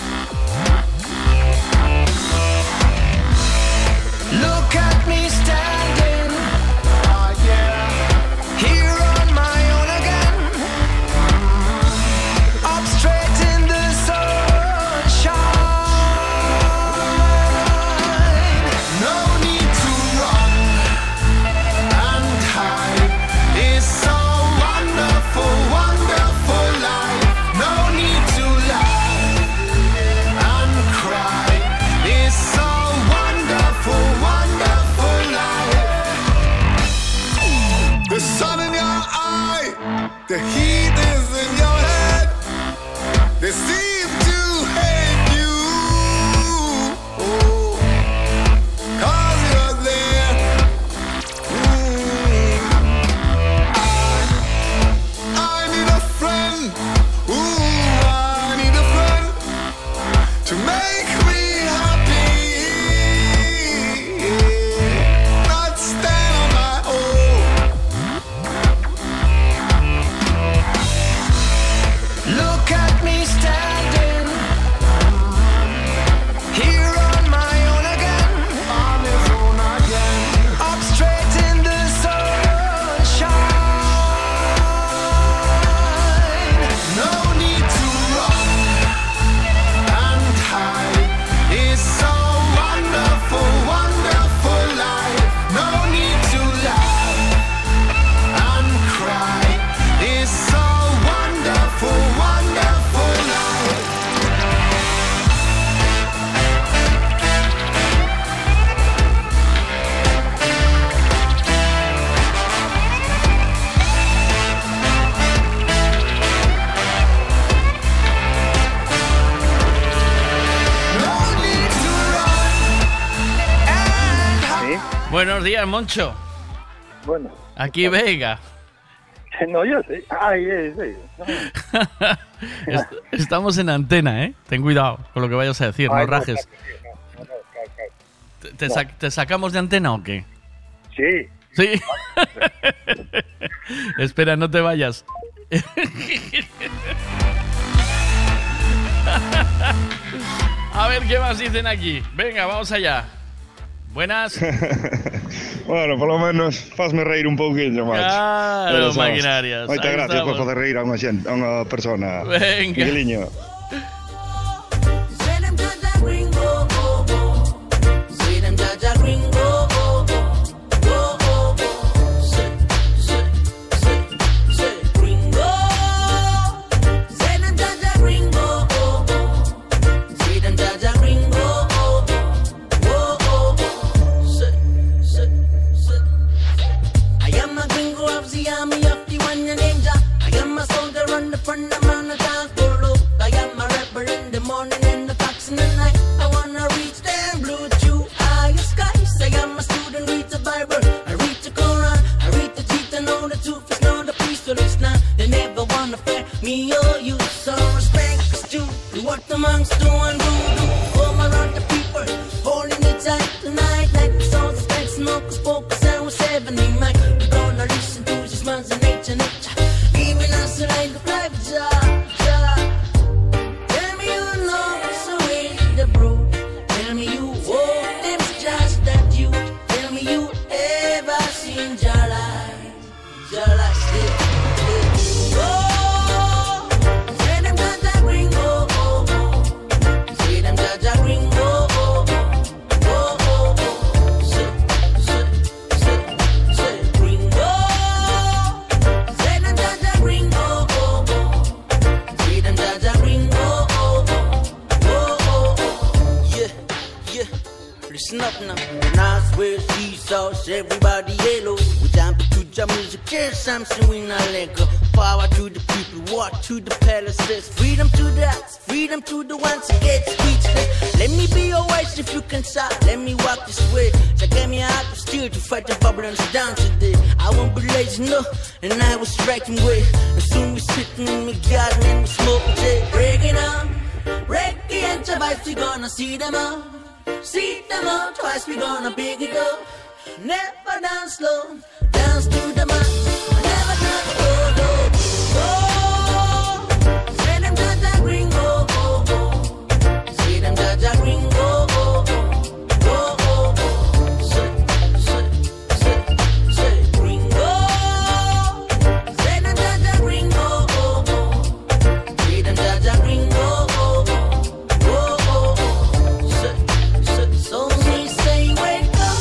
S12: Look at me standing, oh yeah, here on my own again, up straight in the sunshine. No need to run and hide, it's so wonderful, wonderful life. No need to laugh and cry, it's so wonderful, wonderful life. The sun in your eye, the heat is in your head. They seem to hate you, oh, 'cause you're there. I need a friend, ooh, I need a friend to make me happy, not stand on my own. Look at me standing, here on my own again, on his own again, up straight in the sunshine. No need to run and hide, it's so wonderful, wonderful life. No need to laugh and cry, it's so wonderful, wonderful life.
S13: Buenos días, Moncho.
S14: Bueno.
S13: Aquí Vega.
S14: No, yo sé. Ay, sí.
S13: Estamos en antena, ¿eh? Ten cuidado con lo que vayas a decir, no rajes. ¿Te sacamos de antena o qué?
S14: Sí.
S13: Sí. Espera, no te vayas. A ver qué más dicen aquí. Venga, vamos allá. Buenas.
S10: Bueno, por lo menos fazme reír un pouquinho máis.
S13: Claro, maquinarias.
S10: Moitas gracias por facer reír a unha xente, a unha persona.
S13: Venga.
S10: Migueliño.
S12: amongst the one who come around the people, holding it tight tonight like the souls of Specs and Hocus Pocus and we're 70 Mike. We're gonna listen to these man's in nature, even us like the private job. Tell me you know it's the way the bro. Tell me you walk them just that you. Tell me you ever seen your life still. Oh, say them Jaja gringo, oh, oh. Say them Jaja gringo, oh, oh, oh, oh. Say gringo. Say them Jaja gringo, oh, oh. Say them Jaja gringo, oh, oh, oh, oh. Yeah. Listen up now. Nice ways, sauce, everybody yellow. We jump to jam music, here's something we not let go. Power to the people, war to the palaces. Freedom to the acts, freedom to the ones who get speechless. Let me be your voice if you can stop. Let me walk this way. So give me a heart of steel to fight the problems down today. I won't be lazy, no, and I was striking way. And soon we sitting in the garden and we smoking J. Breaking up, breaking and vibes, we gonna see them out. See them out, twice we gonna pick it up. Never dance slow, dance to the man. Never dance slow, low. Oh, say them Jaja gringo, oh, oh. Say them Jaja gringo, oh, oh, oh, oh. Say gringo. Say them Jaja gringo, oh, oh. Say them Jaja gringo, oh, oh, oh, oh. So me say wake up.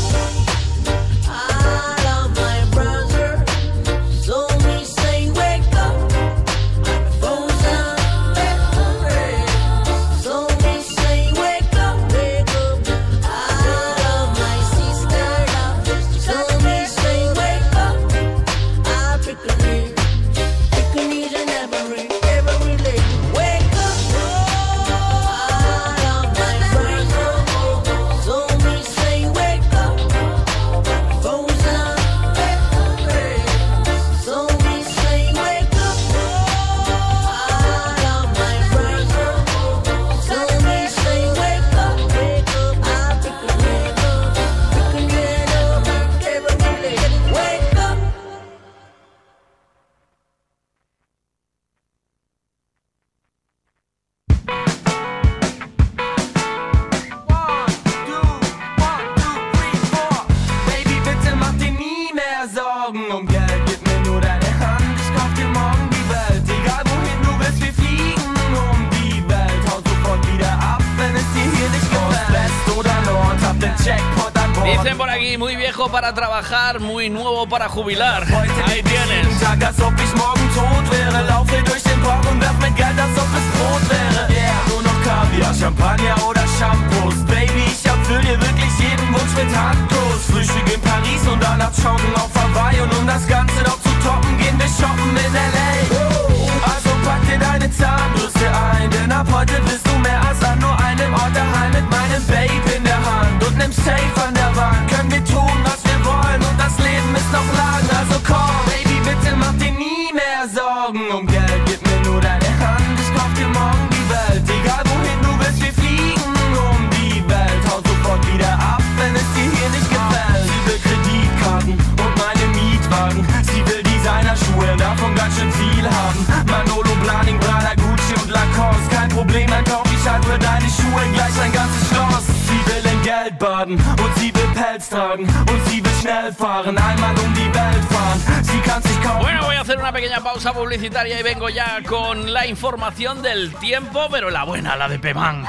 S12: I love my brother. So me say wake up. I'm frozen. So me say wake up, wake up. I love my sister. So me say wake up. I pick a need and every day. Wake up. I love my brother. So me say wake up. Frozen. So me say wake up. I love my brother. So me say wake up. I pick a need every day. Wake up.
S7: Baby, bitte mach dir nie mehr Sorgen um Geld. Gib mir nur deine Hand, ich kauf dir morgen die Welt. Egal wohin du willst, wir fliegen um die Welt. Hau sofort wieder ab, wenn es dir hier nicht gefällt. West oder Nord, hab den Jackpot an Bord.
S13: Dicen por aquí, muy viejo para trabajar, muy nuevo para jubilar. Ahí tienes.
S7: Tag, als ob ich morgen tot wäre. Laufe durch den Park und werf mit Geld, als ob es Brot wäre. Yeah, nur noch Kaviar, Champagner oder Shampoos. Baby, ich erfüll dir wirklich jeden Wunsch mit Handkuss. Frühstück in Paris und danach joggen auf Hawaii. Und um das Ganze noch zu toppen, gehen wir shoppen in L.A. Also pack dir deine Zahnbürste ein, denn ab heute bist du mehr als an nur einem Ort daheim. Mit meinem Babe in der Hand und nem Safe an der Wand können wir tun, was wir wollen, und das Leben ist noch lang. Also komm, Baby, bitte mach dir nie mehr Sorgen um Geld. Gib mir nur deine Hand, ich kauf dir morgen die Welt. Egal wohin du willst, wir fliegen um die Welt. Hau sofort wieder ab, wenn es dir hier nicht gefällt. Sie will Kreditkarten und meine Mietwagen. Sie will Designerschuhe, davon ganz schön viel haben. Manolo, Blahnik, Prada, Gucci und Lacoste. Kein Problem, dann kauf ich halt für deine Schuhe gleich ein ganzes Schloss. Sie will in Geld baden und sie will Pelz tragen und sie will schnell fahren, einmal um die Welt fahren. Sie kann sich kaufen.
S13: Bueno, voy a hacer una pequeña pausa publicitaria y vengo ya con la información del tiempo, pero la buena, la de Pemán.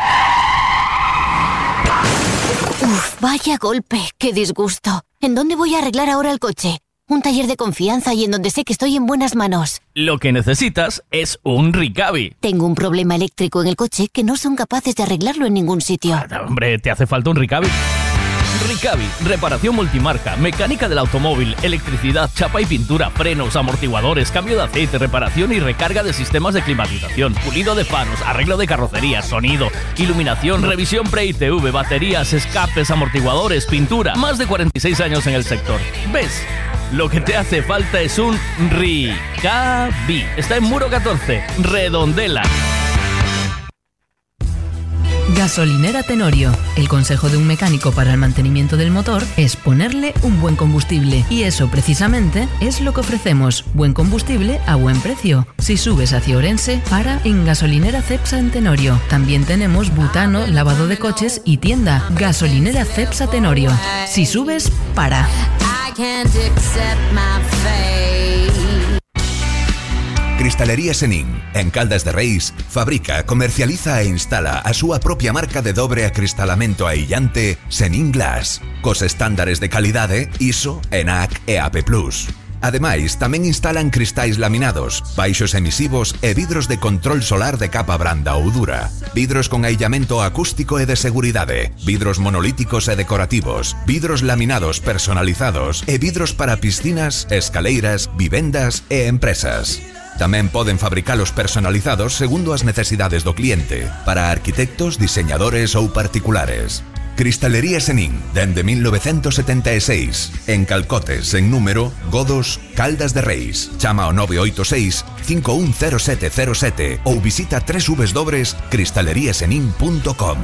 S18: Uf, vaya golpe, qué disgusto. ¿En dónde voy a arreglar ahora el coche? Un taller de confianza y en donde sé que estoy en buenas manos.
S13: Lo que necesitas es un Ricavi.
S18: Tengo un problema eléctrico en el coche que no son capaces de arreglarlo en ningún sitio.
S13: Hombre, te hace falta un Ricavi. Ricavi, reparación multimarca, mecánica del automóvil, electricidad, chapa y pintura, frenos, amortiguadores, cambio de aceite, reparación y recarga de sistemas de climatización, pulido de faros, arreglo de carrocería, sonido, iluminación, revisión pre-ITV, baterías, escapes, amortiguadores, pintura. Más de 46 años en el sector. ¿Ves? Lo que te hace falta es un Ricavi. Está en Muro 14, Redondela.
S8: Gasolinera Tenorio. El consejo de un mecánico para el mantenimiento del motor es ponerle un buen combustible. Y eso precisamente es lo que ofrecemos. Buen combustible a buen precio. Si subes hacia Orense, para en Gasolinera Cepsa en Tenorio. También tenemos butano, lavado de coches y tienda. Gasolinera Cepsa Tenorio. Si subes, para.
S21: Cristalería Senín, en Caldas de Reis, fabrica, comercializa e instala a súa propia marca de dobre acristalamento aillante Senín Glass, cos estándares de calidade ISO, ENAC e AP+. Ademais, tamén instalan cristais laminados, baixos emisivos e vidros de control solar de capa branda ou dura, vidros con aillamento acústico e de seguridade, vidros monolíticos e decorativos, vidros laminados personalizados e vidros para piscinas, escaleiras, vivendas e empresas. Tamén poden fabricalos personalizados segundo as necesidades do cliente, para arquitectos, diseñadores ou particulares. Cristalería Senín, dende 1976, en Calcotes, en número, Godos, Caldas de Reis. Chama ao 986 510707 ou visita www.cristaleriasenin.com.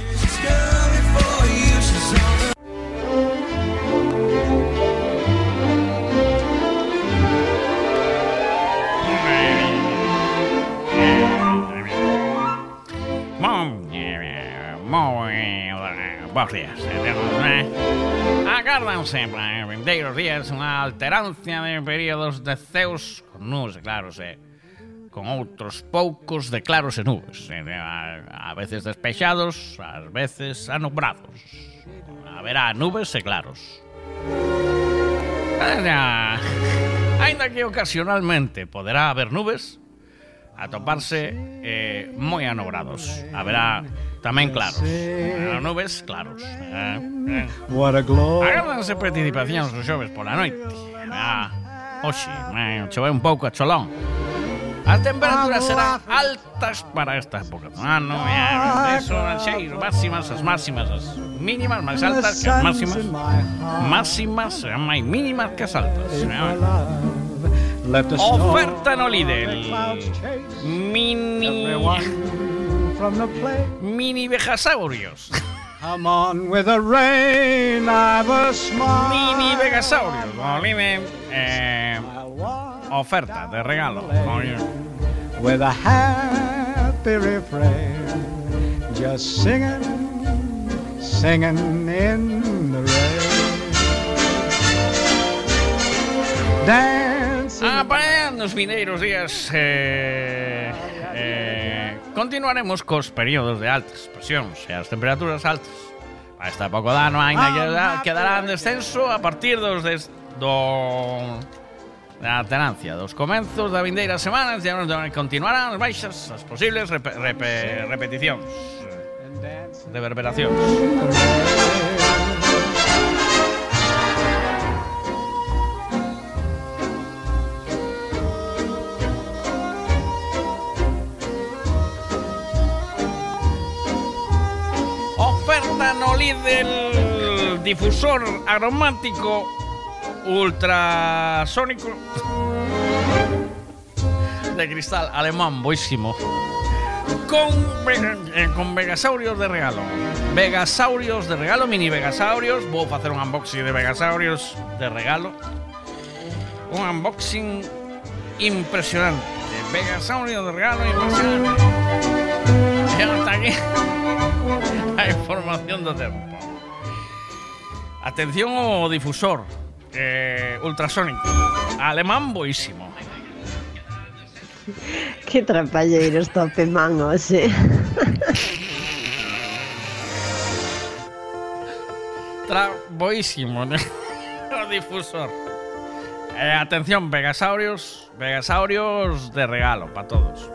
S13: Bos días. Agárdanse para vindeiros días unha alterancia de períodos de ceos con nubes claros con outros poucos de claros e nubes, a veces despexados, ás veces anubrados. Haberá nubes e claros. Ainda que ocasionalmente poderá haber nubes, atoparse moi anubrados. Haberá tamén claros. Nubes claros. Agárdanse participacións os xoves pola noite. Oxe, chove un pouco a cholón. As temperaturas serán altas para esta época do ano. Eso, xeiro, máximas, as máximas, as mínimas máis altas que as máximas. Máximas serán máis mínimas que as altas. Oferta no Lidl. Mini Vegasaurios.
S23: Come on with the rain, I've a smile.
S13: Mini Vegasaurios. Oferta de regalo.
S23: With a happy refrain, just singing, singing in the rain.
S13: Para nos vindeiros días continuaremos cos períodos de altas presións e as temperaturas altas. Para esta pouco de ano ainda quedará en descenso a partir da alterancia dos comenzos da vindeira semanas e continuarán as baixas, as posibles repeticións, reverberacións. No Lidl difusor aromático ultrasónico de cristal alemán boísimo con Vegasaurios de regalo. Vegasaurios de regalo, mini Vegasaurios. Vou facer un unboxing de Vegasaurios de regalo. Un unboxing impresionante. Vegasaurios de regalo impresionante. E hasta aquí a información do tempo. Atención ao difusor ultrasónico alemán boísimo.
S24: Que trapalleiros tope man hoxe.
S13: Boísimo, ¿no? O difusor. Atención, Vegasaurios de regalo para todos.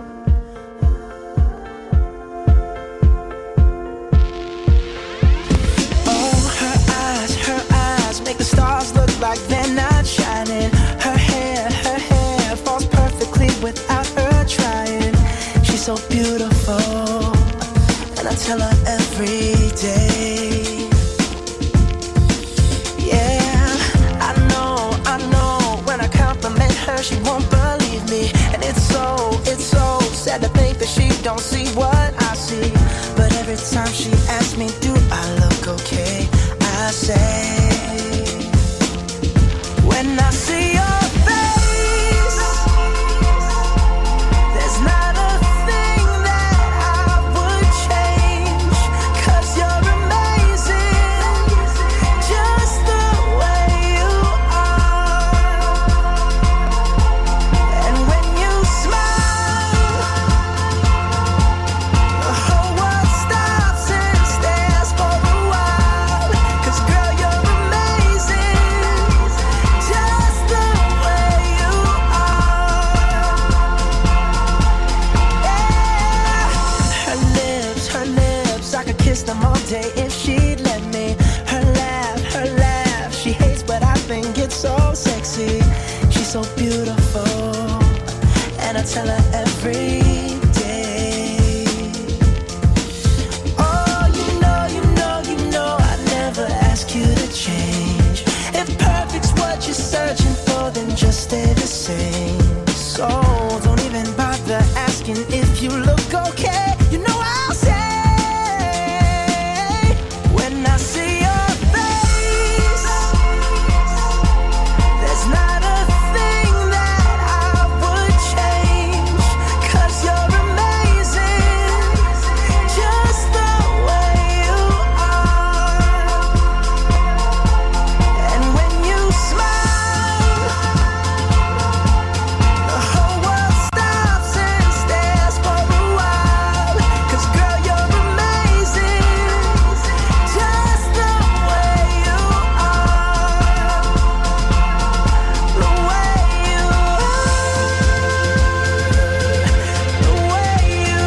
S12: Make the stars look like they're not shining. Her hair falls perfectly without her trying. She's so beautiful, and I tell her every day. Yeah, I know, when I compliment her, she won't believe me. And it's so say. When I see your face, there's not a thing that I would change, 'cause you're amazing, just the way you are. And when you smile, the whole world stops and stares for a while, 'cause girl, you're amazing, just the way you are. Yeah. Her lips, I could kiss them all day if she'd let me. Her laugh, she hates but I think it's so sexy. She's so beautiful, and I tell her every day. Oh, you know I never ask you to change. If perfect's what you're searching for, then just stay the same. So don't even bother asking if you look okay. You know I'll say, when I see your face, there's not a thing that I would change, 'cause you're amazing, just the way you are. And when you smile, the whole world stops and stares for a while, 'cause girl, you're amazing, just the way you are. The way you are, the way you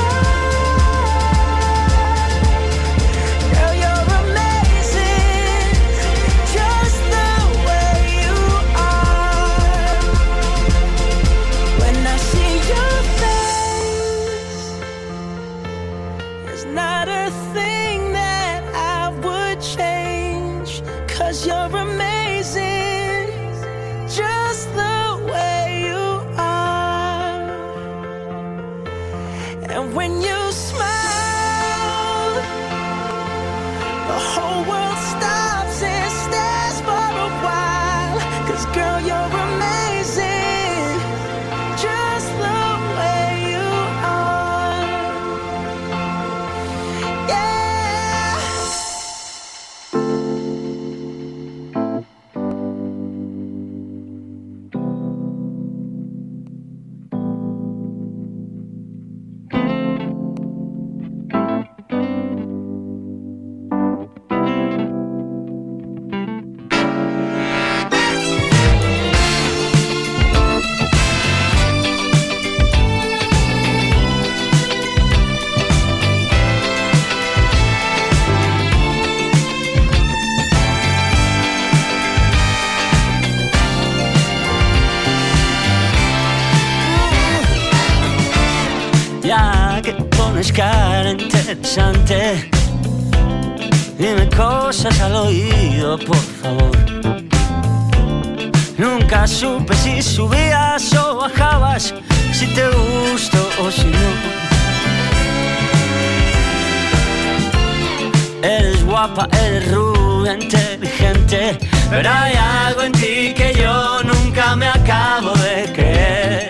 S12: are. Girl, you're amazing, just the way you are. When I see your face, there's not a thing that I would change, 'cause you're amazing, just the way you are. And when you smile, the whole world stops and stares for a while, 'cause girl, you're amazing, just the way you are. Yeah.
S3: Ya que pones cara interesante, dime cosas al oído, por favor. Nunca supe si subías o bajabas, si te gusto o si no. Eres guapa, eres rubia, inteligente, pero hay algo en ti que yo nunca me acabo de creer.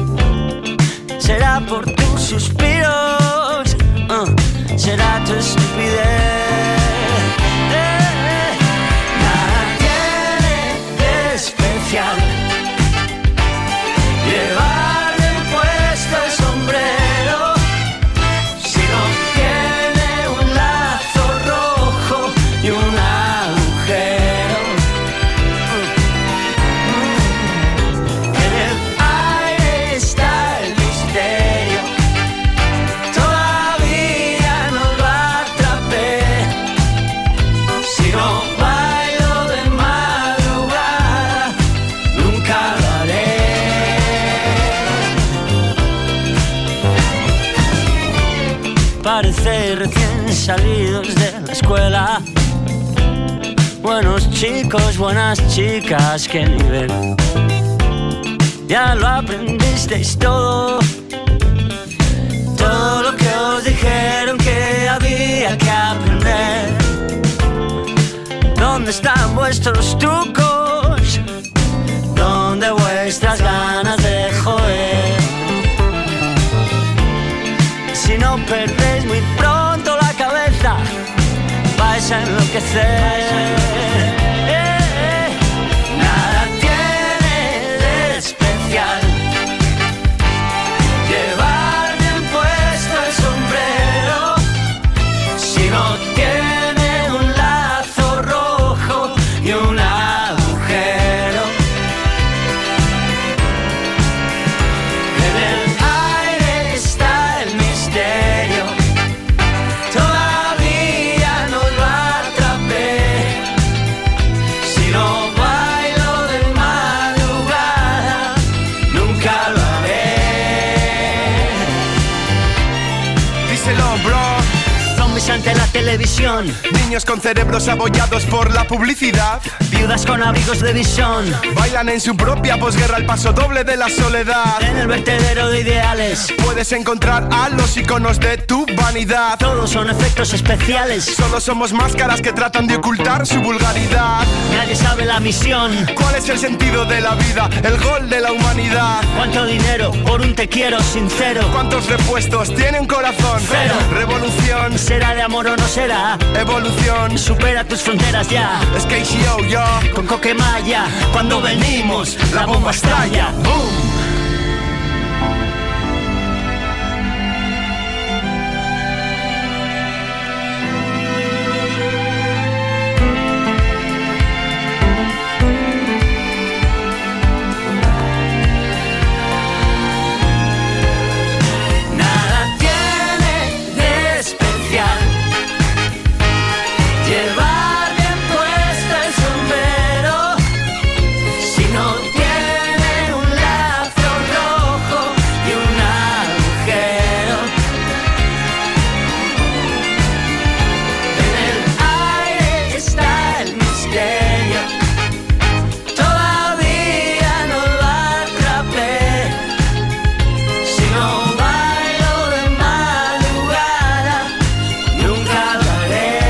S3: Será por tus suspiros, será tu estupidez. Nada tiene de especial llevarme puesto el sombrero, si no tiene un lazo rojo y un agujero. En el aire está el misterio, todavía no lo atrapé. Si no bailo de madrugada, nunca lo haré. Parece recién salidos de la escuela, buenos chicos, buenas chicas, qué nivel. Ya lo aprendisteis todo, todo lo que os dijeron que había que aprender. ¿Dónde están vuestros trucos? ¿Dónde vuestras ganas de joder? Si no perdéis muy pronto la cabeza, vais a enloquecer. Nada tiene de especial llevar bien puesto el sombrero si no tiene un lazo rojo y un agujero. En el aire está el misterio, todavía no lo atrapé. Si no bailo de madrugada, nunca lo haré.
S1: Díselo, bro.
S3: Zombies ante la televisión,
S1: Niños con cerebros abollados por la publicidad,
S3: viudas con abrigos de visión,
S1: bailan en su propia posguerra el paso doble de la soledad.
S3: en el vertedero de ideales.
S1: Puedes encontrar a los iconos de tu vanidad.
S3: Todos son efectos especiales.
S1: Solo somos máscaras que tratan de ocultar su vulgaridad.
S3: Nadie sabe la misión.
S1: ¿Cuál es el sentido de la vida? El gol de la humanidad.
S3: ¿Cuánto dinero por un te quiero sincero?
S1: ¿Cuántos repuestos tiene un corazón?
S3: Cero.
S1: Revolución.
S3: ¿Será de amor o no será?
S1: Evolución.
S3: Supera tus fronteras ya.
S1: Es KCO, yo.
S3: Con Coquemaya, cuando venimos, la bomba estalla. ¡Boom! Nada tiene de especial llevar bien puesto el sombrero si no tiene un lazo rojo y un agujero. En el aire está el misterio, todavía no lo atrapé. Si no bailo de madrugada, nunca lo haré.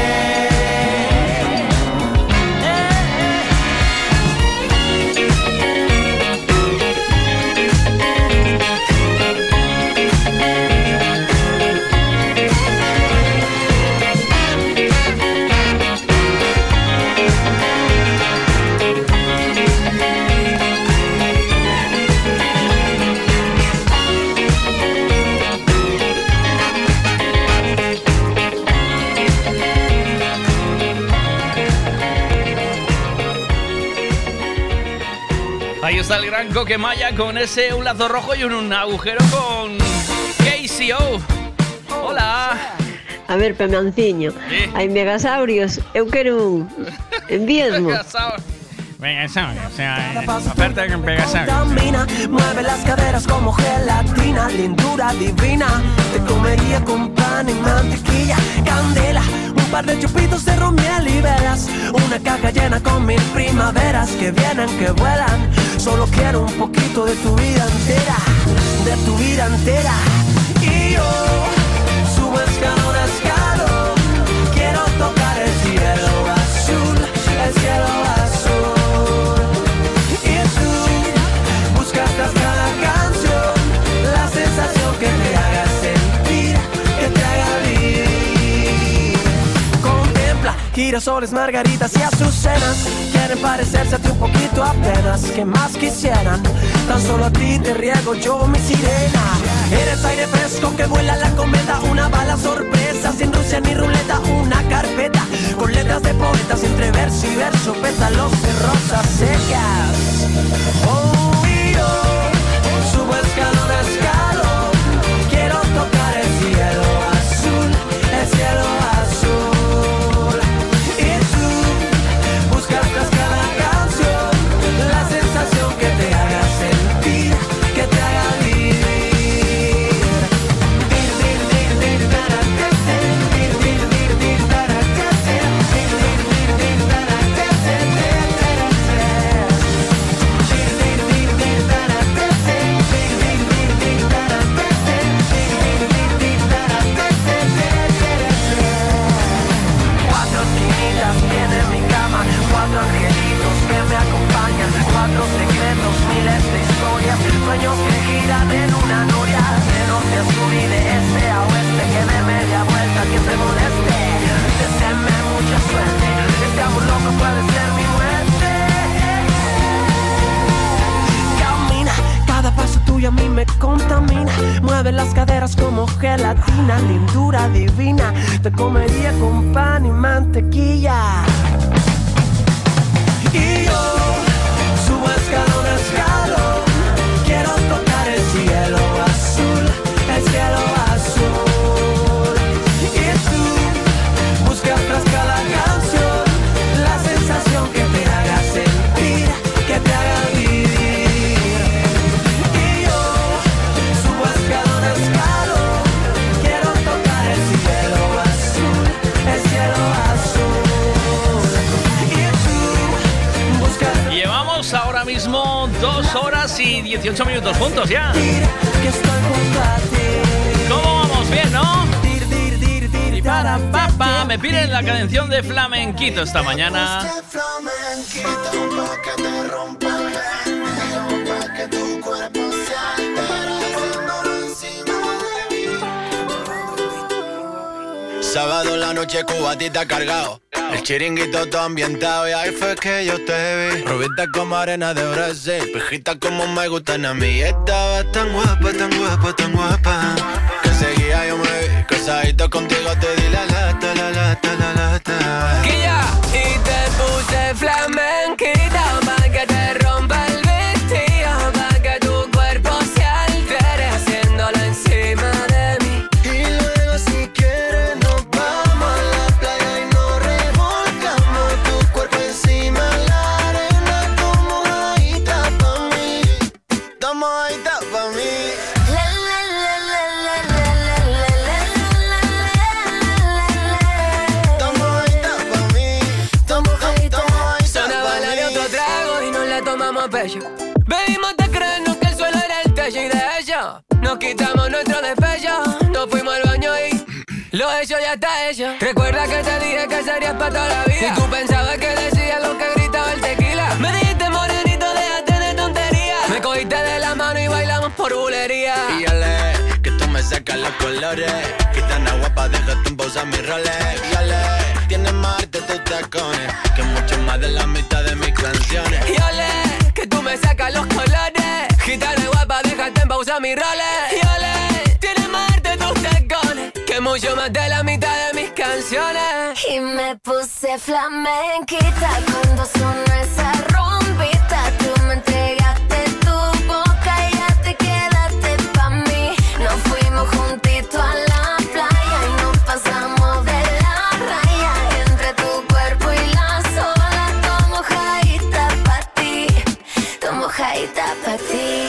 S13: Ahí está el gran Coquemaya con ese un lazo rojo y un agujero con KCO. Hola.
S24: A ver, Pemanciño,
S13: Sí.
S24: hai megasaurios, eu quero un. Envíasmo.
S13: Megasaurios, o sea, oferta con Megasaurios.
S12: Contamina, mueve las caderas como gelatina, lindura divina. Te comería con pan y mantequilla, candela, un par de chupitos de romiel y velas, una caja llena con 1000 primaveras que vienen, que vuelan. Solo quiero un poquito de tu vida entera, de tu vida entera. Y yo subo escalón a escalón, quiero tocar el cielo azul, el cielo azul. Y tú buscas tras cada canción la sensación que te haga sentir, que te haga vivir. Contempla girasoles, margaritas y azucenas, quieren parecerse a ti un poquito apenas. ¿Qué más quisieran? Tan solo a ti te riego yo mi sirena. Eres aire fresco que vuela la cometa, una bala sorpresa sin Rusia ni ruleta, una carpeta con letras de poetas entre verso y verso, pétalos de rosas secas. Oh, y yo subo escalón a escalón, quiero tocar el cielo azul, el cielo azul. Y tú buscas tras cada canción la sensación que te haga sentir, que te haga vivir.
S2: caderas como gelatina, lindura divina, te comería con pan y mantequilla. Y yo subo escalón a escalón, quiero tocar el cielo azul, el cielo azul. Y tú buscas tras cada canción la sensación que te haga sentir, que te haga vivir. Y yo subo escalón a escalón, quiero tocar el cielo azul, el cielo azul. Y tú buscas.
S13: Llevamos ahora mismo 2 horas y 18 minutos juntos ya.
S2: Que estoy junto a ti.
S13: ¿Cómo vamos? Bien, ¿no? Y para papá, me piden la canción de flamenquito esta mañana.
S11: Sábado en la noche, cubatita cargado, el chiringuito todo ambientado y ahí fue que yo te vi. Rubita como arena de Brasil, pijita como me gustan a mí. Estaba tan guapa, tan guapa, tan guapa, que seguía yo me vi. Casadito contigo te di la lata, la lata, la lata.
S2: Guilla, y te puse flamenquita pa' que te rompa el vestido, pa' que tu cuerpo se altere haciéndolo encima de mí.
S11: Y luego si quieres nos vamos a la playa y nos revolcamos, tu cuerpo encima de la arena como mojadita pa' mí, como mojadita pa' mí.
S2: Bebimos de creernos que el suelo era el techo y de hecho nos quitamos nuestro despecho, nos fuimos al baño y lo hecho ya está hecho. Recuerda que te dije que serías para toda la vida y tú pensabas que decías lo que gritaba el tequila. Me dijiste morenito, déjate de tonterías, me cogiste de la mano y bailamos por bulería.
S11: Y ale, que tú me sacas los colores, gitana guapa, déjate en pausa mis roles. Y ale, tienes más arte tus tacones que mucho más de la mitad de mis canciones.
S2: Y ole, que tú me sacas los colores, gitana guapa, déjate en pausa mis roles. Y ole, tienes más arte tus tacones que mucho más de la mitad de mis canciones.
S6: Y me puse flamenquita cuando sonó esa rumbita. Tú me entregaste tu boca y ya te quedaste pa' mí. Nos fuimos juntitos a la playa y nos pasamos de la raya. Entre tu cuerpo y las olas, tomo mojadita pa' ti, tomo mojadita pa' ti.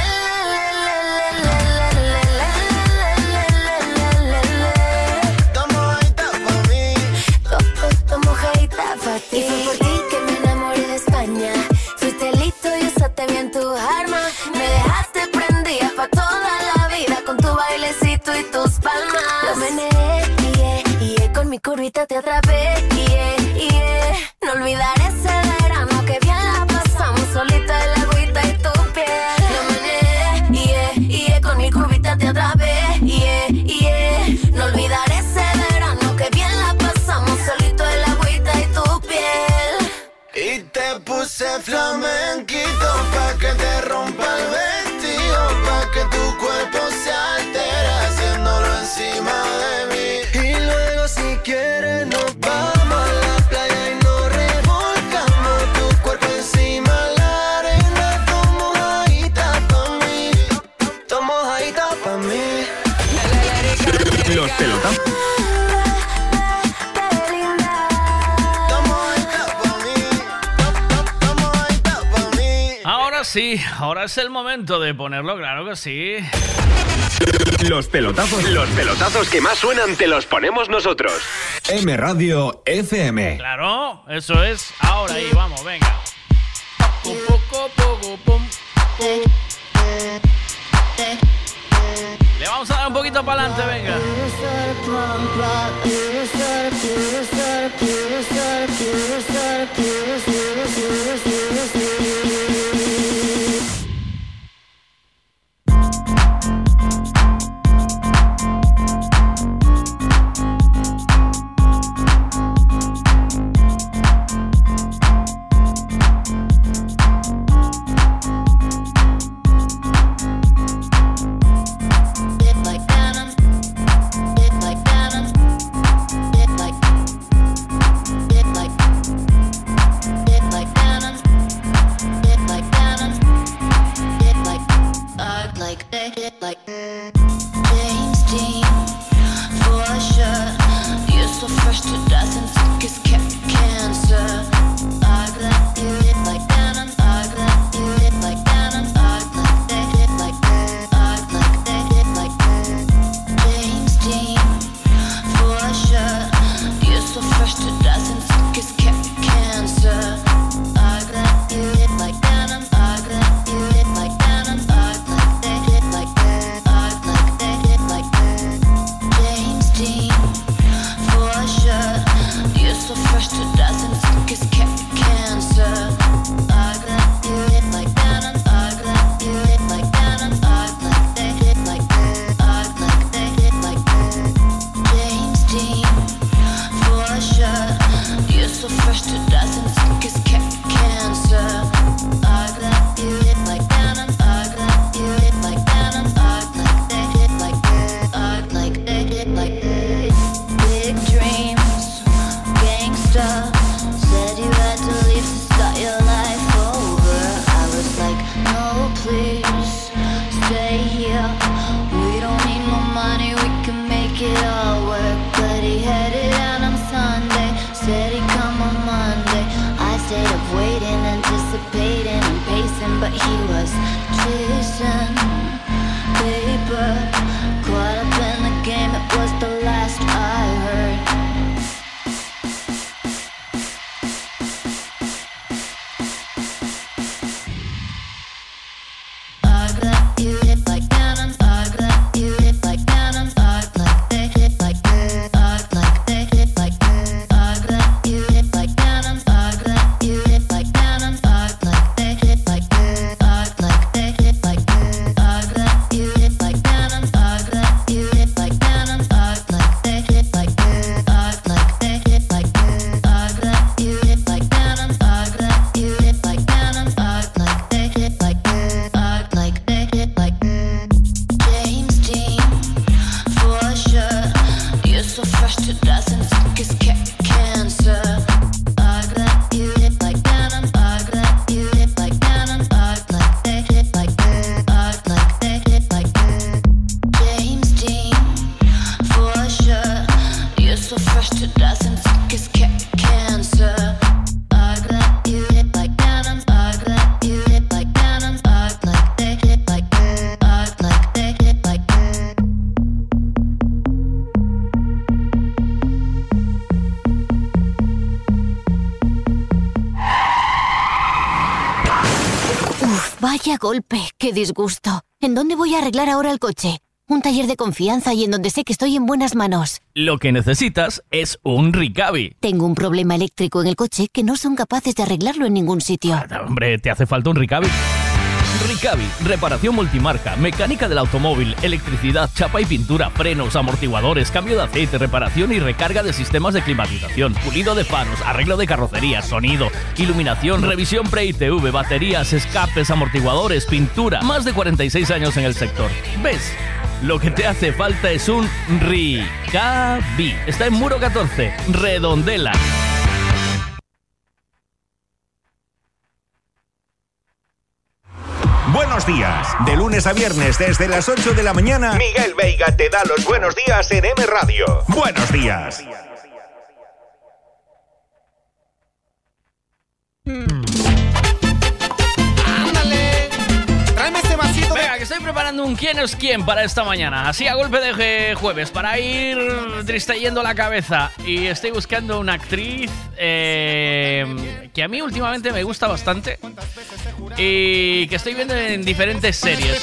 S6: Y fue por ti que me enamoré de España. Fuiste listo y usaste bien tu arma. Me dejaste prendida pa' toda la vida con tu bailecito y tus palmas. Lo meneé, yeah, con mi curvita te atrapé, yeah. No olvidaré ese verano que bien la pasamos solita en la agüita y tu piel. Lo meneé, yeah, con mi curvita te atrapé, yeah. No olvidaré ese verano que bien la pasamos solito en la agüita y tu piel.
S11: Y te puse flamenquito pa' que te rompa el vestido, pa' que tu cuerpo se altere haciéndolo encima de mí. Y luego si quieres nos vamos a la playa y nos revolcamos, tu cuerpo encima de la arena como mojadita pa' mí, como mojadita pa' mí.
S1: Los pelotazos.
S13: Ahora es el momento de ponerlo, claro que sí.
S1: Los pelotazos que más suenan te los ponemos nosotros. M Radio FM.
S13: Claro, eso es. Ahora ahí, vamos, venga. Le vamos a dar un poquito para adelante, venga.
S6: Like he was chasing paper, caught up in the game, it was the last I heard. Arc like you hit like cannon, arc like you hit like cannon, arc like they hit like arc like they hit like arc like you hit like cannon, arc like you hit like cannon, arc like they hit like arc like they hit like arc like you hit like cannon, arc like you hit like cannon, arc like they hit like arc like they hit like arc like you hit like cannon, arc like you hit like cannon, arc like they hit like arc like they hit like James Dean for sure. You're so fresh to death and sick as cancer. Arc like you hit like cannon, arc like you hit like cannon, arc like they hit like arc like they hit like James Dean for sure. You're so fresh to death and sick as cancer. Arc like you hit like cannon, arc like you hit like cannon, arc like they hit like arc like they hit like
S18: Uf, vaya golpe, qué disgusto. ¿En dónde voy a arreglar ahora el coche? Un taller de confianza y en donde sé que estoy en buenas manos.
S13: Lo que necesitas es un Ricavi.
S18: Tengo un problema eléctrico en el coche que no son capaces de arreglarlo en ningún sitio.
S13: Hombre, te hace falta un Ricavi. Ricavi, reparación multimarca, mecánica del automóvil, electricidad, chapa y pintura, frenos, amortiguadores, cambio de aceite, reparación y recarga de sistemas de climatización, pulido de faros, arreglo de carrocería, sonido, iluminación, revisión pre-ITV, baterías, escapes, amortiguadores, pintura. Más de 46 años en el sector. ¿Ves? Lo que te hace falta es un Ricavi. Está en Muro 14, Redondela.
S1: Buenos días. De lunes a viernes desde las 8 de la mañana, Miguel Veiga te da los buenos días en M Radio. Buenos días.
S13: Ándale, tráeme ese vasito. Venga, que estoy preparando un quién es quién para esta mañana. Así a golpe de jueves, para ir distrayendo la cabeza. Y estoy buscando una actriz que a mí últimamente me gusta bastante y que estoy viendo en diferentes series.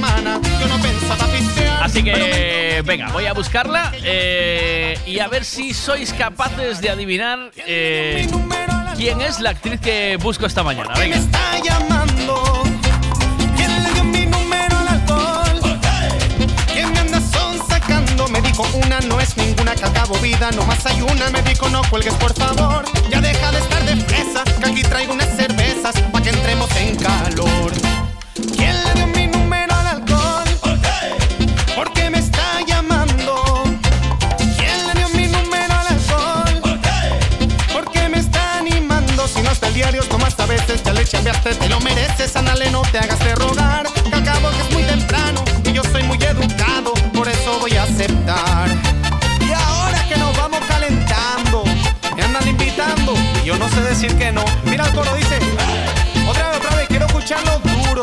S13: Así que, venga, voy a buscarla y a ver si sois capaces de adivinar quién es la actriz que busco esta mañana. Venga.
S2: ¿Quién me está llamando? ¿Quién le dio mi número al alcohol? ¿Quién me anda sonsacando? Me dijo una, no es ninguna, que acabo vida, nomás hay una. Me dijo no cuelgues por favor, ya deja de estar de fresa, que aquí traigo unas cervezas pa' que entremos en calor. ¿Quién le dio mi número al alcohol? ¿Por qué me está llamando? ¿Quién le dio mi número al alcohol? ¿Por qué me está animando? Si no está el diario, nomás a veces ya le chambeaste, te lo mereces, ándale, no te hagas de rogar, que al cabo que es muy temprano y yo soy muy educado, por eso voy a aceptar. Y ahora que nos vamos calentando, me andan invitando y yo no sé decir que no. Mira el coro, dice otra vez, quiero escucharlo duro.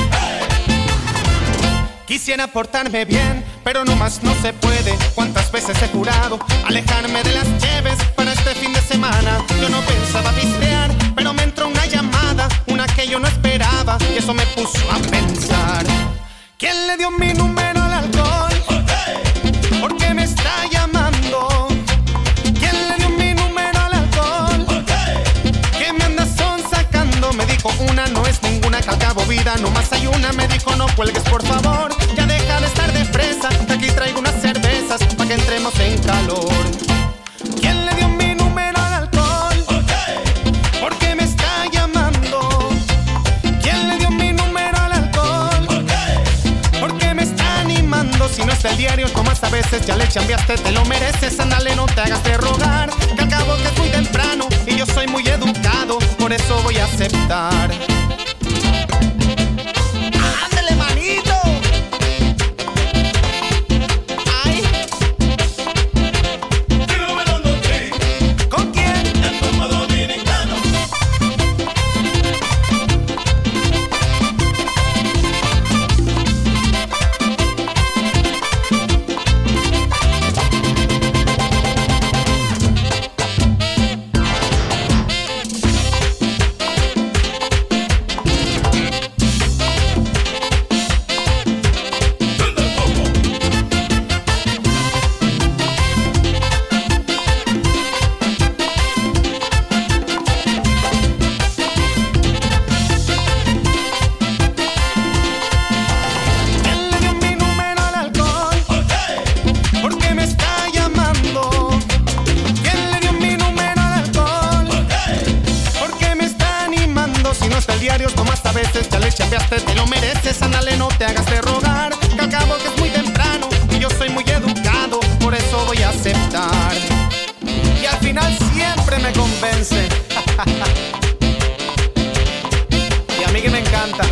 S2: Quisiera portarme bien, pero nomás no se puede. Cuántas veces he jurado alejarme de las cheves para este fin de semana. Yo no pensaba pistear, pero me entró una llamada, una que yo no esperaba, y eso me puso a pensar. ¿Quién le dio mi número al alcohol? ¿Por qué me está llamando? ¿Quién le dio mi número al alcohol? ¿Qué me anda sonsacando? Me dijo una, no es ninguna, que acabo vida, nomás hay una. Me dijo no cuelgues por favor, ya deja de estar de fresa, que aquí traigo unas cervezas pa' que entremos en calor. ¿Quién le dio mi número al alcohol? ¿Por qué me está llamando? ¿Quién le dio mi número al alcohol? ¿Por qué me está animando? Si no está el diario, nomás a veces ya le chambeaste, te lo mereces, ándale, no te hagas de rogar, que al cabo que es muy temprano y yo soy muy educado, por eso voy a aceptar. ¡Ándale, manito! ¡Ay! ¿Con quién? El Dominicano.
S4: estudiaste, te lo mereces, ándale, no te hagas de rogar, que al cabo que es muy temprano y yo soy muy educado, por eso voy a aceptar. Y al final siempre me convence. Y a mí que me encanta.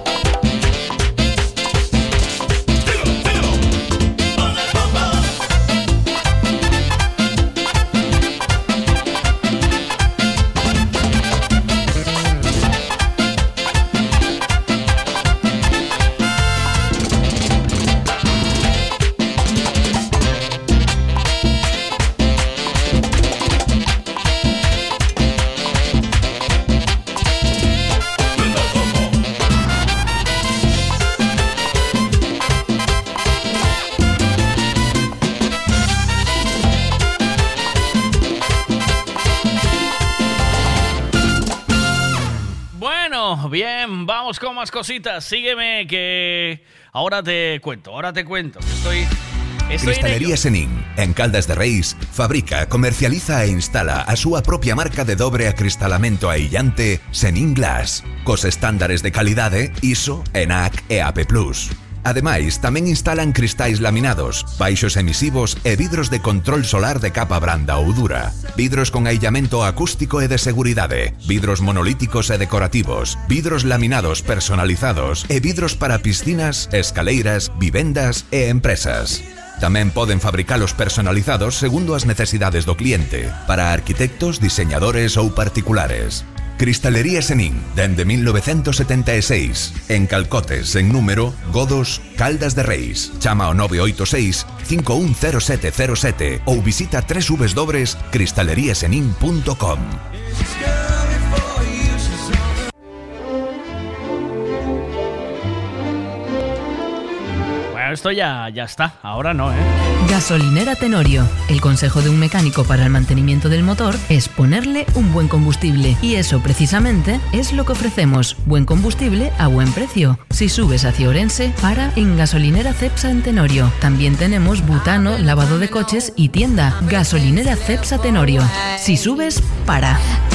S13: Bien, vamos con más cositas. Sígueme que ahora te cuento. Estoy
S21: Cristalería Senin, en Caldas de Reis, fabrica, comercializa e instala a súa propia marca de dobre acristalamento aillante Senin Glass, cos estándares de calidade ISO, ENAC e AP+. Ademais, tamén instalan cristais laminados, baixos emisivos e vidros de control solar de capa branda ou dura, vidros con aillamento acústico e de seguridade, vidros monolíticos e decorativos, vidros laminados personalizados e vidros para piscinas, escaleiras, vivendas e empresas. Tamén poden fabricalos personalizados segundo as necesidades do cliente, para arquitectos, diseñadores ou particulares. Cristalería Senin, dende 1976, en Calcotes, en número, Godos, Caldas de Reis. Chama ao 986 510707 ou visita www.cristaleriasenin.com.
S13: Esto ya está, ahora no,
S8: Gasolinera Tenorio. El consejo de un mecánico para el mantenimiento del motor es ponerle un buen combustible. Y eso precisamente es lo que ofrecemos. Buen combustible a buen precio. Si subes hacia Orense, para en Gasolinera Cepsa en Tenorio. También tenemos butano, lavado de coches y tienda. Gasolinera Cepsa Tenorio. Si subes, para.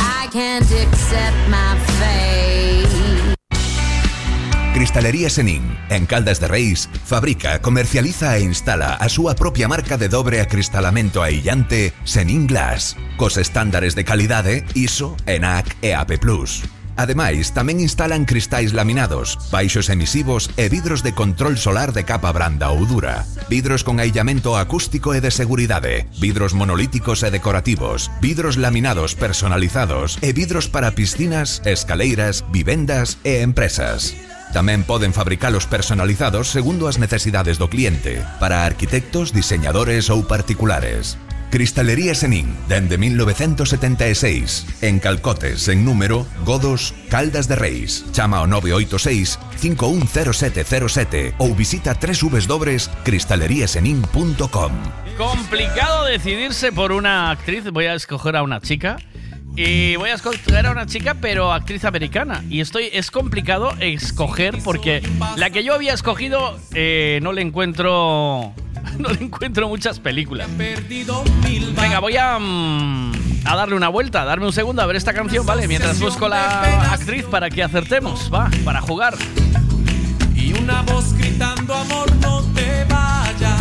S21: Cristalería Senin, en Caldas de Reis, fabrica, comercializa e instala a súa propia marca de dobre acristalamento aillante Senin Glass, cos estándares de calidade ISO, ENAC e AP+. Ademais, tamén instalan cristais laminados, baixos emisivos e vidros de control solar de capa branda ou dura, vidros con aillamento acústico e de seguridade, vidros monolíticos e decorativos, vidros laminados personalizados e vidros para piscinas, escaleiras, vivendas e empresas. Tamén poden fabricalos personalizados segundo as necesidades do cliente, para arquitectos, diseñadores ou particulares. Cristalería Senin, dende 1976, en Calcotes, en número, Godos, Caldas de Reis. Chama ao 986 510707 ou visita www.cristaleriasenin.com.
S13: Complicado decidirse por una actriz. Voy a escoger a una chica. Y voy a escoger a una chica, pero actriz americana. Y es complicado escoger porque la que yo había escogido no le encuentro muchas películas. Venga, voy a darle una vuelta, darme un segundo a ver esta canción, ¿vale? Mientras busco la actriz para que acertemos, va, para jugar.
S12: Y una voz gritando, amor, no te vayas.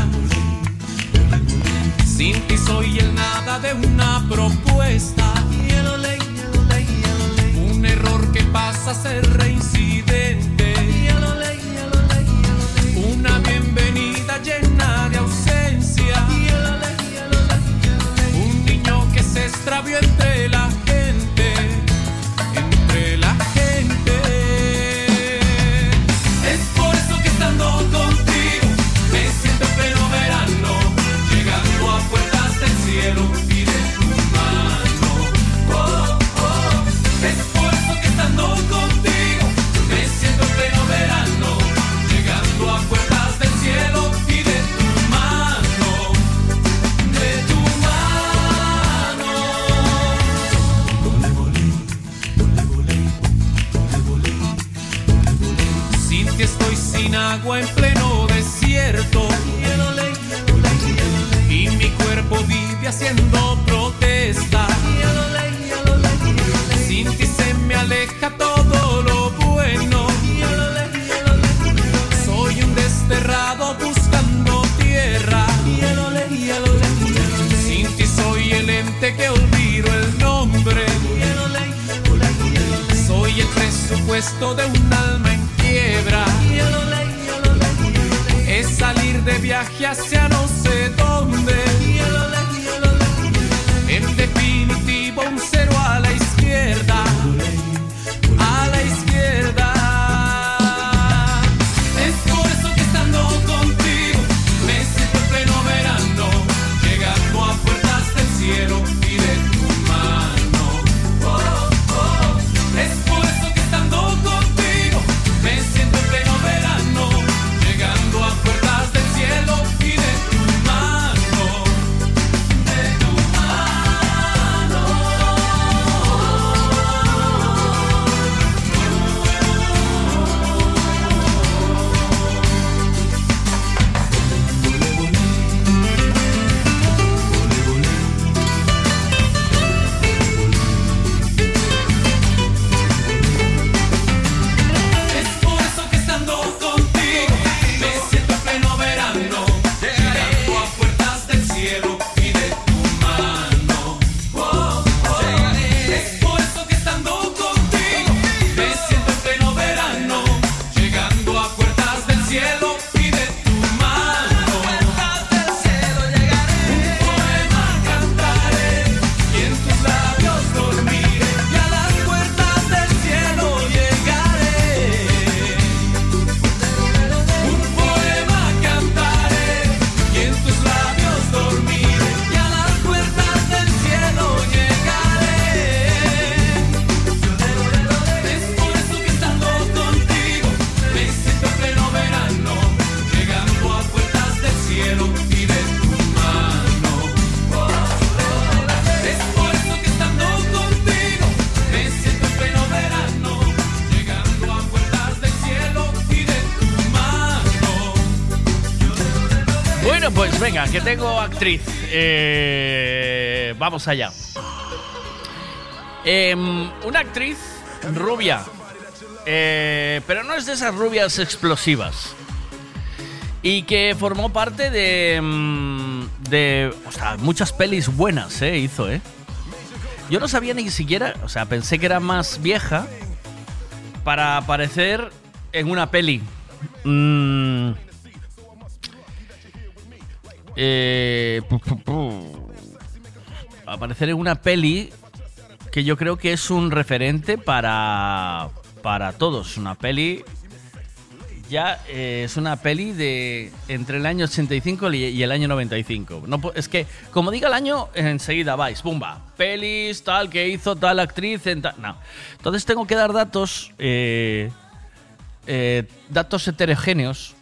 S12: Sin ti soy el nada de una propuesta. Un error que pasa a ser reincidente. Una bienvenida llena de ausencia. Un niño que se extravió entre la gente. Es por eso que estando contigo me siento en pleno verano, llegando a puertas del cielo y de tu mano. Oh, oh. Es por eso que estando contigo me siento en pleno verano, llegando a puertas del cielo y de tu mano. De tu mano. Sin ti estoy sin agua en pleno desierto. Y mi cuerpo vive haciendo protesta. Sin ti se me aleja todo lo bueno.
S16: repuesto de un alma en quiebra. Es salir de viaje hacia no sé dónde. En definitivo un cero a la izquierda. A la izquierda. Es por eso que estando contigo me siento en pleno verano, llegando a puertas del cielo y de tu mano. Oh, oh. Es por eso que estando contigo me siento en pleno verano, llegando a puertas del cielo y de tu mano. De tu mano. Es por eso que estando contigo me siento en pleno verano, llegando a puertas del cielo y de tu mano. Oh, oh. Es por eso que estando contigo me siento en pleno verano, llegando a puertas del cielo y de tu mano. Puertas del cielo llegaré, un poema cantaré y en tus labios dormiré, y a las puertas del cielo llegaré. Un poema cantaré y en tus labios dormiré, y a las puertas del cielo llegaré. Es por eso que estando contigo me siento en pleno verano, llegando a puertas del cielo y de tu mano. Es por eso que estando contigo me siento en pleno verano, llegando a puertas del cielo y de tu mano.
S13: Bueno, pues venga, que tengo actriz. Vamos allá. Una actriz rubia, pero no es de esas rubias explosivas. Y que formó parte de o sea, muchas pelis buenas, hizo, Yo no sabía ni siquiera, o sea, pensé que era más vieja para aparecer en una peli. Aparecer en una peli que yo creo que es un referente para todos. Una peli es una peli de entre el año 85 y el año 95. No, es que como diga el año, enseguida vais, ¡bumba! Pelis, tal, que hizo tal actriz en tal. No. Entonces tengo que dar datos, datos heterogéneos,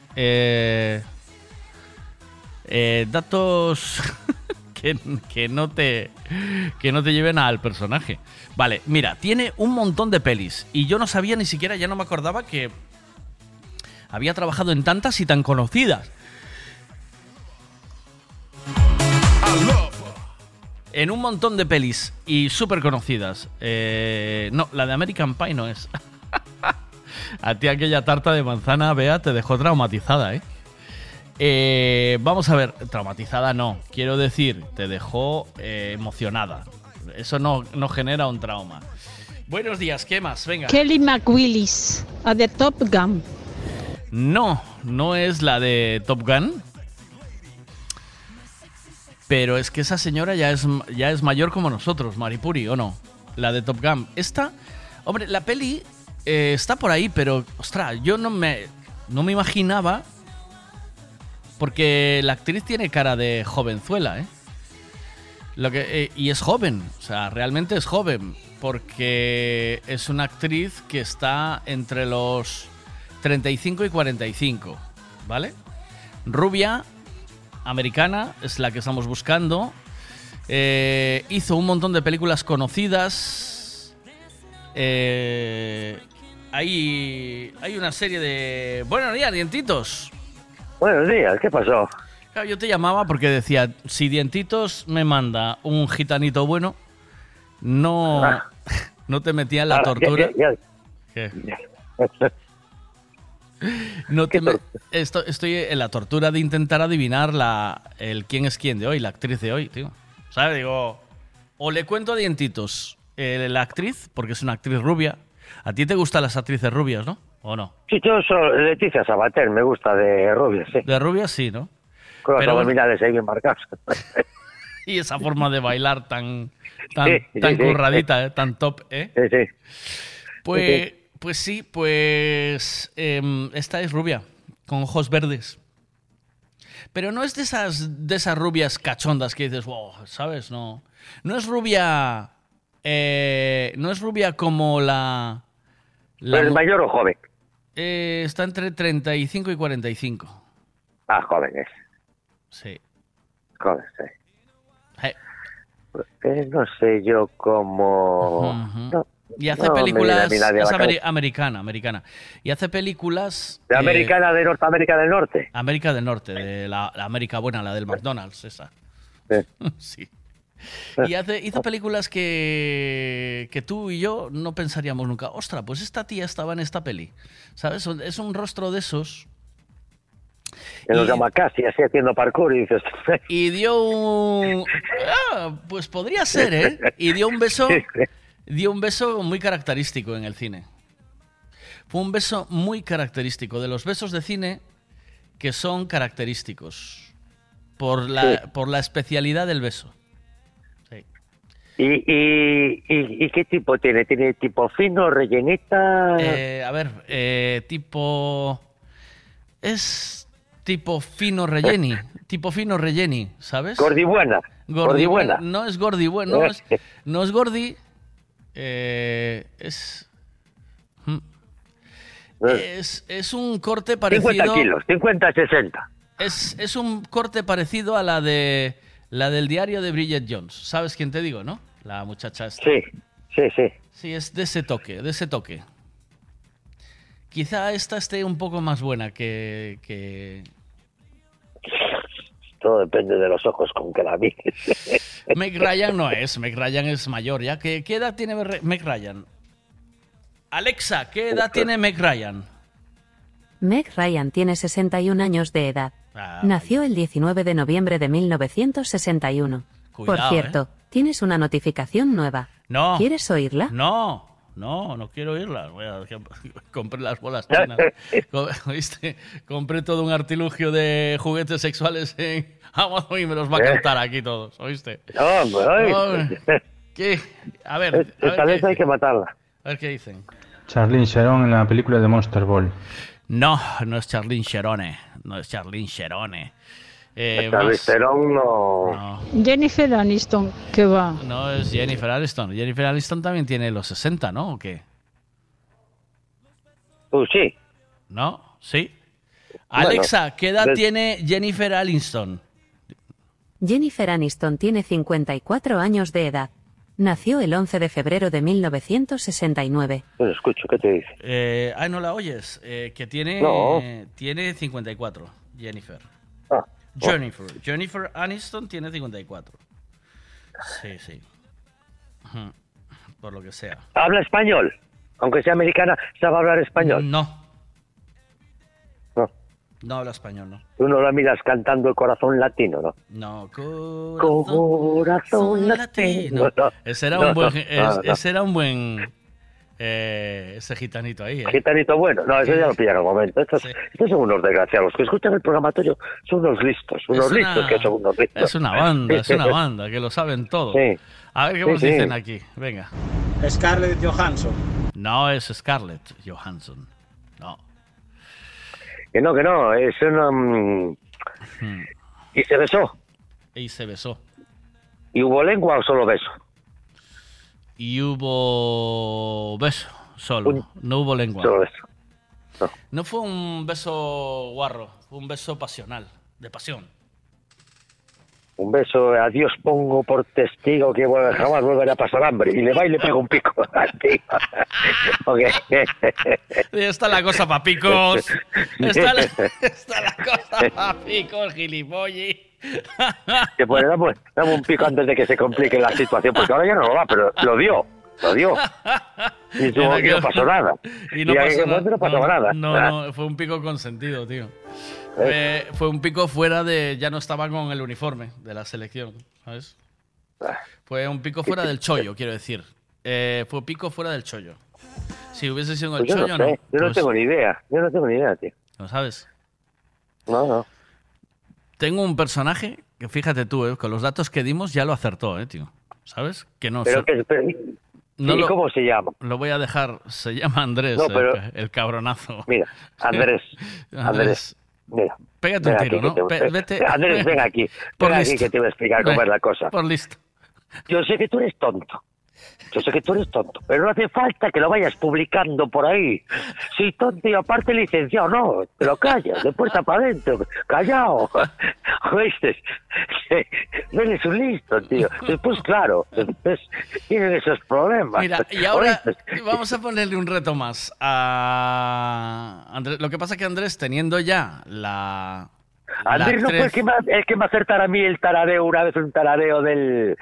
S13: datos que no te lleven al personaje. Vale, mira, tiene un montón de pelis y yo no sabía ni siquiera, ya no me acordaba que había trabajado en tantas y tan conocidas. En un montón de pelis y súper conocidas. No, la de American Pie no es. A ti aquella tarta de manzana, Bea, te dejó traumatizada, vamos a ver, traumatizada no, quiero decir, te dejó emocionada. Eso no genera un trauma. Buenos días, ¿qué más? Venga.
S17: Kelly McWillis, a de Top Gun.
S13: No es la de Top Gun. Pero es que esa señora ya es mayor como nosotros, Maripuri, ¿o no? La de Top Gun. Esta, hombre, la peli está por ahí, pero, ostras, yo no me imaginaba. Porque la actriz tiene cara de jovenzuela, y es joven, o sea, realmente es joven. Porque es una actriz que está entre los 35 y 45, ¿vale? Rubia, americana, es la que estamos buscando. Hizo un montón de películas conocidas. Hay una serie de... Buenos días, Dientitos.
S14: Buenos días, ¿qué pasó?
S13: Claro, yo te llamaba porque decía, si Dientitos me manda un gitanito bueno, no te metía en la tortura. ¿Qué? Estoy en la tortura de intentar adivinar el quién es quién de hoy, la actriz de hoy, tío. ¿Sabes? Digo, o le cuento a Dientitos la actriz, porque es una actriz rubia, ¿A ti te gustan las actrices rubias, no? ¿O no?
S14: Sí, yo soy Leticia Sabater, me gusta de rubias, sí.
S13: De rubias sí, ¿no?
S14: Con los
S13: Pero-
S14: abdominales ahí bien marcados.
S13: Y esa forma de bailar tan
S14: Sí,
S13: curradita, tan top, ¿eh?
S14: Sí, sí.
S13: Pues, pues sí, pues esta es rubia, con ojos verdes. Pero no es de esas rubias cachondas que dices, wow, ¿sabes? No es rubia, no es rubia como la
S14: ¿Pero es mayor o joven?
S13: Está entre 35 y 45.
S14: Ah, jóvenes.
S13: Sí.
S14: Joven, sí.
S13: Hey.
S14: No sé yo cómo...
S13: Ujú.
S14: No,
S13: Y hace
S14: no me
S13: películas,
S14: viene a mí nadie a
S13: es
S14: la cabeza.
S13: americana. Y hace películas...
S14: ¿De americana de Norteamérica del Norte?
S13: América del Norte, de la América buena, la del McDonald's, esa. Sí. Y hizo películas que tú y yo no pensaríamos nunca. Ostras, pues esta tía estaba en esta peli. ¿Sabes? Es un rostro de esos.
S14: En los Yamakasi, así haciendo parkour y dices...
S13: Y dio un... pues podría ser, ¿eh? Y dio un beso muy característico en el cine. Fue un beso muy característico, de los besos de cine que son característicos por la especialidad del beso. Sí.
S14: ¿Y qué tipo tiene? ¿Tiene tipo fino, rellenita?
S13: A ver, tipo... Es tipo fino relleni, ¿sabes?
S14: Gordibuena.
S13: Gordibuena. No es gordibuena, no es gordi. Es un corte parecido...
S14: 50 kilos, 50, 60.
S13: Es un corte parecido a la del diario de Bridget Jones. ¿Sabes quién te digo, no? La muchacha esta.
S14: Sí.
S13: Sí, es de ese toque. Quizá esta esté un poco más buena que...
S14: Todo depende de los ojos con que la mires.
S13: Meg Ryan no es. Meg Ryan es mayor ya. ¿Qué edad tiene Meg Ryan? Alexa, ¿qué edad tiene Meg Ryan?
S5: Meg Ryan tiene 61 años de edad. Nació el 19 de noviembre de 1961.
S13: Cuidado,
S5: Por cierto, tienes una notificación nueva.
S13: No.
S5: ¿Quieres oírla?
S13: No quiero oírla. Compré las bolas chinas. ¿Oíste? Compré todo un artilugio de juguetes sexuales en Amazon y me los va a cantar aquí todos. ¿Oíste? ¿Qué? A ver.
S14: Esta vez hay que matarla.
S13: A ver qué dicen.
S9: Charlize Theron en la película de Monster Ball.
S13: No es Charlize Theron.
S14: Charlize Theron no...
S17: Jennifer Aniston, que va.
S13: No es Jennifer Aniston. Jennifer Aniston también tiene los 60, ¿no? ¿O qué?
S14: Sí.
S13: ¿No? ¿Sí? Alexa, ¿qué edad tiene Jennifer Aniston?
S5: Jennifer Aniston tiene 54 años de edad. Nació el 11 de febrero de 1969.
S14: Pues escucho, ¿qué te dice?
S13: ¿No la oyes? Que tiene, tiene 54, Jennifer. Jennifer Aniston tiene 54. Sí. Por lo que sea.
S14: ¿Habla español? Aunque sea americana, ¿sabe hablar español?
S13: No habla español, no.
S14: Tú no la miras cantando el corazón latino, ¿no?
S13: No,
S14: corazón latino.
S13: No. Ese era un buen ese gitanito ahí, ¿eh?
S14: Gitanito bueno. No, eso ya lo pillan al momento. Estos son unos desgraciados. Los que escuchan el programatorio son unos listos.
S13: Es una banda que lo saben todo.
S14: Sí.
S13: A ver qué nos dicen aquí. Venga.
S19: Scarlett Johansson.
S13: No es Scarlett Johansson. No.
S14: Que no. Es una... ¿Y se besó? ¿Y hubo lengua o solo beso?
S13: Y hubo beso, solo. No hubo lengua.
S14: Solo beso.
S13: No fue un beso guarro, fue un beso pasional, de pasión.
S14: Un beso, a Dios pongo por testigo que jamás volverá a pasar hambre. Y le va y le pega un pico al tío. Okay.
S13: Está la cosa pa' picos. Está la cosa pa' picos, gilipollas.
S14: Que pues dame un pico antes de que se complique la situación, porque ahora ya no lo va, pero lo dio. Y no pasó nada.
S13: Y no pasó
S14: nada.
S13: No, fue un pico consentido, tío. Fue un pico fuera de... Ya no estaba con el uniforme de la selección, ¿sabes? Fue un pico fuera del chollo, quiero decir. Fue pico fuera del chollo. Si hubiese sido en el
S14: Pues yo
S13: chollo,
S14: no sé,
S13: no.
S14: yo no
S13: Pues,
S14: tengo ni idea. Yo no tengo ni idea, tío.
S13: ¿lo sabes?
S14: No.
S13: Tengo un personaje que, fíjate tú, con los datos que dimos ya lo acertó, tío. ¿Sabes? Que no
S14: Pero,
S13: sé. No
S14: ¿y
S13: lo-
S14: cómo se llama?
S13: Lo voy a dejar. Se llama Andrés,
S14: No, pero-
S13: el cabronazo.
S14: Mira, Andrés.
S13: Andrés.
S14: Mira.
S13: Pégate un
S14: ven
S13: tiro,
S14: aquí
S13: ¿no?
S14: que te-
S13: Vete.
S14: Andrés, ven aquí.
S13: Por
S14: Ven aquí
S13: listo.
S14: que te voy a explicar cómo
S13: Ven,
S14: es la cosa.
S13: Por listo.
S14: Yo sé que tú eres tonto. Yo sé que tú eres tonto, pero no hace falta que lo vayas publicando por ahí. Soy tonto y aparte licenciado, no, te lo callas, de puerta para adentro, callao. ¿Oíste? Eres un listo, tío. Después, claro, después tienen esos problemas.
S13: Mira, y ahora
S14: ¿Oíste?
S13: vamos a ponerle un reto más a Andrés. Lo que pasa es que Andrés, teniendo ya la
S14: Andrés no fue
S13: actriz-
S14: el que me acertara a mí el tarareo, una vez un tarareo de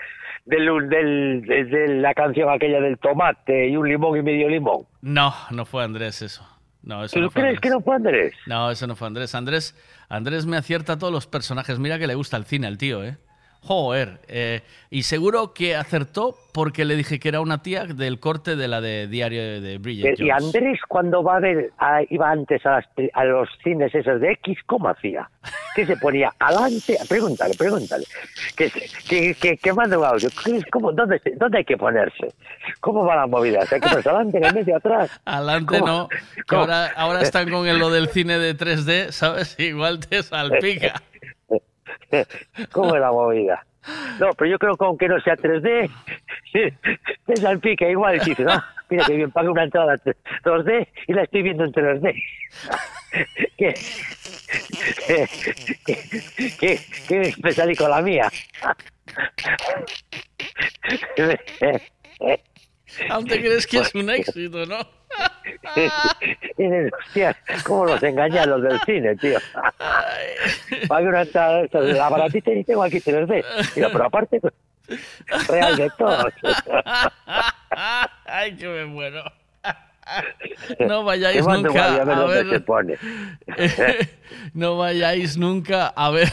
S14: la canción aquella del tomate y un limón y medio limón.
S13: No, no fue Andrés eso. No, eso
S14: ¿Tú
S13: no fue
S14: crees
S13: Andrés.
S14: que no fue Andrés?
S13: No, eso no fue Andrés. Andrés me acierta a todos los personajes. Mira que le gusta el cine al tío, ¿eh? Joder. Y seguro que acertó porque le dije que era una tía del corte de la de Diario de Bridget
S14: Y
S13: Jones.
S14: Andrés, cuando va a ver, iba antes a los cines esos de X, ¿cómo hacía? ¿Qué se ponía? ¿Adelante? Pregúntale. Que manda un audio. ¿Dónde hay que ponerse? ¿Cómo va la movida? ¿Hay que ponerse adelante, en el medio, atrás?
S13: Adelante
S14: ¿Cómo?
S13: no, que
S14: ¿Cómo?
S13: ahora están con lo del cine de 3D, ¿sabes? Igual te salpica.
S14: ¿Cómo es la movida? No, pero yo creo que aunque no sea 3D, te salpica igual. Y dices, no, mira que bien, pagué una entrada 2D y la estoy viendo en 3D. ¿Qué me salí con la mía?
S13: Aún te crees que es un éxito, ¿no?
S14: Hostia, ¿cómo los engañan los del cine, tío? Pagué una entrada de la baratita y tengo aquí 3D. Mira, pero aparte, real de todo.
S13: Ay, que me muero. No vayáis
S14: Te mando
S13: nunca
S14: un audio a ver
S13: a
S14: dónde
S13: ver.
S14: se pone.
S13: No vayáis nunca a ver.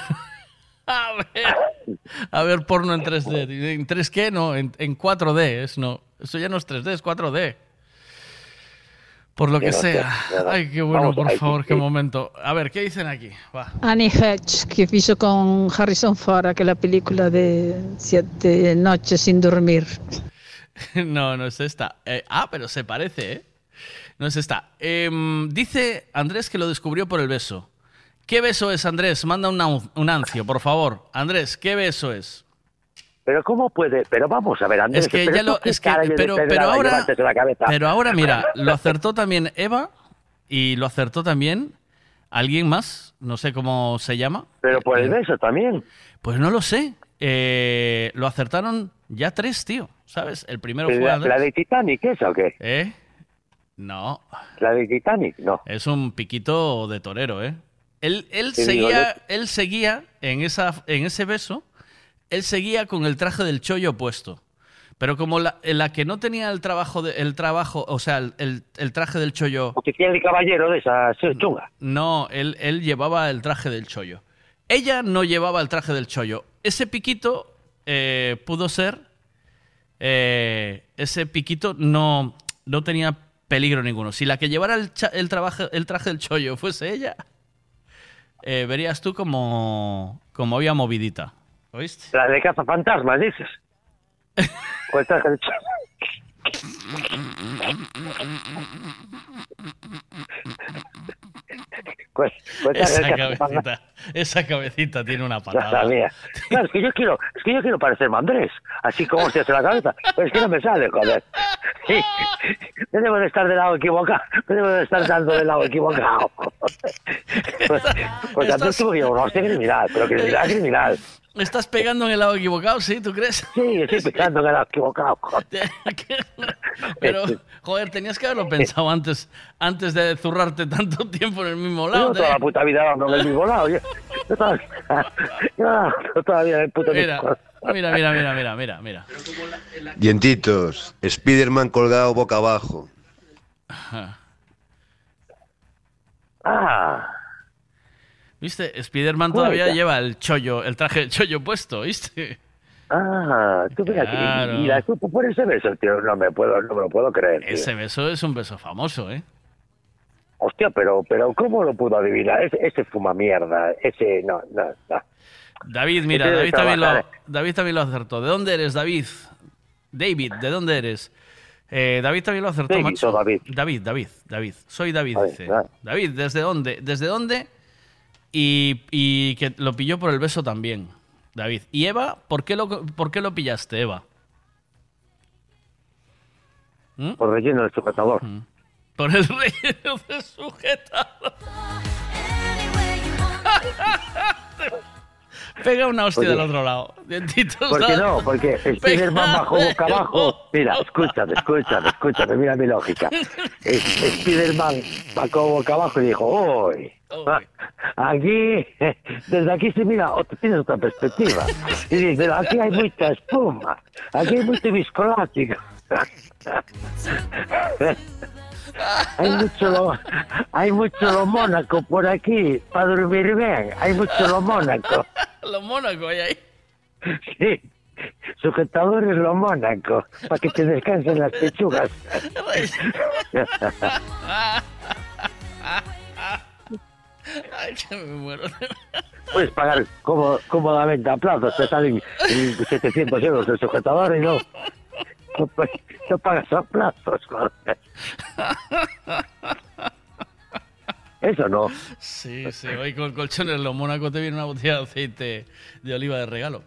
S13: A ver porno en 3D. ¿En 3 qué? No, en 4D. No. Eso ya no es 3D, es 4D. Por lo que
S14: no sé,
S13: sea.
S14: nada.
S13: Ay, qué bueno,
S14: Vamos,
S13: por
S14: ay,
S13: favor,
S14: sí.
S13: qué momento. A ver, ¿qué dicen aquí? Va.
S17: Annie Hedge, que hizo con Harrison Ford aquella película de 7 noches sin dormir.
S13: No, no es esta. Pero se parece, ¿eh? No es esta. Dice Andrés que lo descubrió por el beso. ¿Qué beso es, Andrés? Manda un ancio, por favor. Andrés, ¿qué beso es?
S14: Pero ¿cómo puede? Pero vamos a ver, Andrés.
S13: Es que
S14: pero
S13: ya
S14: tú
S13: lo.
S14: qué
S13: Es que,
S14: cara de
S13: pero
S14: pedrada
S13: ahora.
S14: llevaste en la cabeza.
S13: Pero ahora, mira, lo acertó también Eva y lo acertó también alguien más. No sé cómo se llama.
S14: Pero por el beso también.
S13: Pues no lo sé. Lo acertaron ya 3, tío. ¿Sabes? El primero fue
S14: ¿La
S13: Andrés.
S14: de Titanic esa o qué?
S13: No.
S14: ¿La de Titanic? No.
S13: Es un piquito de torero, ¿eh? Él
S14: Sí, digo,
S13: seguía en ese beso, él seguía con el traje del chollo puesto. Pero como la que no tenía el trabajo, o sea, el traje del chollo...
S14: Porque tiene el caballero de esa chunga.
S13: No, él llevaba el traje del chollo. Ella no llevaba el traje del chollo. Ese piquito pudo ser... ese piquito no tenía peligro ninguno. Si la que llevara el traje del chollo fuese ella, verías tú como había movidita. ¿Oíste?
S14: La de cazafantasmas, dices. O el traje de
S13: Esa cabecita tiene una
S14: Ya
S13: patada.
S14: sabía. Claro, es que yo quiero parecerme a Andrés, así como se hace la cabeza, pero es que no me sale, joder. Sí. Yo debo de estar del lado equivocado, yo debo de estar dando del lado equivocado. Pues Andrés tuvo que no sé criminal, pero criminal.
S13: ¿Estás pegando en el lado equivocado, sí? ¿Tú crees?
S14: Sí, estoy pegando en el lado equivocado, joder.
S13: Pero, joder, tenías que haberlo pensado antes de zurrarte tanto tiempo en el mismo
S14: Yo
S13: lado.
S14: toda la puta vida dando en el mismo lado. Yo todavía en el puto mismo.
S13: Mira.
S10: Dientitos, Spiderman colgado boca abajo.
S14: Ah.
S13: ¿Viste? Spiderman todavía lleva el traje de chollo puesto, ¿viste?
S14: Ah, tú ves aquí.
S13: Claro.
S14: Y la supo por ese beso, tío. No me lo puedo creer, tío.
S13: Ese beso es un beso famoso, ¿eh?
S14: Hostia, pero ¿cómo lo pudo adivinar? Ese fuma mierda. Ese, no.
S13: David, mira,
S14: Ese
S13: David
S14: de trabajar.
S13: también lo acertó. ¿De dónde eres, David? David, ¿de dónde eres? David también lo acertó,
S14: David
S13: macho.
S14: o David.
S13: David. Soy David,
S14: Vale,
S13: dice.
S14: claro.
S13: David, ¿desde dónde? ¿Desde dónde? Y que lo pilló por el beso también, David. ¿Y Eva? ¿Por qué lo pillaste, Eva?
S14: Por relleno del sujetador.
S13: Por el relleno de sujetador. Pega una hostia
S14: Oye.
S13: del otro lado. Dientitos,
S14: ¿Por qué
S13: ¿sabes?
S14: no? Porque Spiderman bajó boca abajo. Mira, escúchame, mira mi lógica. Spiderman bajó boca abajo y dijo, ¡Uy! Aquí, desde aquí se mira, tienes otra perspectiva. Y dice, aquí hay mucha espuma, aquí hay mucho viscolático. Hay mucho lo Mónaco por aquí, para dormir bien. Hay mucho lo Mónaco.
S13: Los Mónaco hay ahí.
S14: Sí, sujetadores lo Mónaco, para que te descansen las pechugas.
S13: Ay, que me muero.
S14: Puedes pagar cómodamente a plazos, te salen 700 euros el sujetador y no pagas a plazos. Joder. Eso no.
S13: Sí, hoy con colchones los Mónaco te viene una botella de aceite de oliva de regalo.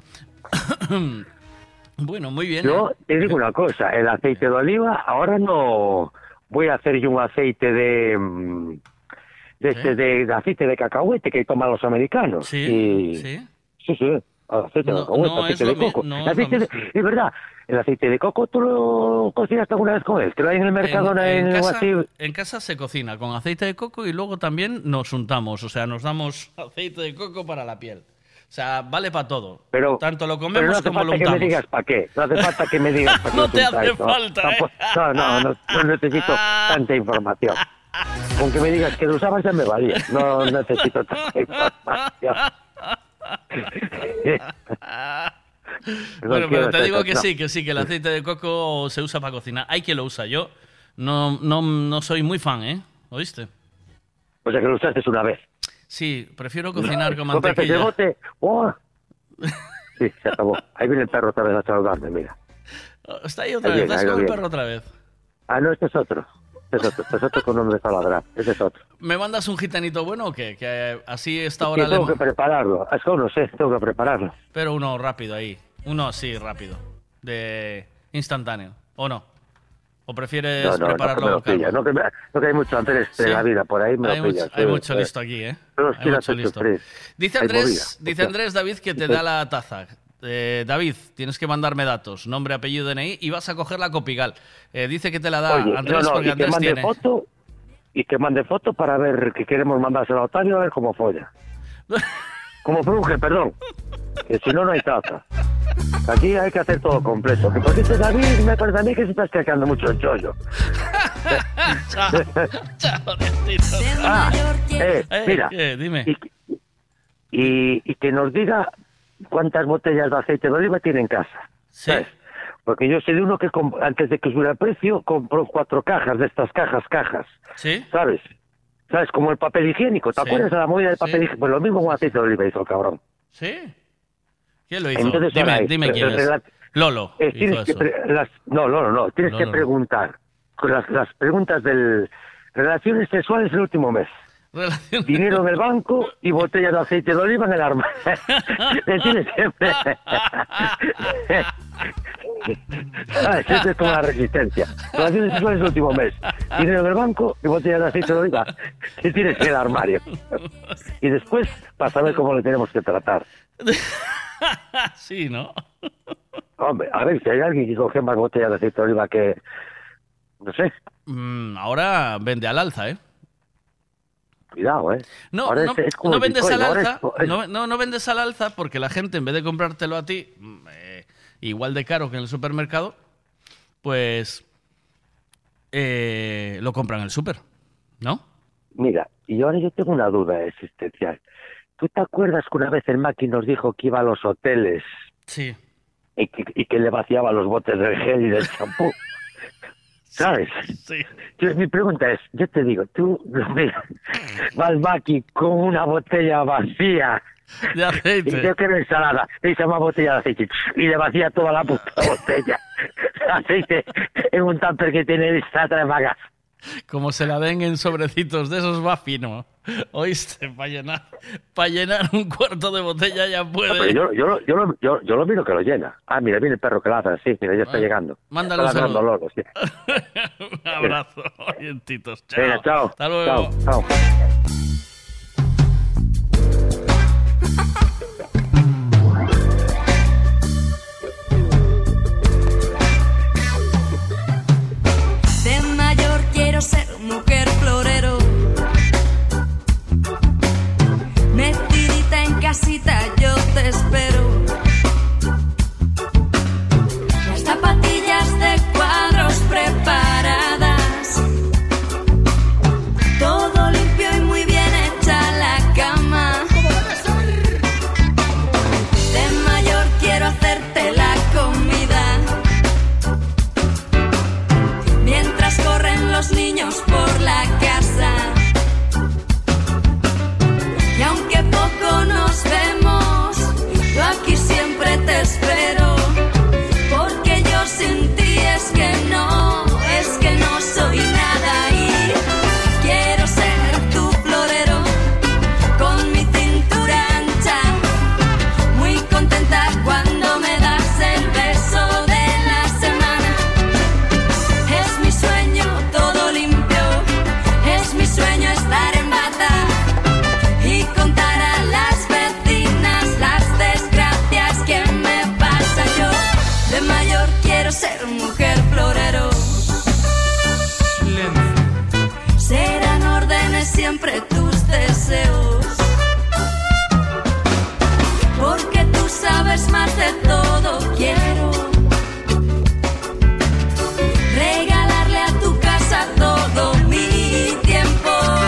S13: Bueno, muy bien.
S14: Yo te digo una cosa, el aceite de oliva, ahora no voy a hacer yo un aceite de aceite de cacahuete que toman los americanos.
S13: Sí.
S14: Sí, aceite de cacahuete, aceite de coco. Es verdad, el aceite de coco tú lo cocinas alguna vez con él, que lo hay en el mercado
S13: en casa se cocina con aceite de coco y luego también nos untamos, o sea, nos damos aceite de coco para la piel. O sea, vale para todo.
S14: Pero,
S13: tanto lo
S14: pero
S13: comemos
S14: no hace
S13: como lo
S14: falta que
S13: untamos.
S14: me digas para qué. No hace falta que me digas para qué.
S13: No te
S14: untáis,
S13: hace falta,
S14: No necesito tanta información. Con que me digas que lo usabas ya me valía. No necesito tanta información.
S13: Bueno, pero te digo que sí, que el aceite de coco se usa para cocinar. Hay quien lo usa. Yo no soy muy fan, ¿eh? ¿Oíste?
S14: O sea que lo usaste una vez.
S13: Sí, prefiero cocinar con
S14: Cómprate
S13: mantequilla.
S14: el bote. ¡Oh! Sí, se acabó. Ahí viene el perro otra vez a saludarme, mira.
S13: Está ahí otra
S14: Ahí
S13: vez,
S14: viene,
S13: estás
S14: ahí
S13: con el
S14: viene.
S13: perro otra vez.
S14: Ah, no, este es otro. Este es otro con nombre para ladrar. Ese es otro.
S13: ¿Me mandas un gitanito bueno o qué? Que así esta
S14: Sí,
S13: hora
S14: tengo que prepararlo. Es que no sé, tengo que prepararlo.
S13: Pero uno rápido ahí. Uno así, rápido. De instantáneo. ¿O no? ¿O prefieres prepararlo
S14: que me lo
S13: con calma?
S14: pilla. No que hay mucho Andrés de
S13: Sí.
S14: la vida por ahí, me lo pillas.
S13: Hay mucho listo aquí, ¿eh?
S14: No los
S13: Hay
S14: quieras
S13: mucho listo.
S14: sufrir.
S13: Dice
S14: Hay
S13: Andrés,
S14: movida.
S13: David, que te da la taza. David, tienes que mandarme datos, nombre, apellido, DNI, y vas a coger la Copigal. Dice que te la da
S14: Oye,
S13: Andrés porque
S14: y que
S13: Andrés
S14: mande
S13: tiene.
S14: foto y que mande foto para ver que queremos mandárselo a Otario a ver cómo folla. Como frunge, perdón. Que si no, no hay taza. Aquí hay que hacer todo completo. Que porque este David me parece a mí que se está escaqueando mucho el chollo. Mira,
S13: dime.
S14: Y que nos diga cuántas botellas de aceite de oliva tiene en casa.
S13: Sí.
S14: ¿Sabes? Porque yo sé de uno que antes de que subiera el precio compró 4 cajas de estas cajas.
S13: ¿Sí?
S14: ¿Sabes? ¿Sabes? Como el papel higiénico. ¿Te
S13: Sí.
S14: acuerdas de la movida del papel higiénico? Pues lo mismo con aceite de oliva hizo el cabrón.
S13: ¿Sí? ¿Quién lo hizo?
S14: Entonces, ahora
S13: dime quién es. Lolo hizo
S14: tienes que
S13: eso.
S14: no. Tienes que
S13: Lolo.
S14: preguntar con las preguntas del relaciones sexuales el último mes. Dinero en el banco y botellas de aceite de oliva en el armario. Le tienes siempre. ¿Sabes? Eso es como la resistencia. Relaciones sexuales el último mes. Dinero en el banco y botellas de aceite de oliva. Le tienes en el armario. Y después, para saber cómo le tenemos que tratar.
S13: Sí, ¿no?
S14: Hombre, a ver, si hay alguien que coge más botellas de aceite de oliva que... No sé.
S13: Ahora vende al alza, ¿eh?
S14: Cuidado, ¿eh?
S13: No,
S14: Ahora
S13: no,
S14: es como
S13: no
S14: el
S13: vendes
S14: Bitcoin,
S13: al
S14: ahora
S13: alza,
S14: es-
S13: no vendes al alza porque la gente, en vez de comprártelo a ti, igual de caro que en el supermercado, pues lo compran en el súper, ¿no?
S14: Mira, y ahora yo tengo una duda existencial. ¿Tú te acuerdas que una vez el Maki nos dijo que iba a los hoteles
S13: Sí.
S14: y que le vaciaba los botes del gel y del champú. ¿Sabes?
S13: Sí.
S14: Entonces mi pregunta es, yo te digo, tú mira, vas Maki con una botella vacía
S13: de aceite.
S14: Y yo quiero ensalada, y se llama botella de aceite y le vacía toda la puta botella de aceite en un tupper que tiene esta tres vagas.
S13: Como se la den en sobrecitos de esos va fino. Oíste, para llenar un cuarto de botella ya puede.
S14: No, pero yo lo miro que lo llena. Ah, mira, viene el perro que ladra, sí, mira, ya está llegando.
S13: Mándale un
S14: Está ladrando
S13: saludo.
S14: loros, sí.
S13: Un abrazo, oyentitos. Chao.
S14: Venga, chao.
S13: Hasta luego.
S14: Chao.
S6: De mayor quiero ser mujer florero, metidita en casita yo te espero. Las zapatillas de cuadros preparadas, todo limpio y muy bien hecha la cama. De mayor quiero hacerte la comida, mientras corren los niños por la casa. Y aunque poco nos vemos, yo aquí siempre te espero, porque yo sin ti es que no soy nada. Y quiero ser tu florero, con mi cintura ancha, muy contenta cuando me das el beso de la semana. Es mi sueño todo limpio, es mi sueño estar en bata y contar a las vecinas las desgracias que me pasa. Yo de mayor quiero ser mujer florero. Serán órdenes siempre tus deseos, porque tú sabes más de todo. Quiero regalarle a tu casa todo mi tiempo.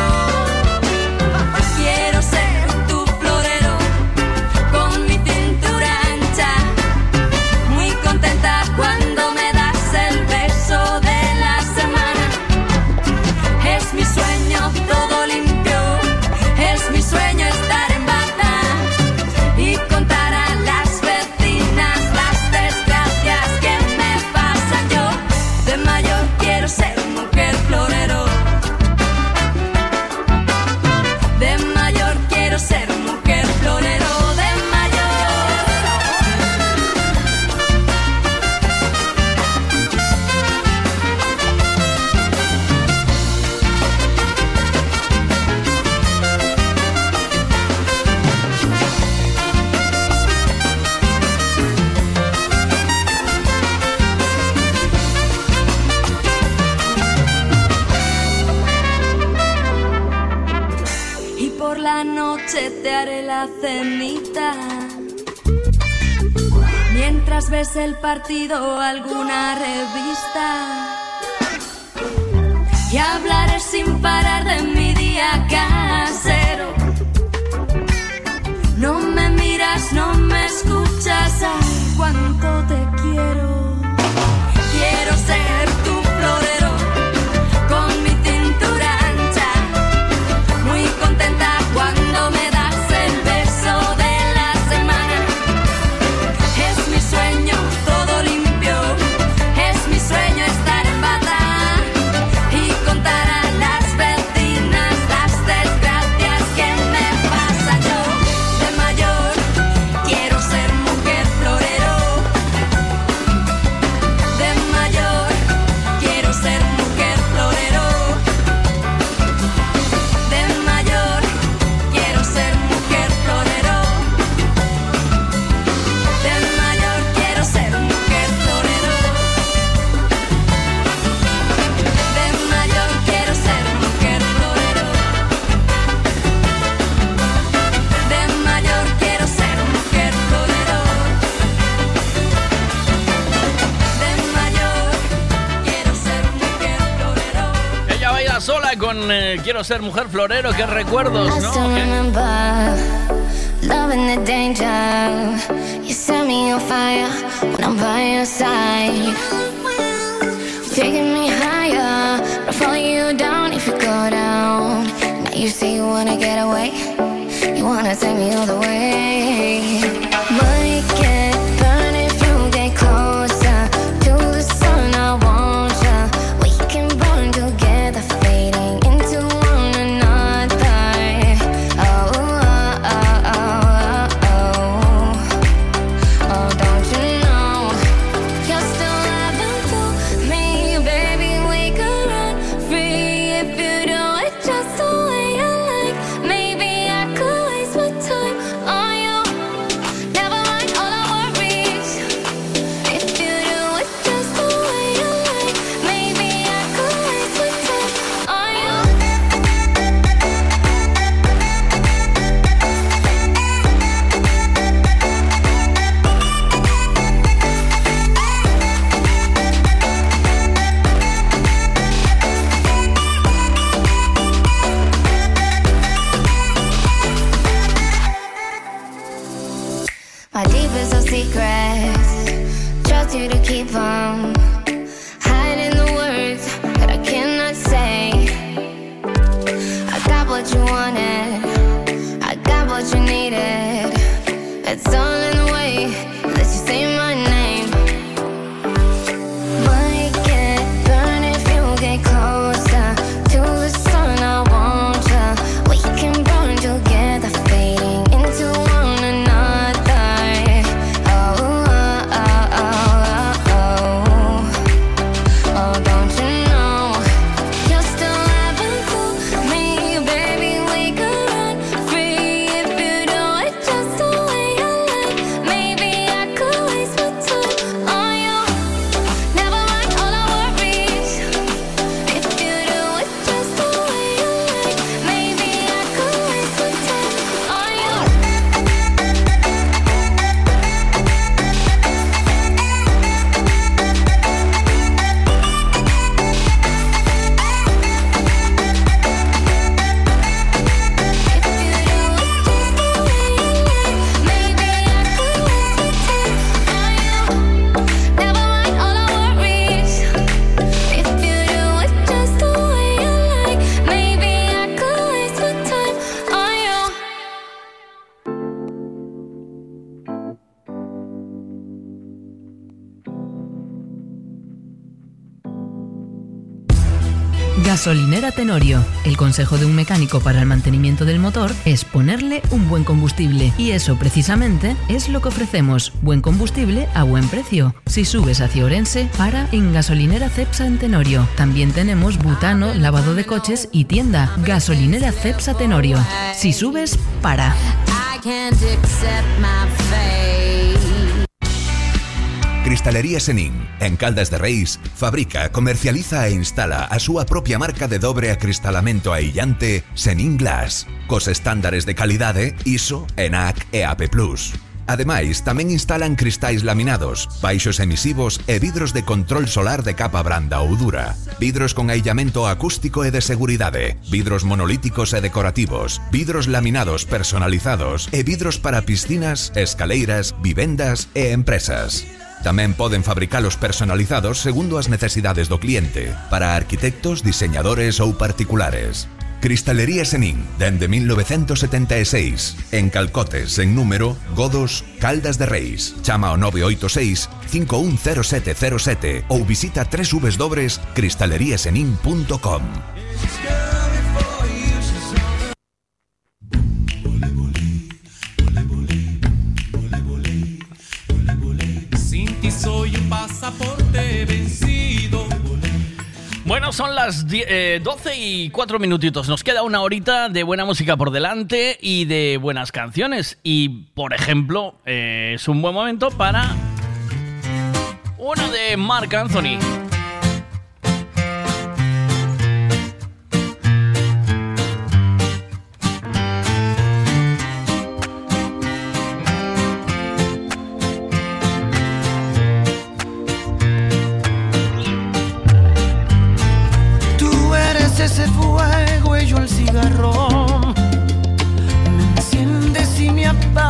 S6: Quiero ser tu florero, con mi cintura ancha, muy contenta cuando me das el beso de la semana. Es mi sueño todo limpio, es mi sueño estar en bata y contar a las vecinas las desgracias que me pasan. Yo de mayor quiero ser mujer florero, de mayor quiero ser mujer florero, de y por la noche te haré la cenita, mientras ves el partido o alguna revista, y hablaré sin parar de mi día casero. No me miras, no me escuchas, ay, cuánto te quiero. Quiero ser tu florero, con mi cintura ancha, muy contenta cuando me das el beso de la semana. Es mi sueño todo limpio, es mi sueño estar en bata y contar a las vecinas las desgracias que me pasan. Yo de mayor quiero ser mujer florero, de mayor quiero ser mujer florero, de mayor quiero ser mujer florero, de mayor quiero ser mujer florero, de mayor quiero ser mujer florero, de mayor quiero ser mujer florero, de mayor quiero ser mujer florero.
S13: Ella baila sola con Quiero ser mujer florero. Qué recuerdos,
S6: I
S13: ¿no?
S6: still remember loving the danger. You set me on fire when I'm by your side. Taking me higher, but falling you down if you go down. Now you say you wanna get away, you wanna take me all the way. Might get burned if you get closer to the sun. I want ya. We can burn together, fading into one another. Oh, oh, oh, oh, oh, oh, don't you know you're still loving to me, baby? We could run free if you do it just the way I like. Maybe I could waste my time on you. Never mind all our worries. If you do it just the way I like, maybe I could waste my time on you. My deepest of secrets, trust you to keep them. Hiding the words that I cannot say. I got what you wanted, I got what you needed. It's all in the way that you say my name. Might get burned if you get closer to the sun. I want ya. We can burn together, fading into one another. Oh, oh, oh, oh, oh, oh, don't you know you're still loving to me, baby? We could run free if you do it just the way I like. Maybe I could waste my time on you. Never mind all our worries. If you do it just the way I like, maybe I could waste my time on you. Never mind all our worries. If you do it just the way I like, maybe I could waste my time on you.
S8: Gasolinera Tenorio. El consejo de un mecánico para el mantenimiento del motor es ponerle un buen combustible. Y eso precisamente es lo que ofrecemos. Buen combustible a buen precio. Si subes hacia Orense, para en Gasolinera Cepsa en Tenorio. También tenemos butano, lavado de coches y tienda. Gasolinera Cepsa Tenorio. Si subes, para.
S2: I can't accept my fate.
S21: Cristalería Senin, en Caldas de Reis, fabrica, comercializa e instala a súa propia marca de dobre acristalamento aillante Senin Glass, cos estándares de calidade ISO, ENAC e AP+. Ademais, tamén instalan cristais laminados, baixos emisivos e vidros de control solar de capa branda ou dura, vidros con aillamento acústico e de seguridade, vidros monolíticos e decorativos, vidros laminados personalizados e vidros para piscinas, escaleiras, vivendas e empresas. Tamén poden fabricalos personalizados segundo as necesidades do cliente, para arquitectos, diseñadores ou particulares. Cristalería Senin, dende 1976, en Calcotes, en número, Godos, Caldas de Reis. Chama ao 986 510707 ou visita www.cristaleriasenin.com.
S16: Sin ti soy un pasaporte vencido.
S13: Bueno, son las 12 y 4 minutitos. Nos queda una horita de buena música por delante y de buenas canciones. Y, por ejemplo, es un buen momento para una de Marc Anthony.
S2: Ese fuego y yo el cigarro, me enciendes y me apagas.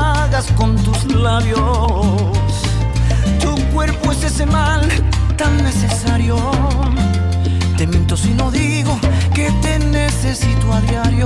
S12: labios. Tu cuerpo es ese mal tan necesario. Te miento si no digo que te necesito a diario.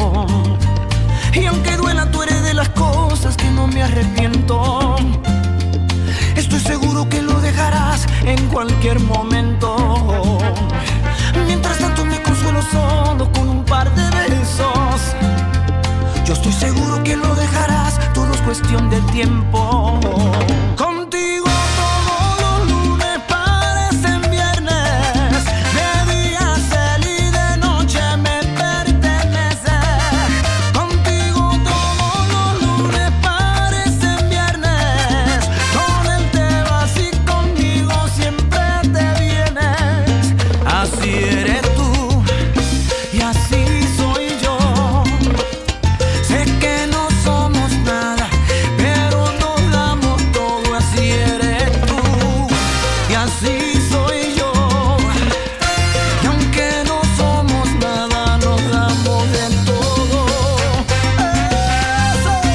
S12: Y aunque duela, tú eres de las cosas que no me arrepiento. Estoy seguro que lo dejarás en cualquier momento. Mientras tanto me consuelo solo con un par de besos. Yo estoy seguro que lo dejarás, todo es cuestión de tiempo. Contigo todos los lunes parecen viernes. De día y de noche me pertenece. Contigo todos los lunes parecen viernes. Con él te vas y conmigo siempre te vienes. Así eres tú y así soy yo. Sé que no somos nada, pero nos damos todo. Así eres tú y así soy yo. Y aunque no somos nada, nos damos de todo. ¡Eso!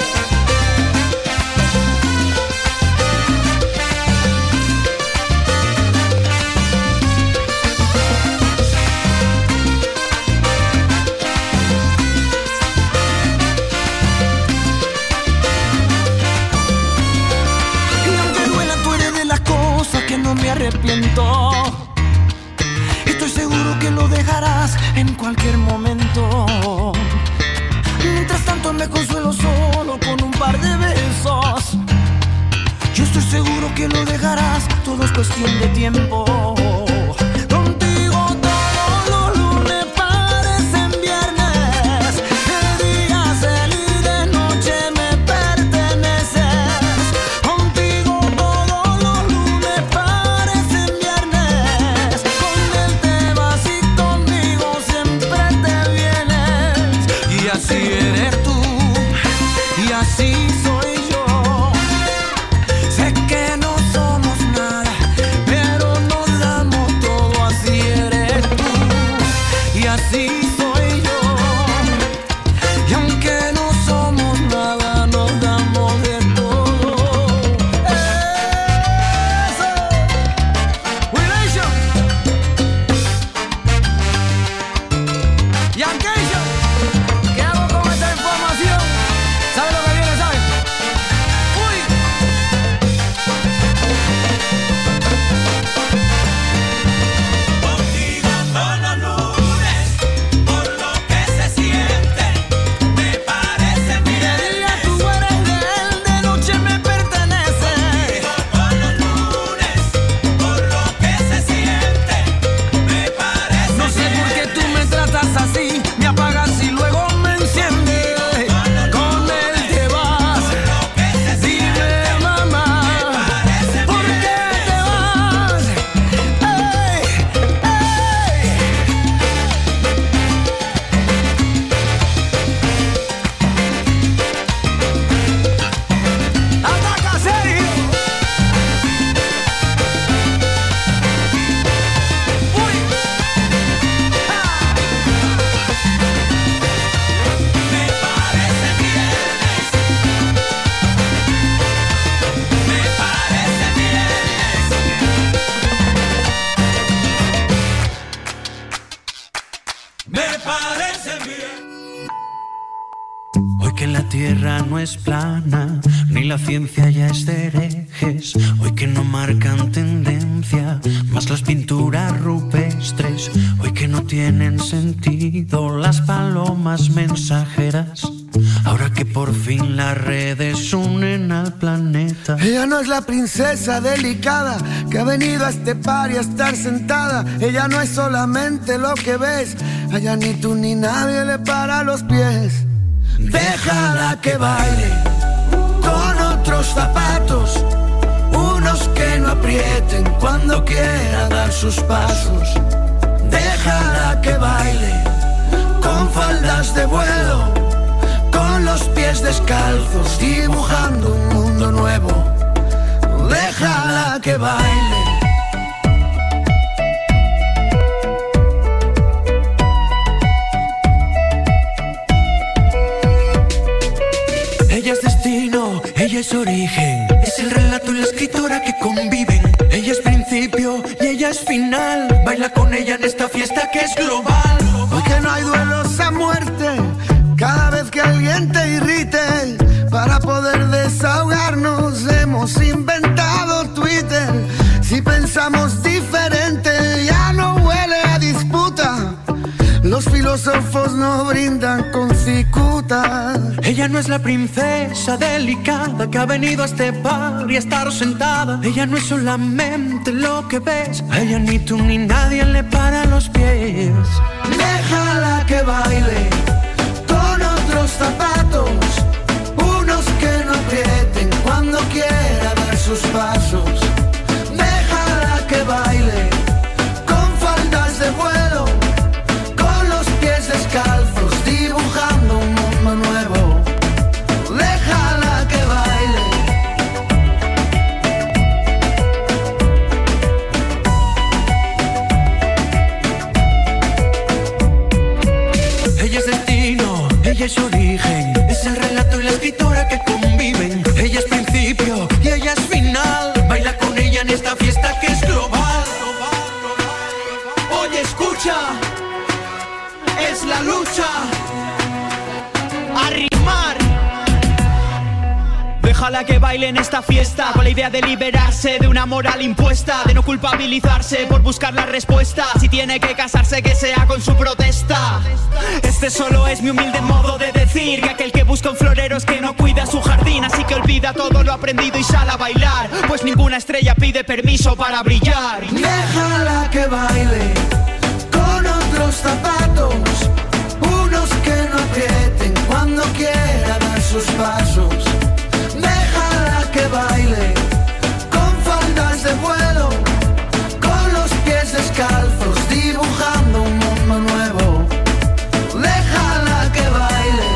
S12: Y aunque duela, tú eres de las cosas que no me arrepiento. Estoy seguro que lo dejarás en cualquier momento. Mientras tanto me consuelo solo con un par de besos. Yo estoy seguro que lo dejarás, todo es cuestión de tiempo. Contigo todos los lunes parecen viernes. De día y de noche me perteneces. Contigo todos los lunes parecen viernes. Con él te vas y conmigo siempre te vienes. Y así eres tú y así soy yo. Sé que no somos nada, pero nos damos todo. Así eres tú y así soy yo. Y aunque no somos nada, nos damos de todo. ¡Eso! Wilation y Ankation. ¿Qué hago con esta información? ¿Sabe lo que viene? ¿Sabe? ¡Uy!
S16: Contigo todos los lunes, por lo que se siente, me parece bien.
S12: De día tú eres de él, de noche me pertenece.
S16: Todos los lunes, por lo que se siente, me parece
S12: No sé por qué tú me tratas así, me apagas y luego me enciendes. Con él te vas, dime mamá, ¿por qué te vas? ¡Ey! ¡Ey! ¡Ataca, Sergio! ¡Uy!
S16: Me parece viernes. Me parece viernes. Me parece bien.
S12: Hoy que la tierra no es plana, ni la ciencia ya es de herejes. Hoy que no marcan tendencia, más las pinturas rupestres. Hoy que no tienen sentido las palomas mensajeras. Ahora que por fin las redes unen al planeta.
S11: Ella no es la princesa delicada que ha venido a este party a estar sentada. Ella no es solamente lo que ves. Allá ni tú ni nadie le para los pies. Déjala que baile con otros zapatos, unos que no aprieten cuando quiera dar sus pasos. Déjala que baile con faldas de vuelo, con los pies descalzos, dibujando un mundo nuevo. Déjala que baile.
S2: Ella es origen, es el relato y la escritora que conviven. Ella es principio y ella es final. Baila con ella en esta fiesta que es global.
S11: Hoy que no hay duelos a muerte, cada vez que alguien te irrite, para poder desahogarnos hemos inventado Twitter. Si pensamos diferente ya no huele a disputa. Los filósofos no brindan con cicuta.
S2: Ella no es la princesa delicada que ha venido a este bar y a estar sentada. Ella no es solamente lo que ves. A ella ni tú ni nadie le para los pies.
S11: Déjala que baile con otros zapatos, unos que no aprieten cuando quiera dar sus pasos. Déjala que baile con faldas de vuelo, con los pies descalzos, dibujando un mundo nuevo. Déjala que baile.
S2: Ella es destino, ella es origen, es el relato y la escritora que conviven. Ella es principio y ella es final. Baila con ella en esta fiesta que es global. Oye, escucha, es la lucha. A rimar.
S7: Déjala que baile en esta fiesta con la idea de liberarse de una moral impuesta, de no culpabilizarse por buscar la respuesta. Si tiene que casarse, que sea con su protesta. Este solo es mi humilde modo de decir que aquel que busca un florero es que no cuida su jardín. Así que olvida todo lo aprendido y sal a bailar, pues ninguna estrella pide permiso para brillar.
S11: Déjala que baile con otros zapatos, unos que no aprieten cuando quiera dar sus pasos. Déjala que baile con faldas de vuelo, con los pies descalzos, dibujando un mundo nuevo. Déjala que baile.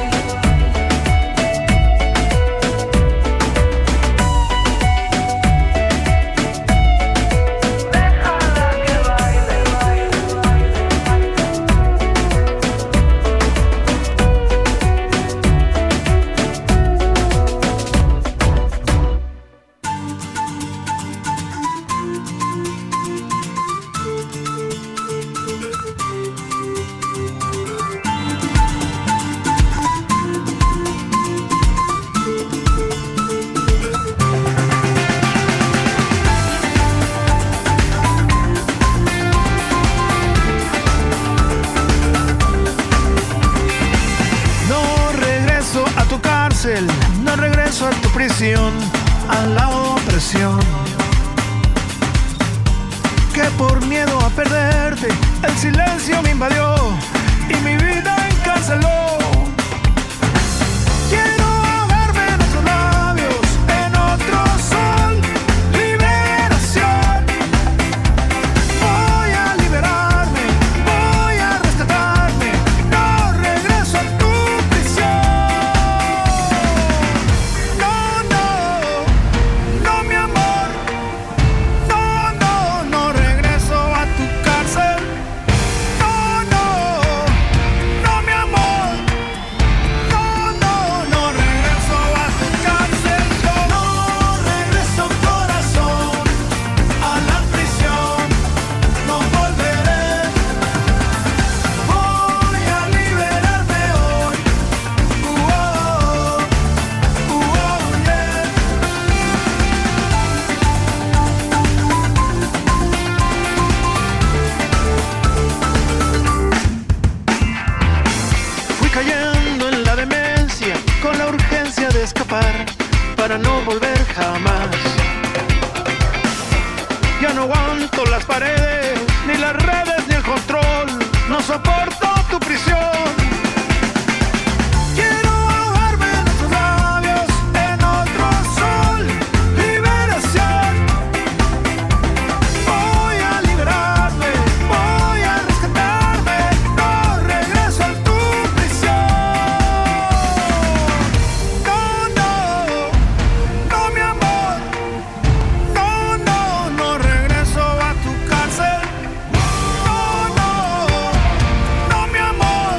S15: No regreso a tu prisión, a la opresión, que por miedo a perderte el silencio me invadió y mi vida encarceló. Quiero ahogarme en otros labios, en otro sol, liberación. Voy a liberarme, voy a rescatarme, no regreso a tu prisión. Para no volver jamás. Ya no aguanto las paredes, ni las redes, ni el control. No soporto tu prisión. Quiero ahogarme en tus labios, en otro sol, liberación. Voy a liberarme, voy a rescatarme, no regreso a tu prisión. No, mi amor.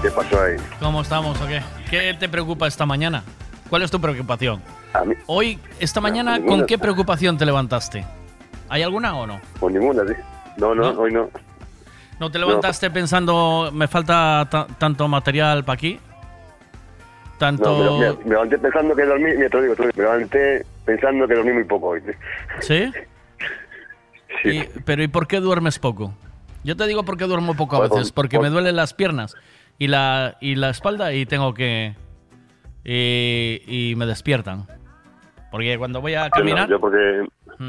S3: ¿Qué pasó ahí?
S13: ¿Cómo estamos o qué? ¿Qué te preocupa esta mañana? ¿Cuál es tu preocupación?
S3: A mí,
S13: Hoy, esta mañana,
S3: ninguna.
S13: ¿con qué preocupación te levantaste? ¿Hay alguna o no?
S3: Pues ninguna, sí. No, hoy no.
S13: ¿No te levantaste pensando, me falta tanto material para aquí? Tanto...
S3: No, pero me levanté pensando que dormí, mira, te lo digo, me levanté pensando que dormí muy poco hoy.
S13: ¿Sí?
S3: Sí.
S13: Pero ¿y por qué duermes poco? Yo te digo por qué duermo poco a
S3: Bueno,
S13: veces, porque me duelen las piernas y la espalda y tengo que... Y me despiertan. Porque cuando voy a caminar...
S3: Yo porque...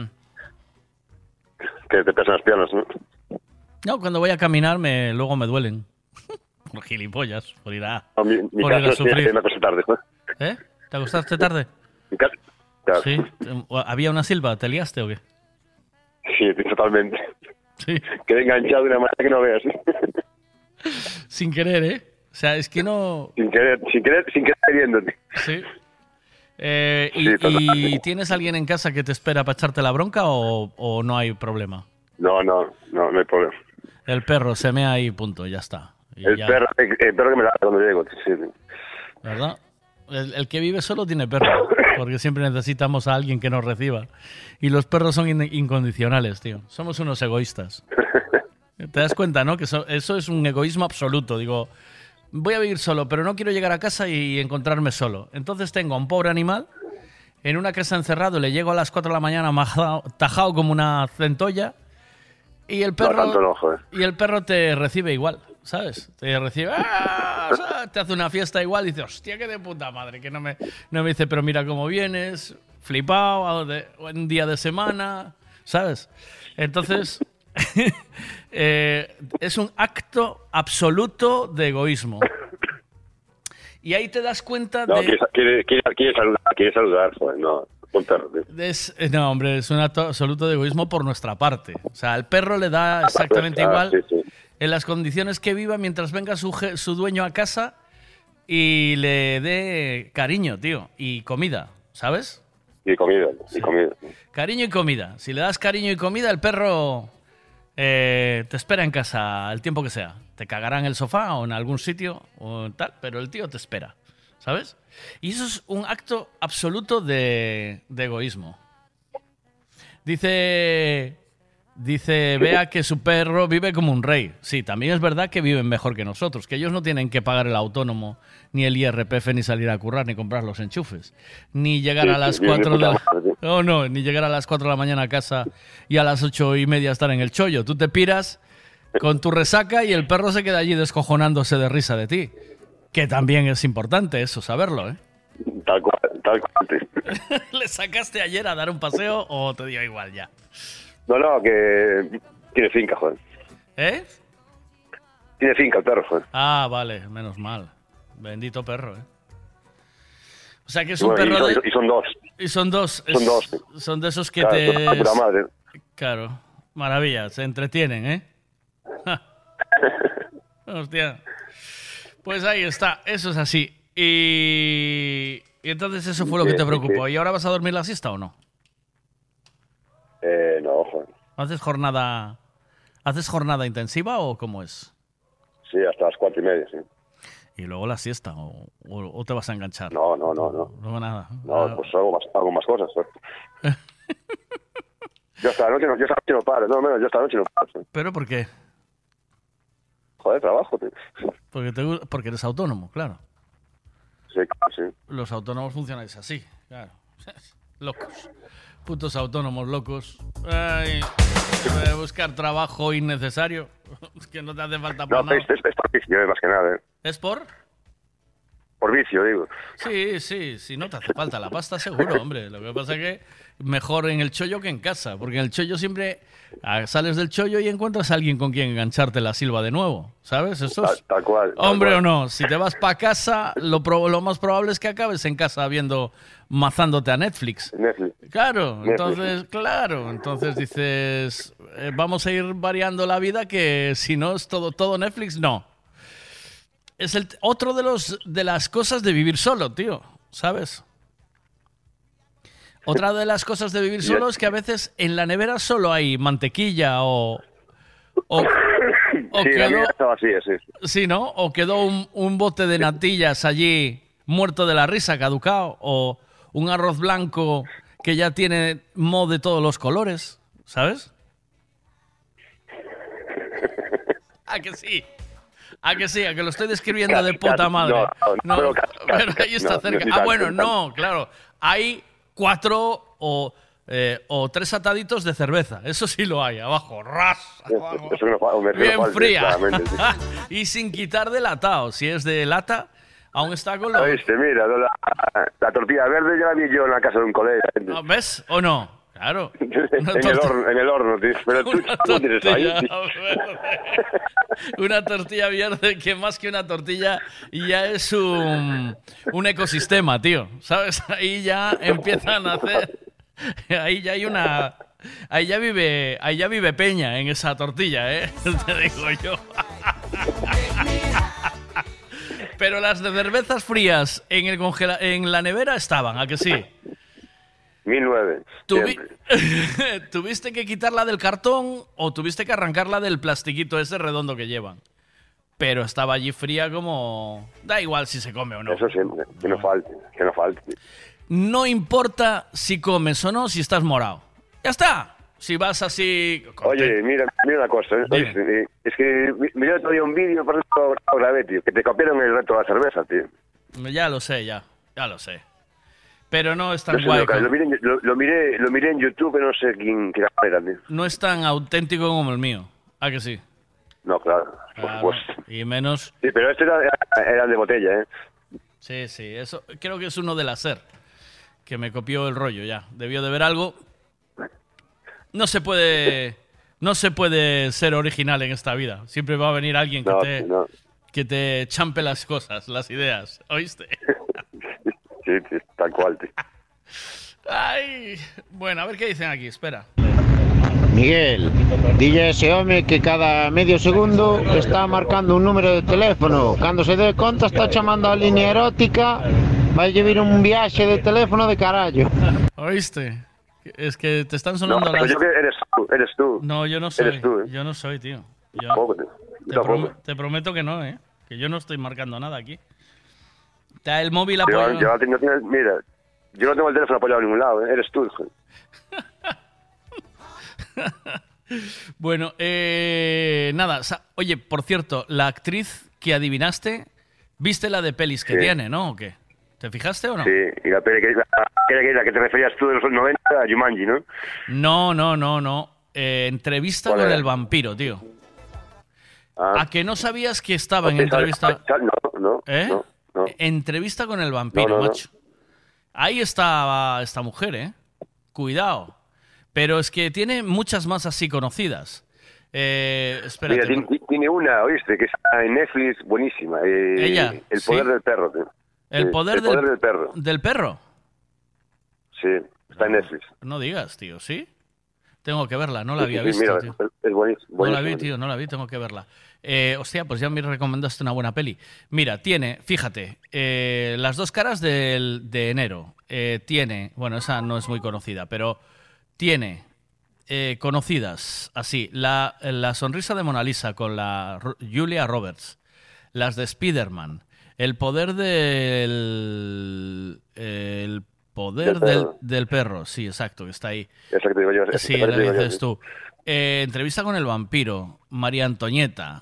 S3: Que te pesan las piernas, ¿no?
S13: No, cuando voy a caminar luego me duelen. Por gilipollas, por ir a,
S3: No, mi
S13: por ir a
S3: caso es
S13: sufrir.
S3: que me acosté tarde, ¿no?
S13: ¿Eh? ¿Te acostaste tarde?
S3: Mi caso, claro.
S13: Sí. ¿Había una silba? ¿Te liaste o qué?
S3: Sí, totalmente.
S13: Sí.
S3: Quedé enganchado de una manera que no veas.
S13: Sin querer, ¿eh? O sea, es que no...
S3: Sin querer queriéndote.
S13: Sí.
S3: Sí, total.
S13: ¿Y tienes alguien en casa que te espera para echarte la bronca o no hay problema?
S3: No hay problema.
S13: El perro se mea ahí, punto, ya está. Y
S3: El
S13: ya.
S3: perro que me da cuando llego. Sí.
S13: ¿Verdad? El que vive solo tiene perro, porque siempre necesitamos a alguien que nos reciba. Y los perros son incondicionales, tío. Somos unos egoístas. ¿Te das cuenta, no? Que eso es un egoísmo absoluto. Digo, voy a vivir solo, pero no quiero llegar a casa y encontrarme solo. Entonces tengo a un pobre animal en una casa encerrado, le llego a las 4 de la mañana tajado como una centolla y el perro,
S3: No, tanto no, joder.
S13: y el perro te recibe igual, ¿sabes? Te recibe, ¡ah! O sea, te hace una fiesta igual y dice, hostia, qué de puta madre, que no me dice, pero mira cómo vienes, flipado, un día de semana, ¿sabes? Entonces, es un acto absoluto de egoísmo. Y ahí te das cuenta
S3: No,
S13: de...
S3: quiere saludar, joder, no. Un perro, tío.
S13: No, hombre, es un acto absoluto de egoísmo por nuestra parte. O sea, al perro le da exactamente igual
S3: Sí.
S13: en las condiciones que viva mientras venga su dueño a casa y le dé cariño, tío, y comida, ¿sabes?
S3: Y comida.
S13: Cariño y comida. Si le das cariño y comida, el perro te espera en casa el tiempo que sea. Te cagará en el sofá o en algún sitio o tal, pero el tío te espera, ¿sabes? Y eso es un acto absoluto de egoísmo. Dice Bea que su perro vive como un rey. Sí, también es verdad que viven mejor que nosotros, que ellos no tienen que pagar el autónomo, ni el IRPF, ni salir a currar, ni comprar los enchufes, ni llegar a las 4 de la... ni llegar a las 4 de la mañana a casa y a las 8:30 estar en el chollo. Tú te piras con tu resaca y el perro se queda allí descojonándose de risa de ti. Que también es importante eso, saberlo, ¿eh?
S3: Tal cual.
S13: ¿Le sacaste ayer a dar un paseo o te dio igual ya?
S3: No, que tiene finca, joder.
S13: ¿Eh?
S3: Tiene finca el perro, joder.
S13: Ah, vale, menos mal. Bendito perro, ¿eh? O sea que es
S3: Y
S13: un
S3: bueno,
S13: perro
S3: y son dos.
S13: Y son dos.
S3: Son dos.
S13: Son de esos que
S3: Claro,
S13: te...
S3: la puta madre.
S13: Claro, maravilla, se entretienen, ¿eh? Ja. Hostia. Pues ahí está, eso es así. Y entonces eso fue lo que te preocupó.
S3: Sí.
S13: ¿Y ahora vas a dormir la siesta o no?
S3: No, joder.
S13: ¿Haces jornada intensiva o cómo es?
S3: Sí, hasta las 4:30, sí.
S13: Y luego la siesta, o te vas a enganchar.
S3: No.
S13: No, nada.
S3: No, pues hago más cosas, joder. Yo esta noche no paro, yo esta noche no paro.
S13: ¿Pero por qué?
S3: Joder, trabajo, tío.
S13: Porque eres autónomo, claro.
S3: Sí.
S13: Los autónomos funcionáis así, claro. Locos. Putos autónomos locos. Ay, buscar trabajo innecesario. Es que no te hace falta para nada.
S3: Es por vicio, más que nada, ¿eh?
S13: ¿Es por?
S3: Por vicio, digo.
S13: Sí, no te hace falta la pasta seguro, hombre. Lo que pasa es que mejor en el chollo que en casa, porque en el chollo siempre sales del chollo y encuentras a alguien con quien engancharte la silba de nuevo, ¿sabes? Eso es...
S3: Tal cual.
S13: Hombre o no, si te vas para casa, lo más probable es que acabes en casa mazándote a Netflix. Claro, entonces dices, vamos a ir variando la vida, que si no es todo Netflix, no. Es otro de las cosas de vivir solo, tío, ¿sabes? Otra de las cosas de vivir solo es que a veces en la nevera solo hay mantequilla o O
S3: Sí, la
S13: quedó,
S3: mía estaba así, sí.
S13: sí, ¿no? O quedó un bote de natillas allí muerto de la risa, caducado, o un arroz blanco que ya tiene moho de todos los colores, ¿sabes? ¿A que sí? ¿A que sí? ¿A que lo estoy describiendo de puta madre? No, pero ahí está cerca. Ah, bueno, no, claro. Hay 4 o 3 ataditos de cerveza. Eso sí lo hay, abajo. ¡Ras! Abajo.
S3: Eso no falta,
S13: Bien fría.
S3: claramente, sí.
S13: Y sin quitar de latado. Si es de lata, aún está con los...
S3: ¿Viste? Mira, la tortilla verde ya la vi yo en la casa de un colega.
S13: ¿No, ¿ves o no? Claro.
S3: en el horno, tío. Pero tú no tienes ahí, tío.
S13: Una tortilla verde que más que una tortilla ya es un ecosistema, tío. ¿Sabes? Ahí ya empiezan a hacer... Ahí ya hay una... Ahí ya vive Peña en esa tortilla, ¿eh? Te digo yo. Pero las de cervezas frías en la nevera estaban, ¿a que sí?
S3: 1009.
S13: ¿Tuviste que quitarla del cartón o tuviste que arrancarla del plastiquito ese redondo que llevan? Pero estaba allí fría como... Da igual si se come o no.
S3: Eso siempre, que no falte.
S13: No importa si comes o no, si estás morado. ¡Ya está! Si vas así...
S3: Oye, mira una cosa. Es que miré otro día un vídeo, por eso lo grabé, tío, que te copiaron el reto de la cerveza, tío.
S13: Ya lo sé, ya lo sé. Pero no es tan
S3: No sé,
S13: guay.
S3: lo miré en YouTube, pero no sé quién era, tío.
S13: No es tan auténtico como el mío. ¿A que sí?
S3: No, claro, por supuesto.
S13: Y menos...
S3: Sí, pero este era de botella, ¿eh?
S13: Sí, eso creo que es uno de la SER, que me copió el rollo ya. Debió de ver algo. No se puede ser original en esta vida. Siempre va a venir alguien que te champe las cosas, las ideas. ¿Oíste?
S3: Sí, tal cual, tío.
S13: Ay, bueno, a ver qué dicen aquí, espera.
S20: Miguel, dille a ese home que cada medio segundo está marcando un número de teléfono. Cando se dé conta está chamando a línea erótica, vai llevar un viaxe de teléfono de carallo.
S13: ¿Oíste? Es que te están sonando
S3: las... Yo que eres tú.
S13: No, yo no soy.
S3: Eres tú, ¿eh?
S13: Yo no soy, tío. Te prometo que no, ¿eh? Que yo no estoy marcando nada aquí. Está el móvil apoyado.
S3: Mira, yo no tengo el teléfono apoyado en ningún lado, ¿eh? Eres tú, hijo.
S13: Bueno, nada. Oye, por cierto, la actriz que adivinaste, ¿viste la de pelis que tiene, no? ¿O qué? ¿Te fijaste o no?
S3: Sí, y la peli la que te referías tú de los 90, a Jumanji, ¿no?
S13: No. Entrevista con el vampiro, tío. ¿A que no sabías que estaba en entrevista?
S3: No.
S13: Entrevista con el vampiro, macho. Ahí estaba esta mujer, ¿eh? Cuidado. Pero es que tiene muchas más así conocidas. Espérate.
S3: Mira, tiene una, ¿oíste? Que está en Netflix, buenísima.
S13: Ella.
S3: El poder del perro, tío.
S13: El poder
S3: del perro.
S13: ¿Del perro?
S3: Sí, está en Netflix.
S13: No digas, tío, ¿sí? Tengo que verla, no la había visto,
S3: mira,
S13: tío.
S3: Es buenísimo.
S13: No la vi, tío, no la vi, tengo que verla. Hostia, pues ya me recomendaste una buena peli. Mira, tiene, fíjate, Las dos caras de enero. Tiene, bueno, esa no es muy conocida, pero tiene conocidas, así, la sonrisa de Mona Lisa con la Julia Roberts, las de Spider-Man, el poder del perro, sí, exacto, que está ahí.
S3: Exacto, digo yo.
S13: Sí, la dices tú. Entrevista con el vampiro, María Antonieta.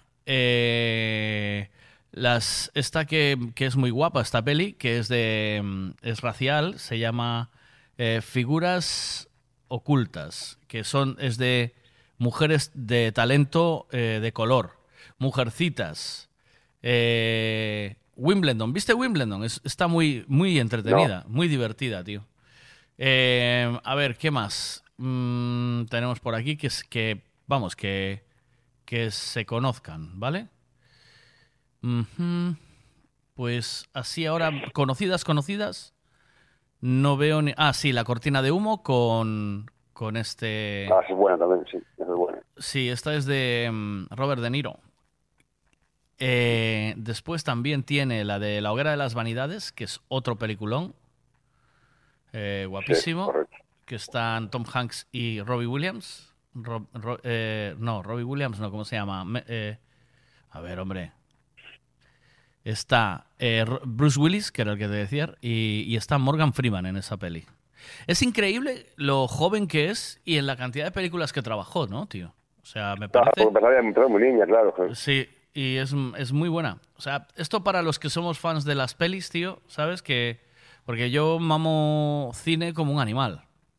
S13: Esta que es muy guapa, esta peli, que es racial, se llama Figuras Ocultas, que es de mujeres de talento de color, Mujercitas. Wimbledon, ¿viste Wimbledon? Está muy, muy entretenida, muy divertida, tío. A ver, ¿qué más? Tenemos por aquí que se conozcan, ¿vale? Pues así ahora, conocidas, no veo ni... Ah, sí, La cortina de humo con este...
S3: Ah, es buena también, sí, es buena.
S13: Sí, esta es de Robert De Niro. Después también tiene la de La hoguera de las vanidades, que es otro peliculón guapísimo, sí, que están Tom Hanks y Robbie Williams. Robbie Williams no, ¿cómo se llama? A ver, hombre. Está Bruce Willis, que era el que te decía, y está Morgan Freeman en esa peli. Es increíble lo joven que es y en la cantidad de películas que trabajó, ¿no, tío? O sea, me parece...
S3: Claro, porque empezaba muy niña, claro.
S13: Sí, y es muy buena. O sea, esto para los que somos fans de las pelis, tío, ¿sabes? Porque yo mamo cine como un animal.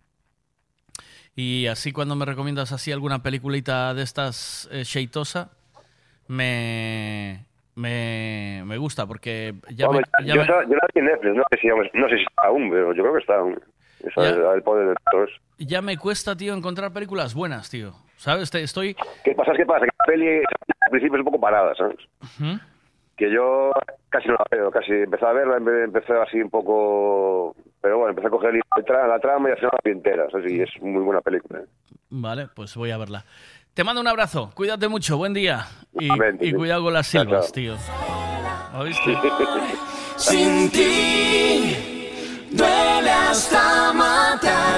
S13: Y así cuando me recomiendas así alguna peliculita de estas sheitosa, me gusta, porque ya
S3: Hombre, yo la vi en Netflix, no sé si está aún, pero yo creo que está aún. El poder de todos.
S13: Ya me cuesta, tío, encontrar películas buenas, tío. ¿Sabes? Estoy...
S3: ¿Qué pasa? Que la peli al principio es un poco parada, ¿sabes?
S13: ¿Mm?
S3: Que yo casi no la veo, casi empecé a verla, empecé así un poco... Pero bueno, empecé a coger la trama y al final la vi entera, ¿sabes? Y es muy buena película.
S13: Vale, pues voy a verla. Te mando un abrazo, cuídate mucho, buen día. Y cuidado con las silbas, tío. ¿Oíste?
S2: Sin ti duele hasta matar.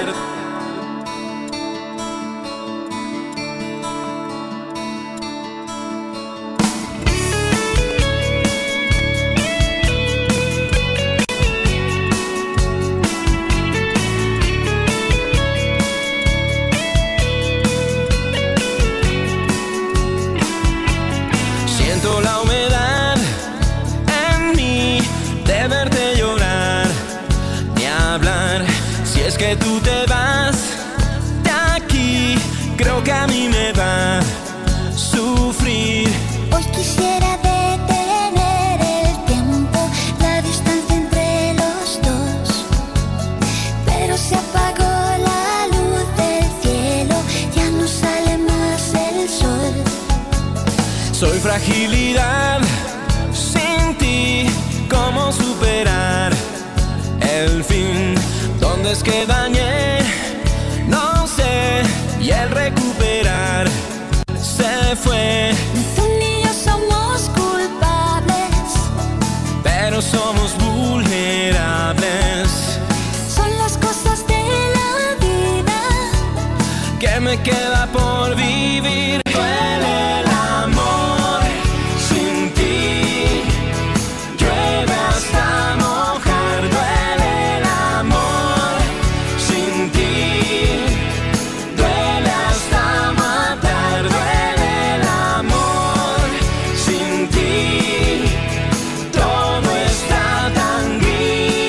S12: Siento la humedad en mí de verte llorar, ni hablar. Si es que tú te vas de aquí, creo que a mí me va a sufrir.
S18: Hoy quisiera detener el tiempo, la distancia entre los dos, pero se apagó la luz del cielo, ya no sale más el sol.
S12: Soy fragilidad sin ti, ¿cómo superar el fin? ¿Dónde es que dañé? No sé, y el recuperar se fue.
S18: Tú ni yo somos culpables,
S12: Pero somos vulnerables.
S18: son las cosas de la vida.
S12: ¿Qué me queda por vivir? Duele el amor sin ti. Llueve hasta mojar. Duele el amor sin ti. Duele hasta matar. Duele el amor sin ti. Todo está tan gris.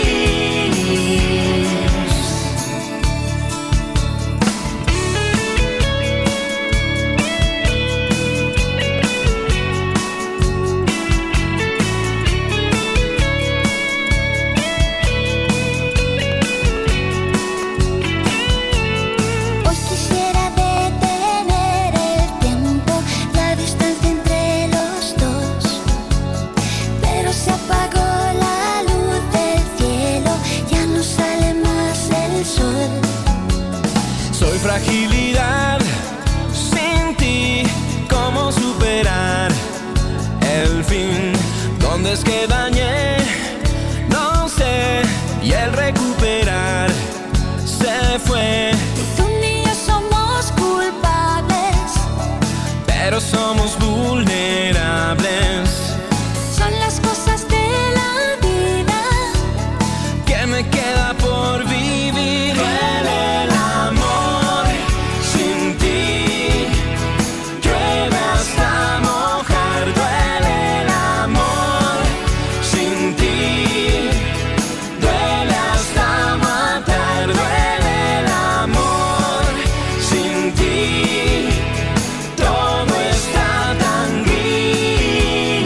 S18: Hoy quisiera detener el tiempo, la distancia entre los dos, pero se apagó la luz del cielo, ya no sale más el sol.
S12: Soy fragilidad sin ti, ¿cómo superar el fin? ¿Dónde es que dañé? No sé, y el recuperar se fue.
S18: Tú ni yo somos culpables,
S12: Pero somos vulnerables.
S18: son las cosas de la vida.
S12: ¿Qué me queda por vivir? Duele el amor sin ti. Llueve hasta mojar. Duele el amor sin ti. Duele hasta matar. Duele el amor sin ti. Todo está tan gris.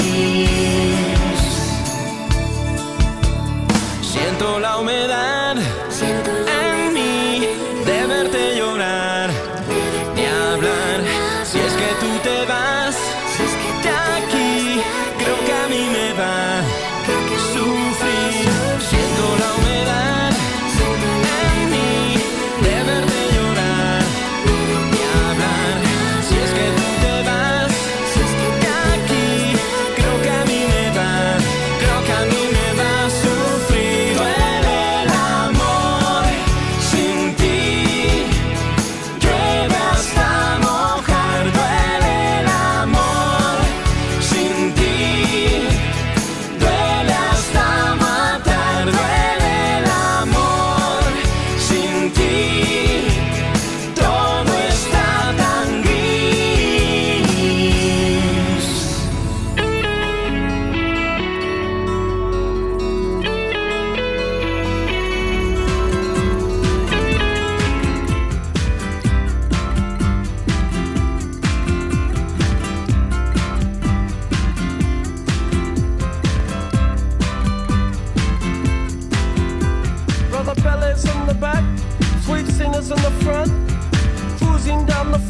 S12: Siento la humedad en mí de verte llorar, ni hablar. Si es que tú te vas de aquí, creo que a mí me va a sufrir. Siento la humedad en mí de verte llorar, ni hablar. Si es que tú te vas de aquí, creo que a mí me va a sufrir. Duele el amor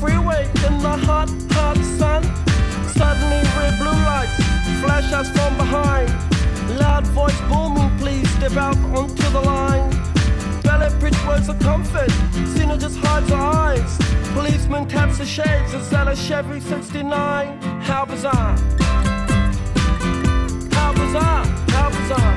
S1: freeway in the hot, hot sun. Suddenly red blue lights flash us from behind. Loud voice booming, please step out onto the line. Ballet bridge words of comfort, Cena just hides her eyes. Policeman taps the shades, is that a Chevy 69? How bizarre. How bizarre, how bizarre.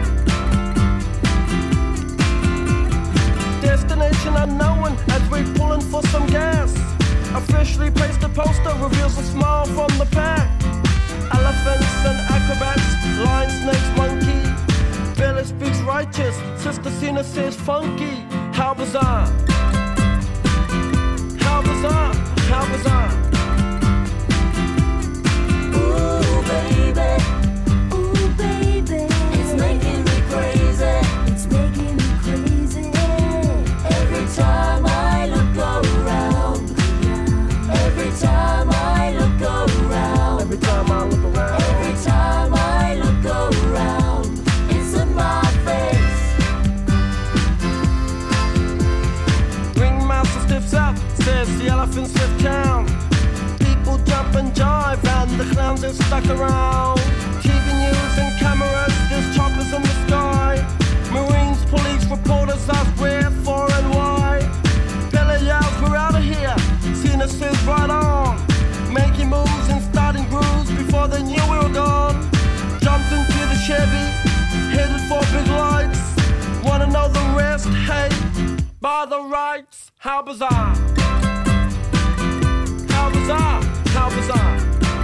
S1: Destination unknown as we're pulling for some gas. Officially placed a poster, reveals a smile from the pack. Elephants and acrobats, lion, snakes, monkey. Billy speaks righteous, Sister Cena says funky. How bizarre. How bizarre, how bizarre.
S2: Ooh, baby. Ooh, baby. It's making me crazy. It's making me crazy. Every time I look around. Every time I look around.
S1: Every time I look around.
S2: Every time I look around. It's in my face.
S1: Ringmaster stiffs up, says the elephants left town. People jump and jive and the clowns are stuck around. TV news and cameras, there's choppers in the sky. Marines, police, reporters ask where, for and why. Billy yells, we're out of here. Cena says right on. Making moves and starting grooves before they knew we were gone. Jumped into the Chevy, headed for big lights. Wanna know the rest? Hey, by the rights. How bizarre. How bizarre. How bizarre.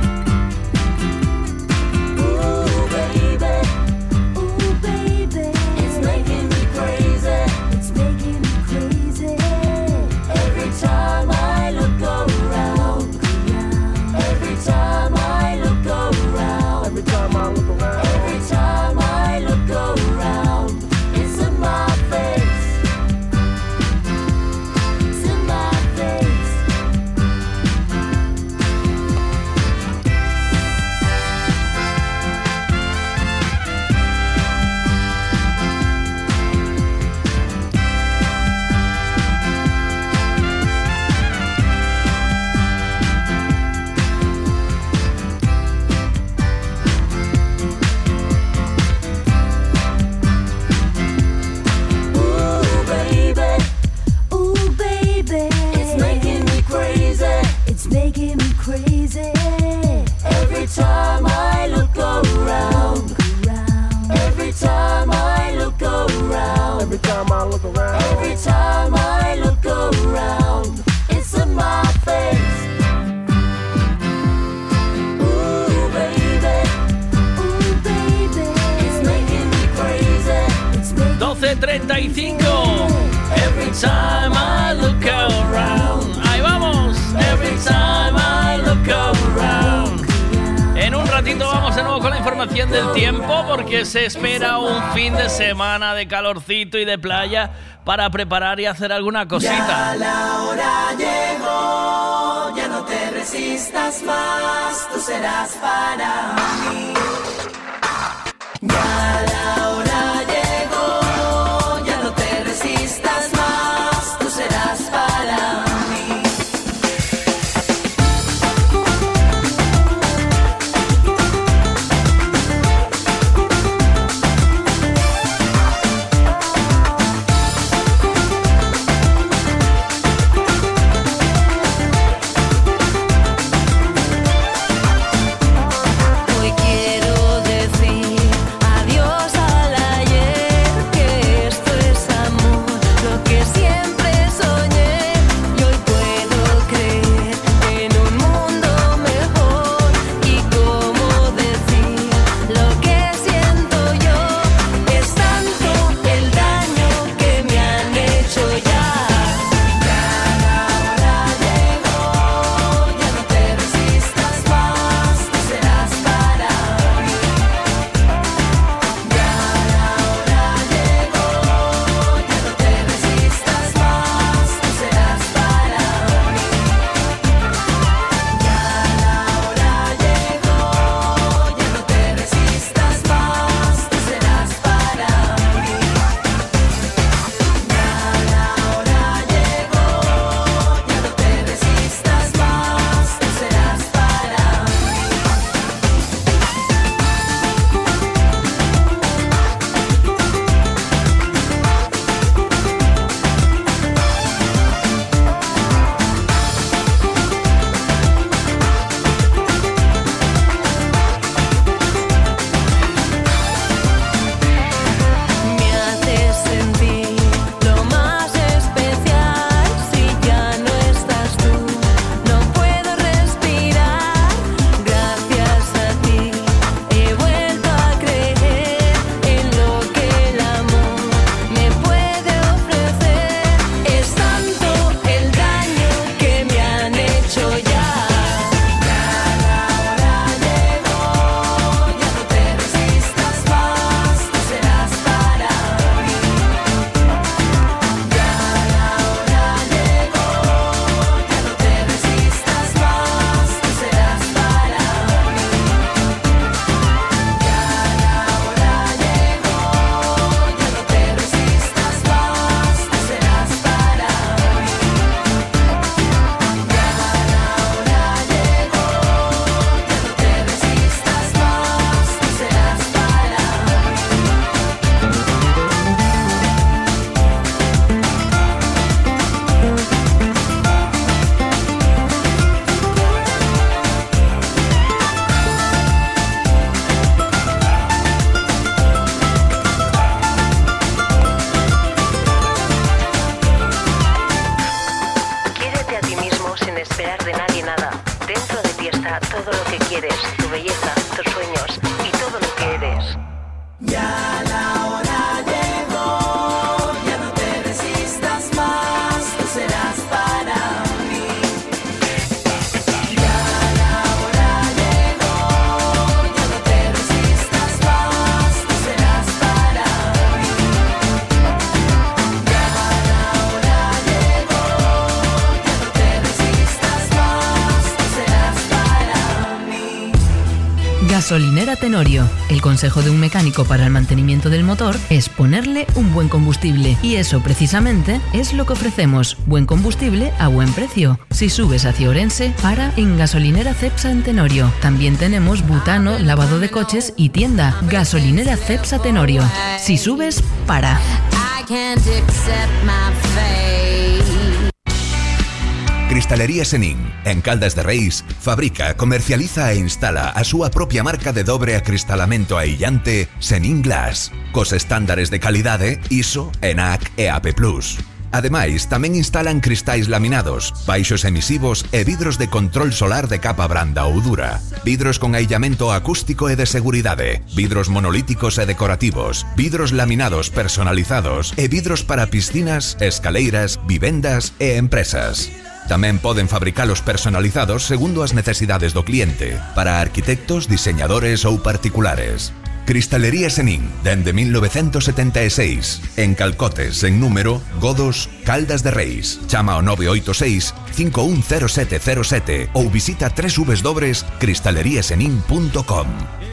S2: Ooh, baby. Ooh, baby. It's making me crazy. It's making me crazy. Every time I look around. Every time I look around.
S1: Every time I look around.
S2: Every time I look around. It's in my face. It's in my face. Ooh, baby. Ooh, baby. It's making me crazy. It's making me crazy. Every time I look around. Every time I look around.
S1: Every time I look around.
S2: Every time I look around. It's in my face. Ooh, baby. Ooh, baby. It's making me crazy. It's making
S13: 12:35. Every time I look around. Ahí vamos. Every time I look around. En un ratito vamos de nuevo con la información del tiempo porque se espera un fin de semana de calorcito y de playa para preparar y hacer alguna cosita.
S2: Ya la hora llegó, ya no te resistas más, tú serás para mí. Ya la hora llegó, ya no te resistas más, tú serás para mí.
S6: Hoy quiero decir adiós
S8: Gasolinera Tenorio. El consejo de un mecánico para el mantenimiento del motor es ponerle un buen combustible. Y eso precisamente es lo que ofrecemos. Buen combustible a buen precio. Si subes hacia Orense, para en Gasolinera Cepsa en Tenorio. También tenemos butano, lavado de coches y tienda. Gasolinera Cepsa Tenorio. Si subes, para.
S2: I can't accept my fate.
S21: Cristalería Senin, en Caldas de Reis, fabrica, comercializa e instala a súa propia marca de dobre acristalamento aillante Senin Glass, cos estándares de calidade ISO, ENAC e AP+. Ademais, tamén instalan cristais laminados, baixos emisivos e vidros de control solar de capa branda ou dura, vidros con aillamento acústico e de seguridade, vidros monolíticos e decorativos, vidros laminados personalizados e vidros para piscinas, escaleiras, vivendas e empresas. Tamén poden fabricalos personalizados segundo as necesidades do cliente, para arquitectos, diseñadores ou particulares. Cristalería Senin, dende 1976, en Calcotes, en número, Godos, Caldas de Reis. Chama ao 986 510707 ou visita www.cristaleriasenin.com.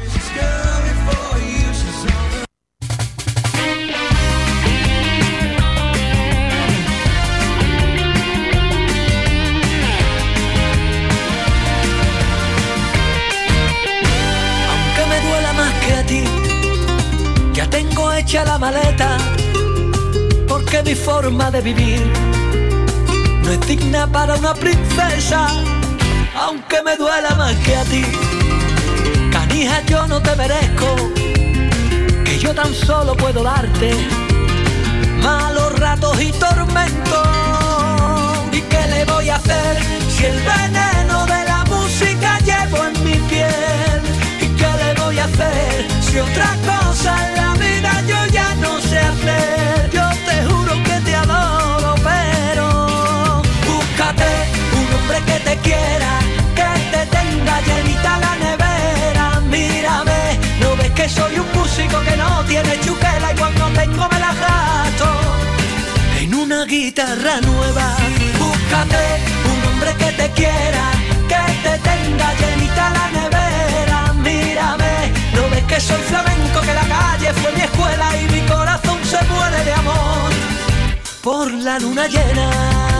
S2: Ya tengo hecha la maleta, porque mi forma de vivir no es digna para una princesa, aunque me duela más que a ti. Canija, yo no te merezco, que yo tan solo puedo darte malos ratos y tormentos. ¿Y qué le voy a hacer si el veneno de la música llevo en mi piel? ¿Y qué le voy a hacer si otra cosa en la vida yo ya no sé hacer? Yo te juro que te adoro, pero búscate un hombre que te quiera, que te tenga llenita la nevera. Mírame, ¿no ves que soy un músico que no tiene chuquela y cuando tengo me la gasto en una guitarra nueva? Búscate un hombre que te quiera, que te tenga llenita la nevera. Mírame, ¿no ves que soy flamenco, que la calle fue mi escuela y mi corazón se muere de amor por la luna llena?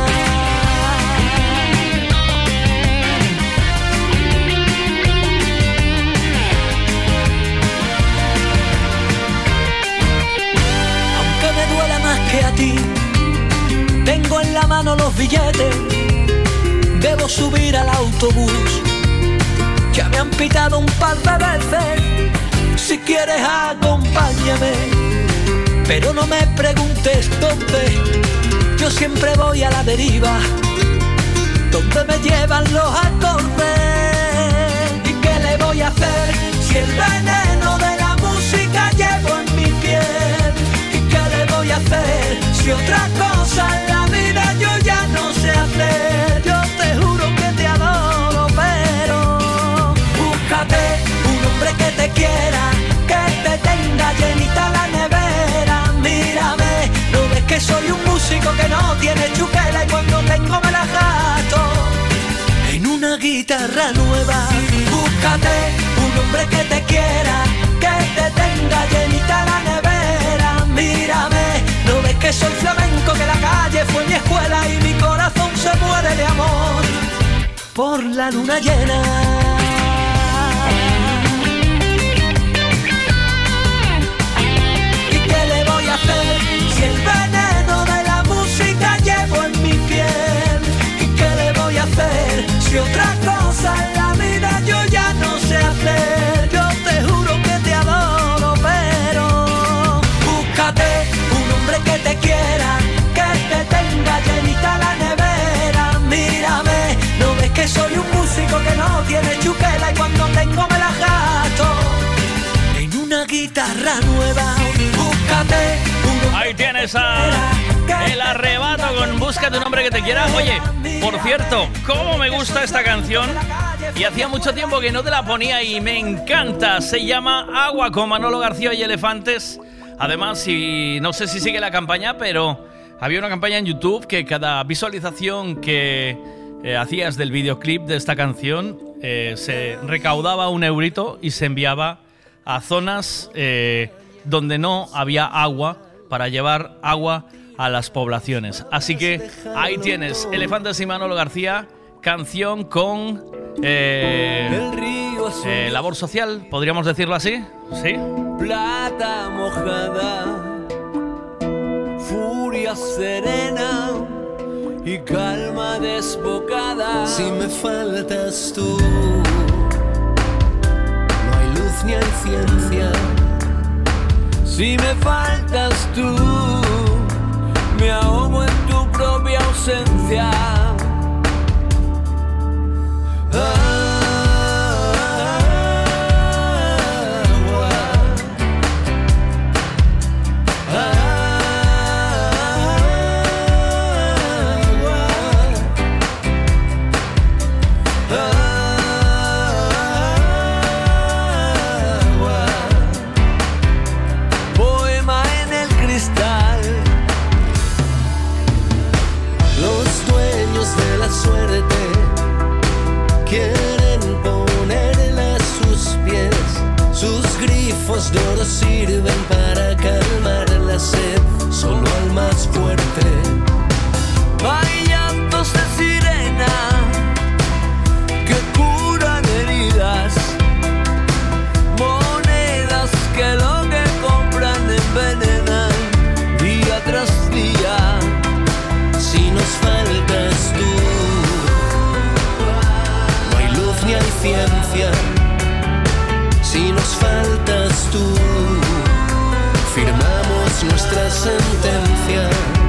S2: Aunque me duela más que a ti, tengo en la mano los billetes, debo subir al autobús. Ya me han pitado un par de veces, si quieres acompáñame, pero no me preguntes dónde, yo siempre voy a la deriva, donde me llevan los acordes. ¿Y qué le voy a hacer si el veneno de la música llevo en mi piel? ¿Y qué le voy a hacer si otra cosa en la vida yo ya no sé hacer? Yo te juro que te adoro, pero búscate un hombre que te quiera, que te tenga llenita la nevera. Mírame, ¿no ves que soy un músico que no tiene chuquela y cuando tengo me la gasto en una guitarra nueva? Búscate un hombre que te quiera, que te tenga llenita la nevera. Mírame, ¿no ves que soy flamenco, que la calle fue mi escuela y mi corazón se muere de amor por la luna llena? Si el veneno de la música llevo en mi piel, ¿y qué le voy a hacer si otra cosa en la vida yo ya no sé hacer? Yo te juro que te adoro, pero búscate un hombre que te quiera, que te tenga llenita la nevera. Mírame, ¿no ves que soy un músico que no tiene chuquela y cuando tengo me la gasto en una guitarra nueva? Búscate.
S13: Ahí tienes El Arrebato con Búscate un hombre que te quiera. Oye, por cierto, cómo me gusta esta canción y hacía mucho tiempo que no te la ponía y me encanta. Se llama Agua, con Manolo García y Elefantes. Además, no sé si sigue la campaña, pero había una campaña en YouTube que cada visualización que hacías del videoclip de esta canción se recaudaba un eurito y se enviaba a zonas donde no había agua para llevar agua a las poblaciones. Así que ahí tienes Elefantes y Manolo García, canción con labor social, podríamos decirlo así, ¿sí?
S2: Plata mojada, furia serena y calma desbocada. Si me faltas tú, no hay luz ni hay ciencia. Si me faltas tú, me ahogo en tu propia ausencia. De oro sirven para calmar la sed, solo al más fuerte. Hay llantos de sirena que curan heridas, monedas que lo que compran envenenan día tras día. Si nos faltas tú, no hay luz ni hay ciencia. Si nos faltas tú, firmamos nuestra sentencia.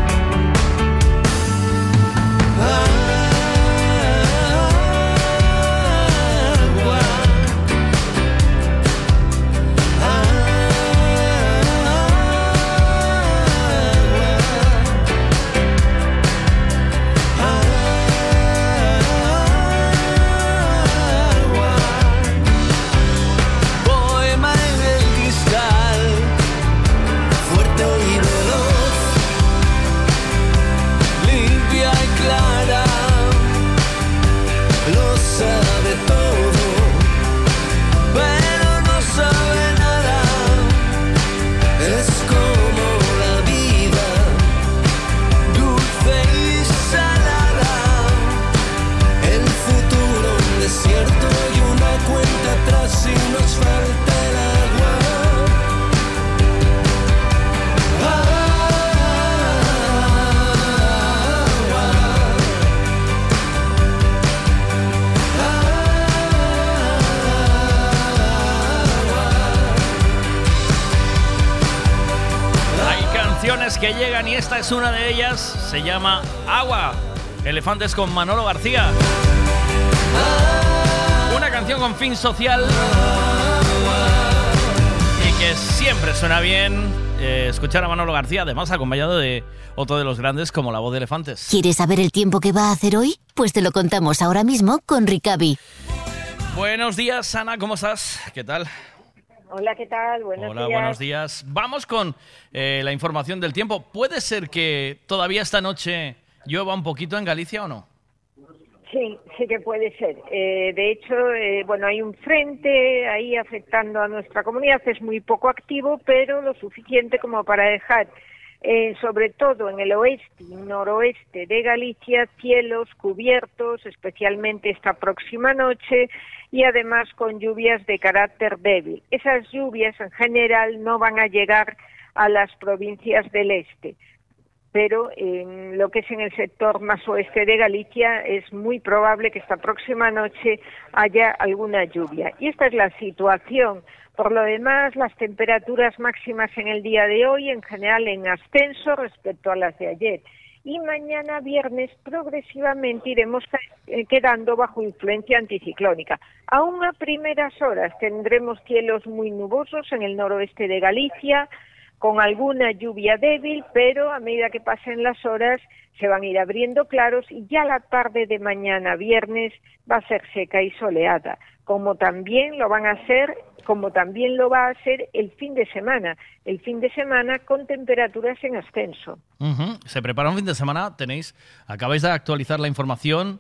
S13: Que llegan y esta es una de ellas, se llama Agua, Elefantes con Manolo García, una canción con fin social y que siempre suena bien escuchar a Manolo García, además acompañado de otro de los grandes como La Voz de Elefantes.
S4: ¿Quieres saber el tiempo que va a hacer hoy? Pues te lo contamos ahora mismo con Ricavi.
S13: Buenos días, Ana, ¿cómo estás? ¿Qué tal?
S22: Hola, ¿qué tal? Buenos días.
S13: Buenos días. Vamos con la información del tiempo. ¿Puede ser que todavía esta noche llueva un poquito en Galicia o no?
S22: Sí, sí que puede ser. De hecho, bueno, hay un frente ahí afectando a nuestra comunidad. Es muy poco activo, pero lo suficiente como para dejar, sobre todo en el oeste y noroeste de Galicia, cielos cubiertos, especialmente esta próxima noche, y además con lluvias de carácter débil. Esas lluvias en general no van a llegar a las provincias del este, pero en lo que es en el sector más oeste de Galicia es muy probable que esta próxima noche haya alguna lluvia. Y esta es la situación. Por lo demás, las temperaturas máximas en el día de hoy en general en ascenso respecto a las de ayer. Y mañana viernes progresivamente iremos quedando bajo influencia anticiclónica. Aún a primeras horas tendremos cielos muy nubosos en el noroeste de Galicia, con alguna lluvia débil, pero a medida que pasen las horas se van a ir abriendo claros y ya la tarde de mañana viernes va a ser seca y soleada, como también lo va a ser el fin de semana con temperaturas en ascenso.
S13: Se prepara un fin de semana, acabáis de actualizar la información,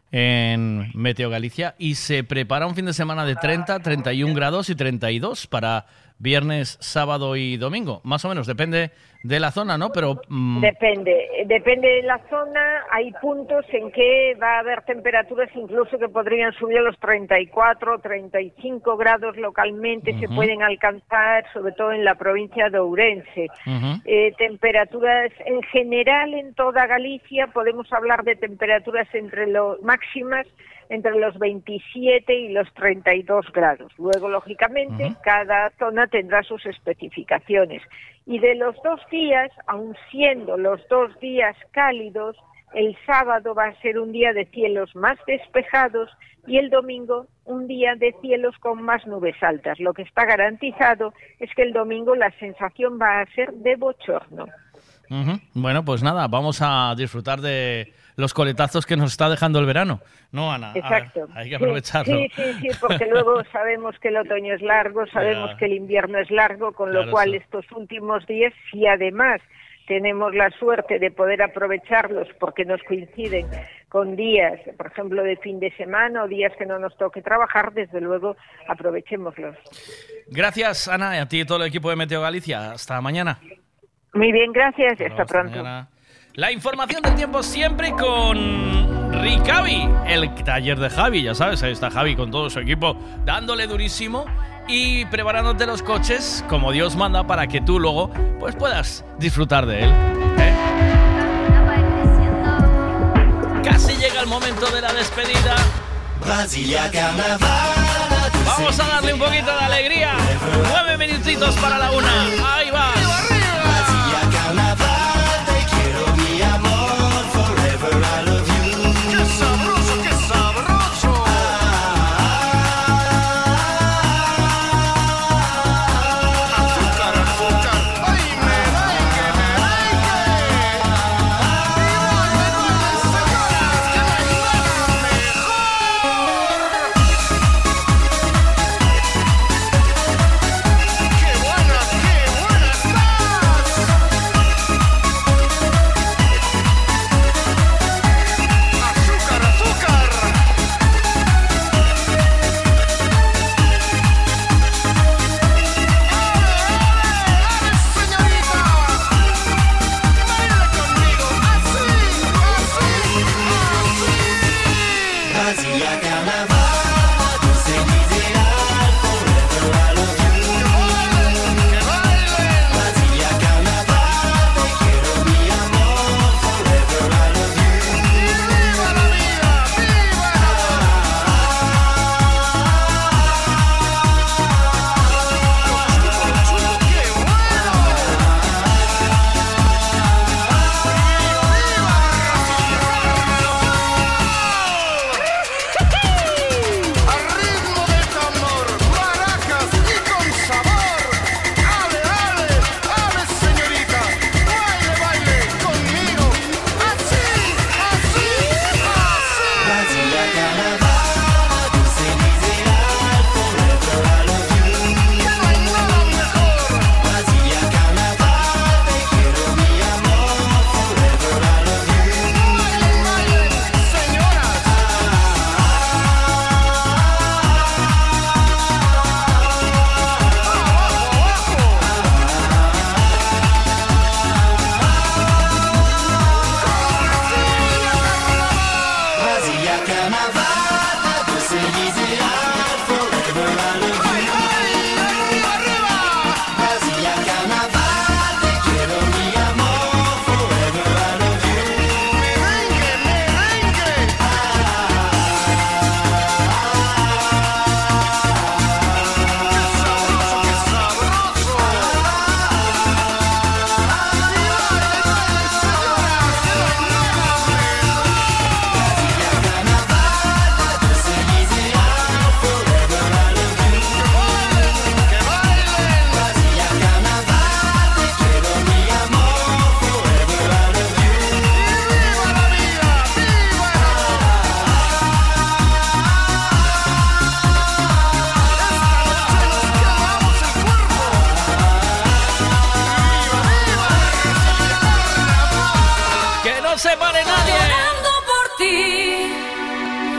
S13: en Meteo Galicia y se prepara un fin de semana de 30, 31 grados y 32 para viernes, sábado y domingo. Más o menos, depende de la zona, ¿no? Pero
S22: Depende de la zona. Hay puntos en que va a haber temperaturas incluso que podrían subir a los 34, 35 grados localmente, se pueden alcanzar, sobre todo en la provincia de Ourense. Temperaturas en general en toda Galicia, podemos hablar de temperaturas máximas entre los 27 y los 32 grados. Luego, lógicamente, cada zona tendrá sus especificaciones. Y de los 2 días, aun siendo los 2 días cálidos, el sábado va a ser un día de cielos más despejados y el domingo un día de cielos con más nubes altas. Lo que está garantizado es que el domingo la sensación va a ser de bochorno.
S13: Bueno, pues nada, vamos a disfrutar de los coletazos que nos está dejando el verano, ¿no, Ana?
S22: Exacto.
S13: Hay que aprovecharlo.
S22: Sí, porque luego sabemos que el otoño es largo, sabemos que el invierno es largo, con lo cual estos últimos días, si además tenemos la suerte de poder aprovecharlos porque nos coinciden con días, por ejemplo, de fin de semana o días que no nos toque trabajar, desde luego aprovechémoslos.
S13: Gracias, Ana, y a ti y todo el equipo de Meteo Galicia. Hasta mañana.
S22: Muy bien, gracias y hasta pronto.
S13: Mañana. La información del tiempo siempre con Ricavi, el taller de Javi. Ya sabes, ahí está Javi con todo su equipo dándole durísimo y preparándote los coches como Dios manda para que tú luego pues puedas disfrutar de él. Casi llega el momento de la despedida. Vamos a darle un poquito de alegría. 9 minutitos para la 1. Ahí va.
S16: se pare nadie. Llorando por ti.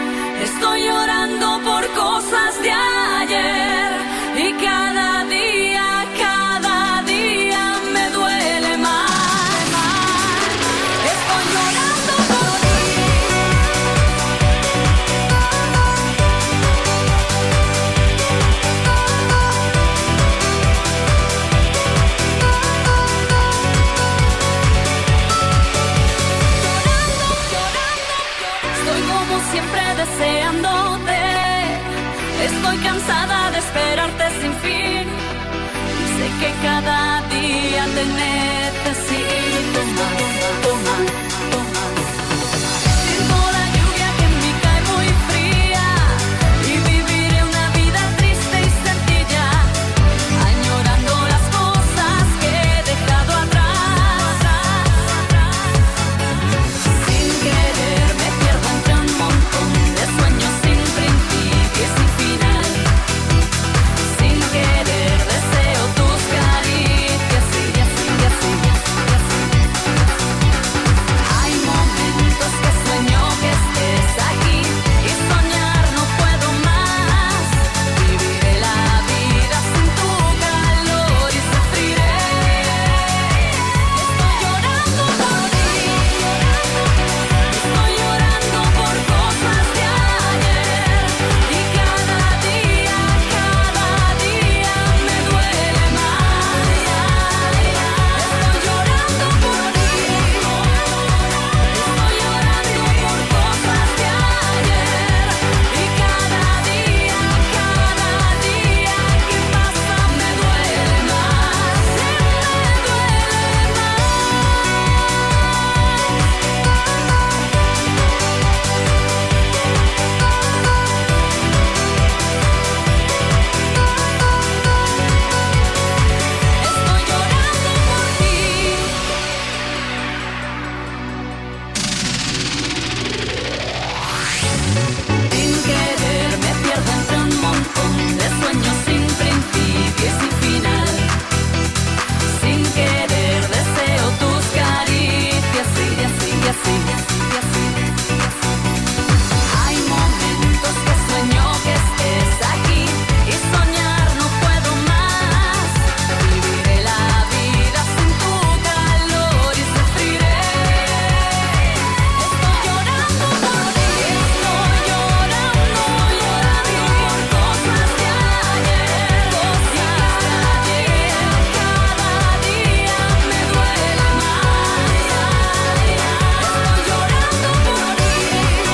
S6: esperarte sin fin. Y sé que cada día te necesito más, toma, toma. Siento la lluvia que en mí cae muy fría y viviré una vida triste y sencilla, añorando las cosas que he dejado atrás. Sin querer me pierdo entre un montón de sueños sin principio y sin final. Sin querer deseo tus caricias y así, y así, y así. Hay momentos que sueño que estés aquí y soñar no puedo más. Viviré la vida sin tu calor y sufriré. Estoy llorando por ti, estoy llorando por cosas de ayer y cada día me duele más. Estoy llorando por ti, estoy llorando por cosas de ayer y cada día que pasa me duele más, me Estoy llorando por ti. Sin querer me pierdo entre un montón de sueños sin principio y sin final. Sin querer deseo tus caricias y así, y así, y así. Hay momentos que sueño que estés aquí y soñar no puedo más. Viviré la vida sin tu calor y sufriré. Estoy llorando por ti, estoy llorando, llorando por cosas de ayer, cosas de ayer. Cada día me duele más. Estoy llorando por ti, estoy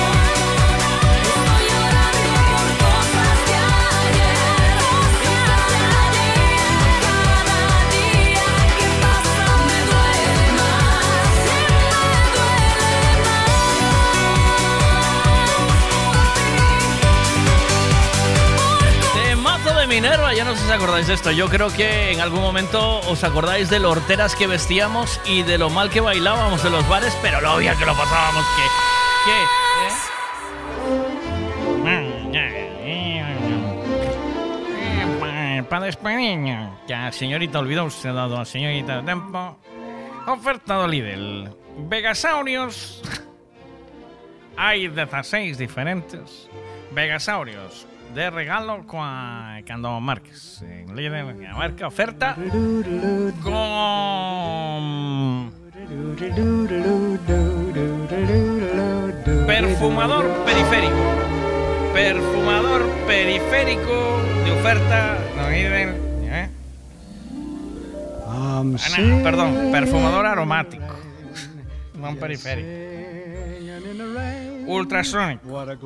S6: llorando por cosas de ayer, cosas de ayer. Cada día que pasa me duele más, me
S13: Temazo de Minerva, ya no sé si os acordáis de esto. Yo creo que en algún momento os acordáis de lo horteras que vestíamos y de lo mal que bailábamos en los bares, pero lo bien que lo pasábamos. Para despedir, ya señorita, olvidó usted dado, señorita, tiempo. Oferta de Lidl. Vegasaurios. Hay 16 diferentes Vegasaurios de regalo cuando marques en Lidl, marca oferta con perfumador periférico de oferta no Lidl, perdón, perfumador aromático, no periférico, ultrasonic.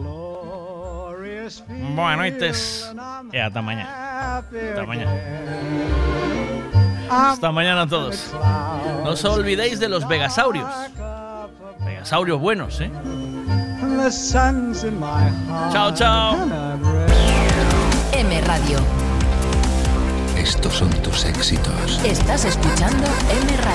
S13: Buenas noches y hasta mañana. Hasta mañana a todos. No os olvidéis de los Vegasaurios. Vegasaurios buenos, ¿eh? Chao, chao.
S8: M Radio.
S21: Estos son tus éxitos.
S8: Estás escuchando M Radio.